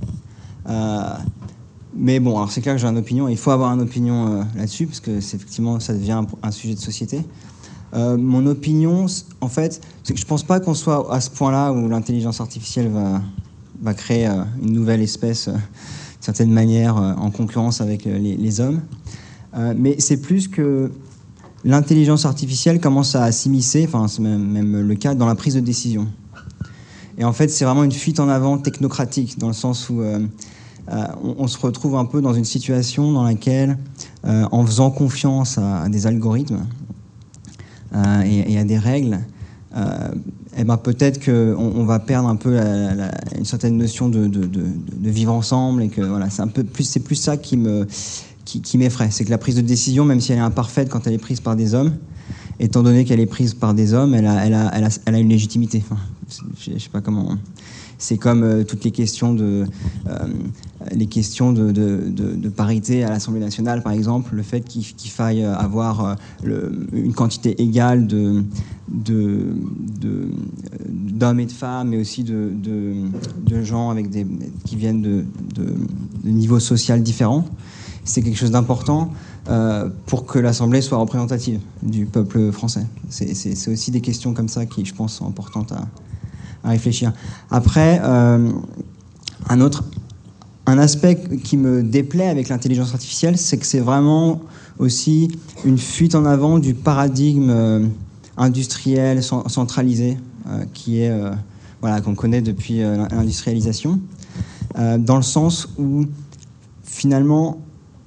Mais bon, alors c'est clair que j'ai une opinion. Il faut avoir une opinion là-dessus, parce que effectivement, ça devient un sujet de société. Mon opinion, en fait, c'est que je ne pense pas qu'on soit à ce point-là où l'intelligence artificielle va créer une nouvelle espèce, d'une certaine manière, en concurrence avec les hommes. Mais c'est plus que l'intelligence artificielle commence à s'immiscer, c'est même le cas, dans la prise de décision. Et en fait, c'est vraiment une fuite en avant technocratique, dans le sens où on se retrouve un peu dans une situation dans laquelle, en faisant confiance à des algorithmes, et à des règles, peut-être qu'on va perdre un peu une certaine notion de vivre ensemble, et que voilà, c'est plus ça qui m'effraie. C'est que la prise de décision, même si elle est imparfaite quand elle est prise par des hommes, étant donné qu'elle est prise par des hommes, elle a une légitimité. Enfin, je sais pas comment. C'est comme toutes les questions de parité à l'Assemblée nationale, par exemple, le fait qu'il faille avoir une quantité égale d'hommes et de femmes, mais aussi de gens qui viennent de niveaux sociaux différents. C'est quelque chose d'important pour que l'Assemblée soit représentative du peuple français. C'est aussi des questions comme ça qui, je pense, sont importantes à réfléchir. Après, un aspect qui me déplaît avec l'intelligence artificielle, c'est que c'est vraiment aussi une fuite en avant du paradigme industriel centralisé qu'on connaît depuis l'industrialisation, dans le sens où finalement,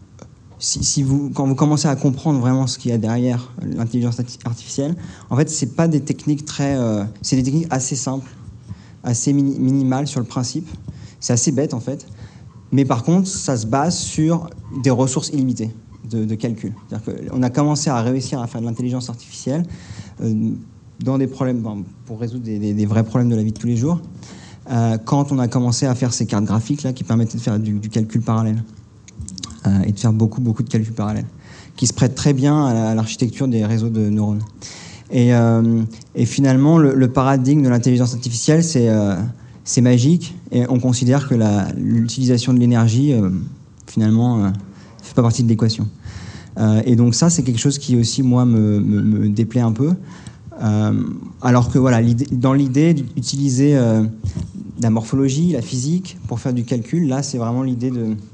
quand vous commencez à comprendre vraiment ce qu'il y a derrière l'intelligence artificielle, en fait, c'est pas des techniques c'est des techniques assez simples, assez minimales sur le principe. C'est assez bête, en fait. Mais par contre, ça se base sur des ressources illimitées de calcul. C'est-à-dire qu'on a commencé à réussir à faire de l'intelligence artificielle dans des problèmes, pour résoudre des vrais problèmes de la vie de tous les jours, quand on a commencé à faire ces cartes graphiques là, qui permettaient de faire du calcul parallèle. Et de faire beaucoup de calculs parallèles, qui se prêtent très bien à l'architecture des réseaux de neurones. Et finalement, le paradigme de l'intelligence artificielle, c'est magique, et on considère que l'utilisation de l'énergie, finalement, ne fait pas partie de l'équation. Et donc ça, c'est quelque chose qui aussi, moi, me déplaît un peu. Alors que voilà, dans l'idée d'utiliser la morphologie, la physique, pour faire du calcul, là, c'est vraiment l'idée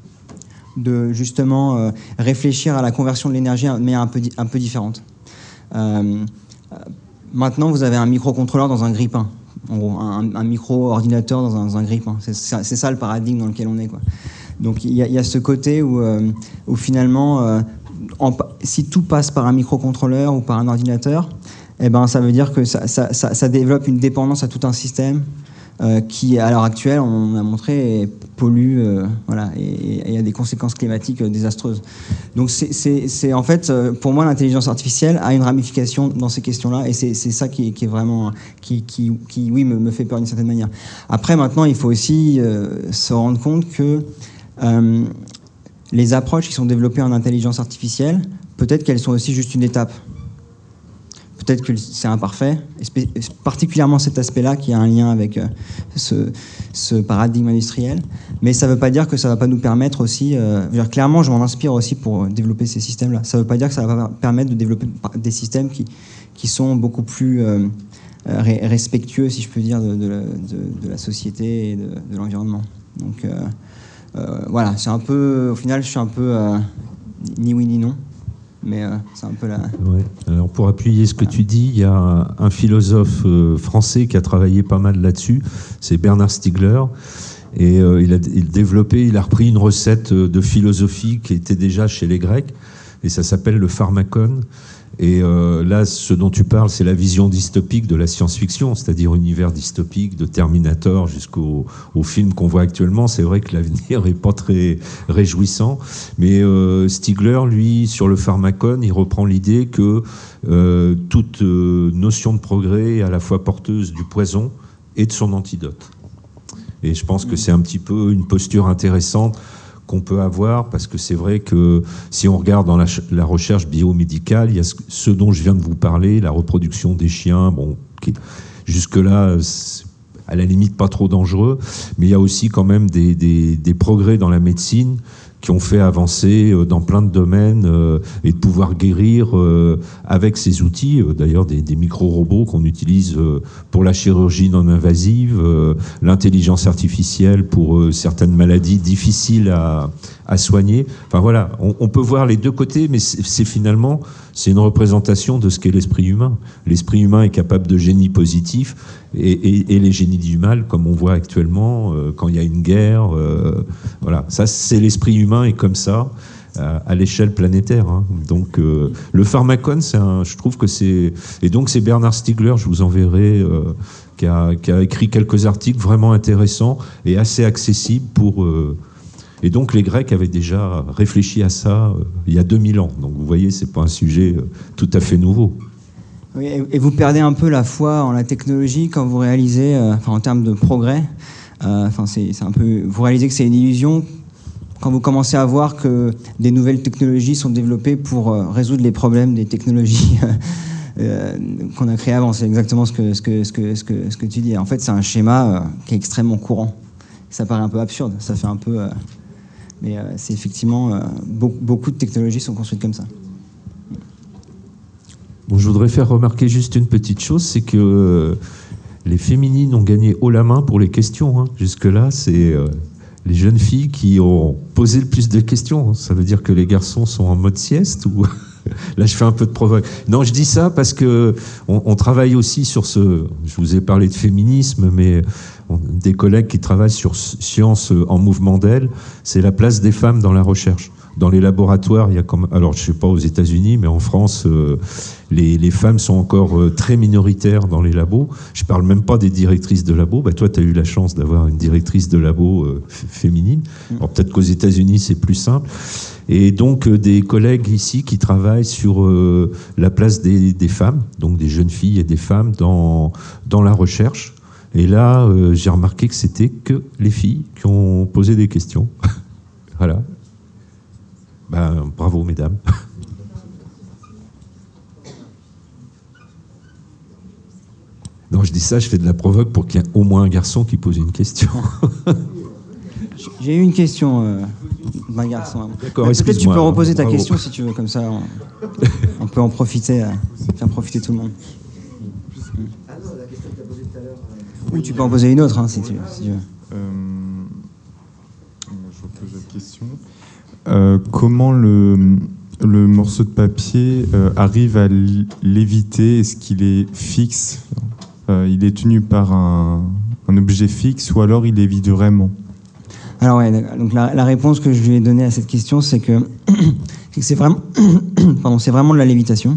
de justement réfléchir à la conversion de l'énergie, mais un peu différente. Maintenant, vous avez un microcontrôleur dans un grille-pain. En gros, un micro-ordinateur dans un grille-pain. C'est ça le paradigme dans lequel on est, quoi. Donc il y a ce côté où finalement, si tout passe par un microcontrôleur ou par un ordinateur, ça veut dire que ça développe une dépendance à tout un système qui, à l'heure actuelle, on a montré, pollue, et a des conséquences climatiques désastreuses. Donc c'est en fait, pour moi, l'intelligence artificielle a une ramification dans ces questions-là, et c'est ça qui est vraiment, oui, me fait peur d'une certaine manière. Après, maintenant, il faut aussi se rendre compte que les approches qui sont développées en intelligence artificielle, peut-être qu'elles sont aussi juste une étape. Peut-être que c'est imparfait, et particulièrement cet aspect-là qui a un lien avec ce paradigme industriel. Mais ça ne veut pas dire que ça ne va pas nous permettre aussi... clairement, je m'en inspire aussi pour développer ces systèmes-là. Ça ne veut pas dire que ça va permettre de développer des systèmes qui sont beaucoup plus respectueux, si je peux dire, de la société et de l'environnement. Donc voilà, c'est un peu... Au final, je suis un peu ni oui ni non. Mais c'est un peu la... Ouais. Alors pour appuyer ce que tu dis, il y a un philosophe français qui a travaillé pas mal là-dessus, c'est Bernard Stiegler, et il a repris une recette de philosophie qui était déjà chez les Grecs, et ça s'appelle le pharmakon. Et là, ce dont tu parles, c'est la vision dystopique de la science-fiction, c'est-à-dire univers dystopique de Terminator jusqu'au film qu'on voit actuellement. C'est vrai que l'avenir n'est pas très réjouissant, mais Stiegler, lui, sur le pharmakon, il reprend l'idée que toute notion de progrès est à la fois porteuse du poison et de son antidote. Et je pense que c'est un petit peu une posture intéressante qu'on peut avoir, parce que c'est vrai que si on regarde dans la recherche biomédicale, il y a ce dont je viens de vous parler, la reproduction des chiens, qui jusque-là, à la limite pas trop dangereux, mais il y a aussi quand même des progrès dans la médecine qui ont fait avancer dans plein de domaines et de pouvoir guérir avec ces outils, d'ailleurs des micro-robots qu'on utilise pour la chirurgie non invasive, l'intelligence artificielle pour certaines maladies difficiles à soigner. Enfin voilà, on peut voir les deux côtés, mais finalement, c'est une représentation de ce qu'est l'esprit humain. L'esprit humain est capable de génie positif et les génies du mal, comme on voit actuellement quand il y a une guerre. Voilà, ça c'est l'esprit humain est comme ça. à l'échelle planétaire. Hein. Donc le pharmacone, je trouve que c'est... Et donc c'est Bernard Stiegler, je vous enverrai, qui a écrit quelques articles vraiment intéressants et assez accessibles pour... Et donc les Grecs avaient déjà réfléchi à ça il y a 2000 ans. Donc vous voyez, c'est pas un sujet tout à fait nouveau. Oui, et vous perdez un peu la foi en la technologie quand vous réalisez, en termes de progrès, c'est un peu, vous réalisez que c'est une illusion quand vous commencez à voir que des nouvelles technologies sont développées pour résoudre les problèmes des technologies qu'on a créées avant. C'est exactement ce que tu dis. En fait, c'est un schéma qui est extrêmement courant. Ça paraît un peu absurde, ça fait un peu... mais c'est effectivement... beaucoup de technologies sont construites comme ça. Bon, je voudrais faire remarquer juste une petite chose, c'est que les féminines ont gagné haut la main pour les questions. Hein. Jusque-là, c'est les jeunes filles qui ont posé le plus de questions. Ça veut dire que les garçons sont en mode sieste ou... Là, je fais un peu de provoque. Non, je dis ça parce que on travaille aussi sur ce... Je vous ai parlé de féminisme, mais des collègues qui travaillent sur sciences en mouvement d'aile, c'est la place des femmes dans la recherche. Dans les laboratoires, il y a comme... Alors, je ne sais pas aux États-Unis, mais en France, les femmes sont encore très minoritaires dans les labos. Je ne parle même pas des directrices de labo. Bah, toi, tu as eu la chance d'avoir une directrice de labo féminine. Alors, peut-être qu'aux États-Unis, c'est plus simple. Et donc, des collègues ici qui travaillent sur la place des femmes, donc des jeunes filles et des femmes dans la recherche. Et là, j'ai remarqué que c'était que les filles qui ont posé des questions. Voilà. Ben, bravo, mesdames. Non, je dis ça, je fais de la provoque pour qu'il y ait au moins un garçon qui pose une question. J'ai eu une question d'un garçon. D'accord, peut-être tu peux reposer ta question si tu veux, comme ça on peut en profiter, faire profiter tout le monde. Ah non, la question que tu as posée tout à l'heure. Ou tu peux en poser une autre, hein, si tu veux. Je repose la question. Comment le morceau de papier arrive à léviter? Est-ce qu'il est fixe? Il est tenu par un objet fixe ou alors il lévite vraiment? Alors ouais, donc la réponse que je lui ai donnée à cette question, c'est que c'est vraiment, c'est vraiment de la lévitation.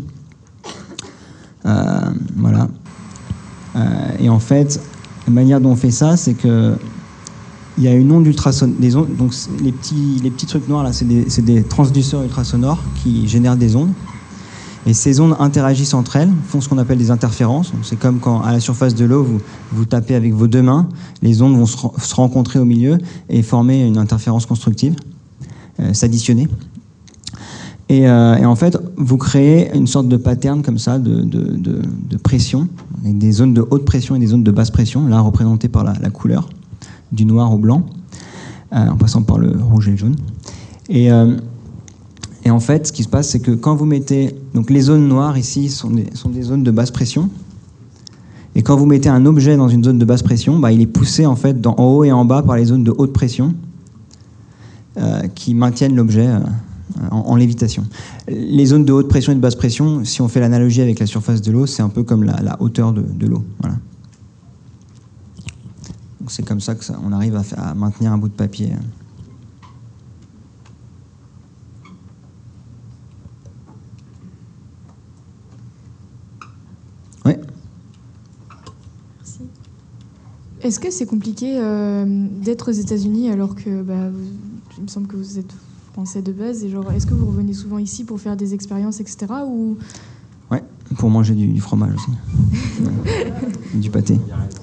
Voilà. Et en fait, la manière dont on fait ça, c'est que il y a une onde ultrasonore, des ondes, donc les petits trucs noirs là, c'est des transduceurs ultrasonores qui génèrent des ondes. Et ces ondes interagissent entre elles, font ce qu'on appelle des interférences. C'est comme quand à la surface de l'eau, vous tapez avec vos deux mains, les ondes vont se rencontrer au milieu et former une interférence constructive, s'additionner. Et en fait, vous créez une sorte de pattern comme ça de pression, avec des zones de haute pression et des zones de basse pression, là représentées par la couleur, du noir au blanc, en passant par le rouge et le jaune. Et en fait, ce qui se passe, c'est que quand vous mettez... Donc les zones noires ici sont des zones de basse pression. Et quand vous mettez un objet dans une zone de basse pression, il est poussé en fait en haut et en bas par les zones de haute pression qui maintiennent l'objet en lévitation. Les zones de haute pression et de basse pression, si on fait l'analogie avec la surface de l'eau, c'est un peu comme la hauteur de l'eau. Voilà. Donc c'est comme ça on arrive à maintenir un bout de papier. Oui. Merci. Est-ce que c'est compliqué d'être aux États-Unis alors que il me semble que vous êtes français de base et est-ce que vous revenez souvent ici pour faire des expériences, etc. ou... Ouais, pour manger du fromage aussi. Du pâté.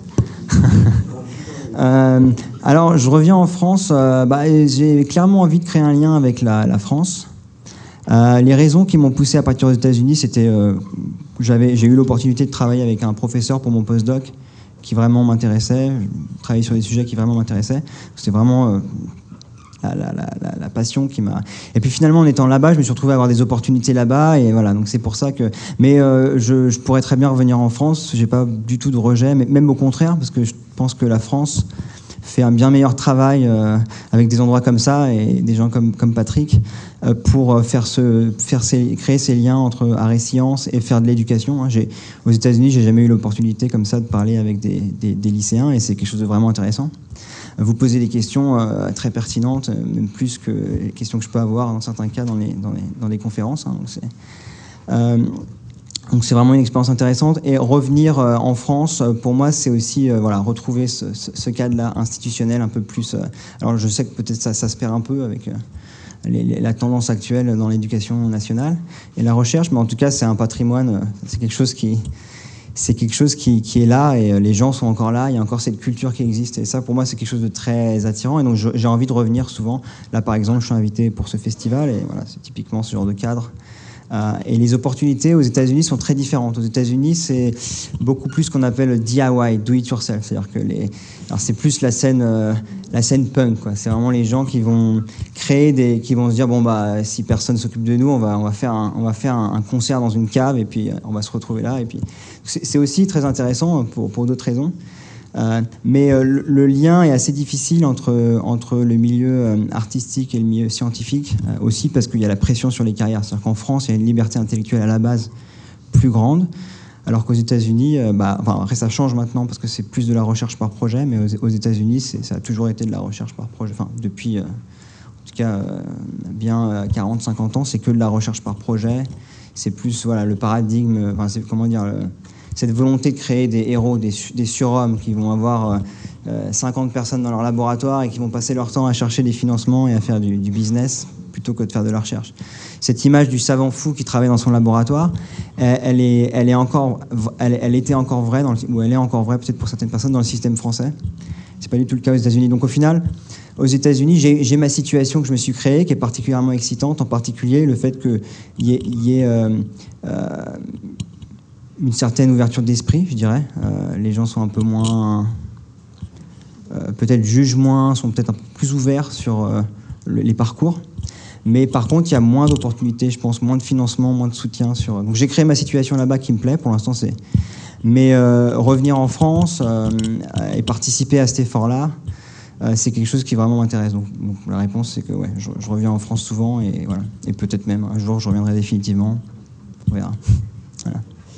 Alors, je reviens en France. J'ai clairement envie de créer un lien avec la France. Les raisons qui m'ont poussé à partir aux États-Unis, c'était j'ai eu l'opportunité de travailler avec un professeur pour mon postdoc qui vraiment m'intéressait, travailler sur des sujets qui vraiment m'intéressaient. C'était vraiment la passion qui m'a... Et puis finalement, en étant là-bas, je me suis retrouvé à avoir des opportunités là-bas, et voilà, donc c'est pour ça que... Mais je pourrais très bien revenir en France, j'ai pas du tout de rejet, mais même au contraire, parce que je pense que la France fait un bien meilleur travail avec des endroits comme ça et des gens comme Patrick pour créer ces liens entre art et science et faire de l'éducation. Aux États-Unis, j'ai jamais eu l'opportunité comme ça de parler avec des lycéens et c'est quelque chose de vraiment intéressant. Vous posez des questions très pertinentes, même plus que les questions que je peux avoir dans certains cas dans les conférences. Donc c'est vraiment une expérience intéressante. Et revenir en France, pour moi, c'est aussi retrouver ce cadre-là institutionnel un peu plus... alors je sais que peut-être ça se perd un peu avec la tendance actuelle dans l'éducation nationale et la recherche, mais en tout cas c'est un patrimoine, c'est quelque chose qui est là et les gens sont encore là, il y a encore cette culture qui existe et ça pour moi c'est quelque chose de très attirant et donc j'ai envie de revenir souvent. Là par exemple je suis invité pour ce festival et voilà, c'est typiquement ce genre de cadre. Et les opportunités aux États-Unis sont très différentes. Aux États-Unis, c'est beaucoup plus ce qu'on appelle DIY, do it yourself. C'est-à-dire que alors c'est plus la scène punk, quoi. C'est vraiment les gens qui vont créer qui vont se dire bon bah si personne s'occupe de nous, on va faire un concert dans une cave et puis on va se retrouver là. Et puis c'est aussi très intéressant pour d'autres raisons. Mais le lien est assez difficile entre le milieu artistique et le milieu scientifique, aussi parce qu'il y a la pression sur les carrières. C'est-à-dire qu'en France, il y a une liberté intellectuelle à la base plus grande, alors qu'aux États-Unis, après ça change maintenant parce que c'est plus de la recherche par projet, mais aux États-Unis, ça a toujours été de la recherche par projet. Enfin, depuis, en tout cas, bien 40-50 ans, c'est que de la recherche par projet. C'est plus le paradigme, cette volonté de créer des héros, des surhommes qui vont avoir 50 personnes dans leur laboratoire et qui vont passer leur temps à chercher des financements et à faire du business plutôt que de faire de la recherche. Cette image du savant fou qui travaille dans son laboratoire, elle était encore vraie, ou elle est encore vraie peut-être pour certaines personnes dans le système français. C'est pas du tout le cas aux États-Unis. Donc au final, aux États-Unis, j'ai ma situation que je me suis créée, qui est particulièrement excitante, en particulier le fait qu'il y ait une certaine ouverture d'esprit, je dirais. Les gens sont un peu moins... peut-être jugent moins, sont peut-être un peu plus ouverts sur les parcours. Mais par contre, il y a moins d'opportunités, je pense, moins de financement, moins de soutien. Donc j'ai créé ma situation là-bas qui me plaît, pour l'instant c'est... Mais revenir en France et participer à cet effort-là, c'est quelque chose qui vraiment m'intéresse. Donc la réponse, c'est que je reviens en France souvent et voilà. Et peut-être même un jour, je reviendrai définitivement. On verra. Voilà.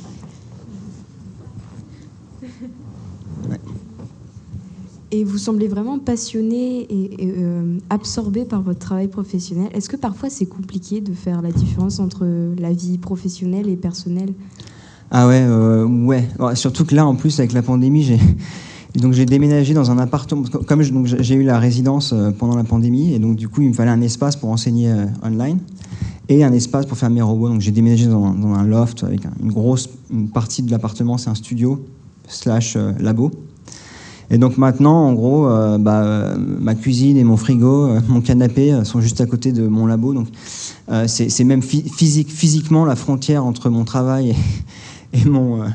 Et vous semblez vraiment passionné et absorbé par votre travail professionnel. Est-ce que parfois c'est compliqué de faire la différence entre la vie professionnelle et personnelle ? Ah ouais. Surtout que là, en plus, avec la pandémie, j'ai déménagé dans un appartement. Comme j'ai eu la résidence pendant la pandémie, et donc du coup, il me fallait un espace pour enseigner online et un espace pour faire mes robots. Donc j'ai déménagé dans un loft avec une partie de l'appartement, c'est un studio / labo. Et donc maintenant, en gros, ma cuisine et mon frigo, mon canapé sont juste à côté de mon labo. Donc c'est même physiquement la frontière entre mon travail et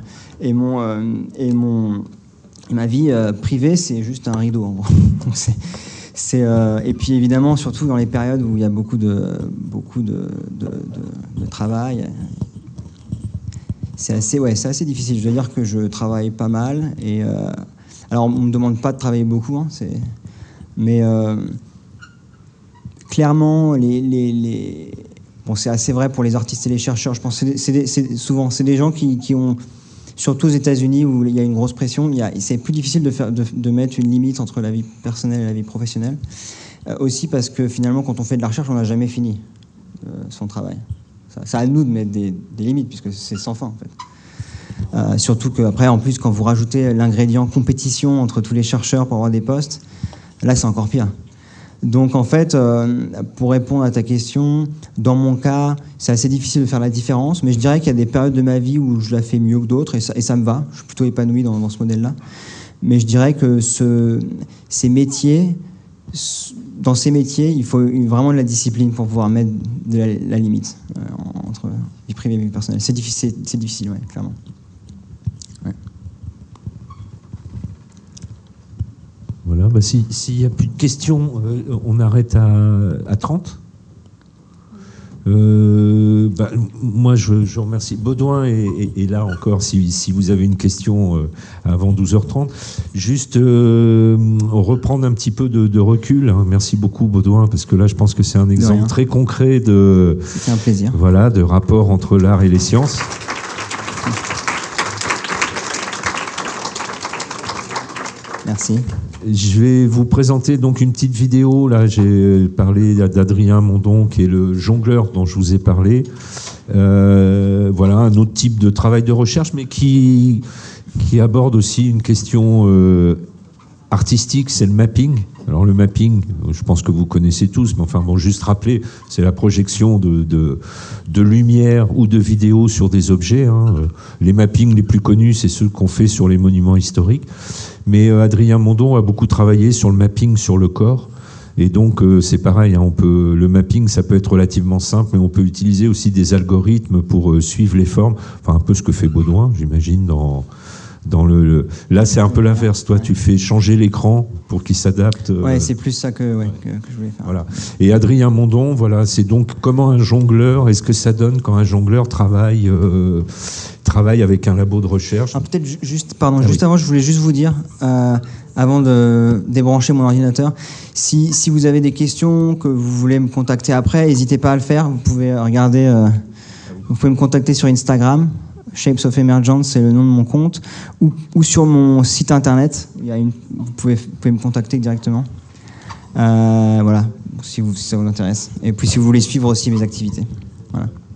ma vie privée, c'est juste un rideau en gros. Donc et puis évidemment, surtout dans les périodes où il y a beaucoup de travail, c'est assez difficile. Je dois dire que je travaille pas mal et alors, on ne me demande pas de travailler beaucoup, mais clairement, c'est assez vrai pour les artistes et les chercheurs. Je pense que souvent, c'est des gens qui ont, surtout aux États-Unis où il y a une grosse pression, c'est plus difficile de mettre une limite entre la vie personnelle et la vie professionnelle. Aussi parce que finalement, quand on fait de la recherche, on n'a jamais fini son travail. C'est à nous de mettre des limites, puisque c'est sans fin, en fait. Surtout qu'après, en plus, quand vous rajoutez l'ingrédient compétition entre tous les chercheurs pour avoir des postes, là, c'est encore pire. Donc, en fait, pour répondre à ta question, dans mon cas, c'est assez difficile de faire la différence, mais je dirais qu'il y a des périodes de ma vie où je la fais mieux que d'autres, et ça me va. Je suis plutôt épanoui dans ce modèle-là. Mais je dirais que dans ces métiers, il faut vraiment de la discipline pour pouvoir mettre la limite entre vie privée et vie personnelle. C'est difficile, ouais, clairement. Ouais. Voilà, s'il n'y a plus de questions, on arrête à 30. Moi, je remercie. Baudouin est là encore, si vous avez une question avant 12h30. Juste reprendre un petit peu de recul. Hein. Merci beaucoup, Baudouin, parce que là, je pense que c'est un exemple très concret C'était un plaisir. Voilà, de rapport entre l'art et les sciences. Merci. Je vais vous présenter donc une petite vidéo. Là, j'ai parlé d'Adrien Mondon, qui est le jongleur dont je vous ai parlé. Voilà, un autre type de travail de recherche, mais qui aborde aussi une question artistique, c'est le mapping. Alors le mapping, je pense que vous connaissez tous, mais enfin bon, juste rappeler, c'est la projection de lumière ou de vidéo sur des objets. Hein. Les mappings les plus connus, c'est ceux qu'on fait sur les monuments historiques. Mais Adrien Mondon a beaucoup travaillé sur le mapping sur le corps. Et donc c'est pareil, hein, le mapping, ça peut être relativement simple, mais on peut utiliser aussi des algorithmes pour suivre les formes. Enfin, un peu ce que fait Baudouin, j'imagine, Là, c'est un peu l'inverse. Toi, tu fais changer l'écran pour qu'il s'adapte. Ouais, c'est plus ça que je voulais faire. Voilà. Et Adrien Mondon, voilà, c'est donc comment un jongleur, est-ce que ça donne quand un jongleur travaille avec un labo de recherche. Peut-être juste avant, je voulais juste vous dire, avant de débrancher mon ordinateur, si vous avez des questions que vous voulez me contacter après, n'hésitez pas à le faire. Vous pouvez regarder, vous pouvez me contacter sur Instagram. Shapes of Emergence, c'est le nom de mon compte, ou sur mon site internet. Vous pouvez me contacter directement. Voilà, si ça vous intéresse. Et puis si vous voulez suivre aussi mes activités. Voilà.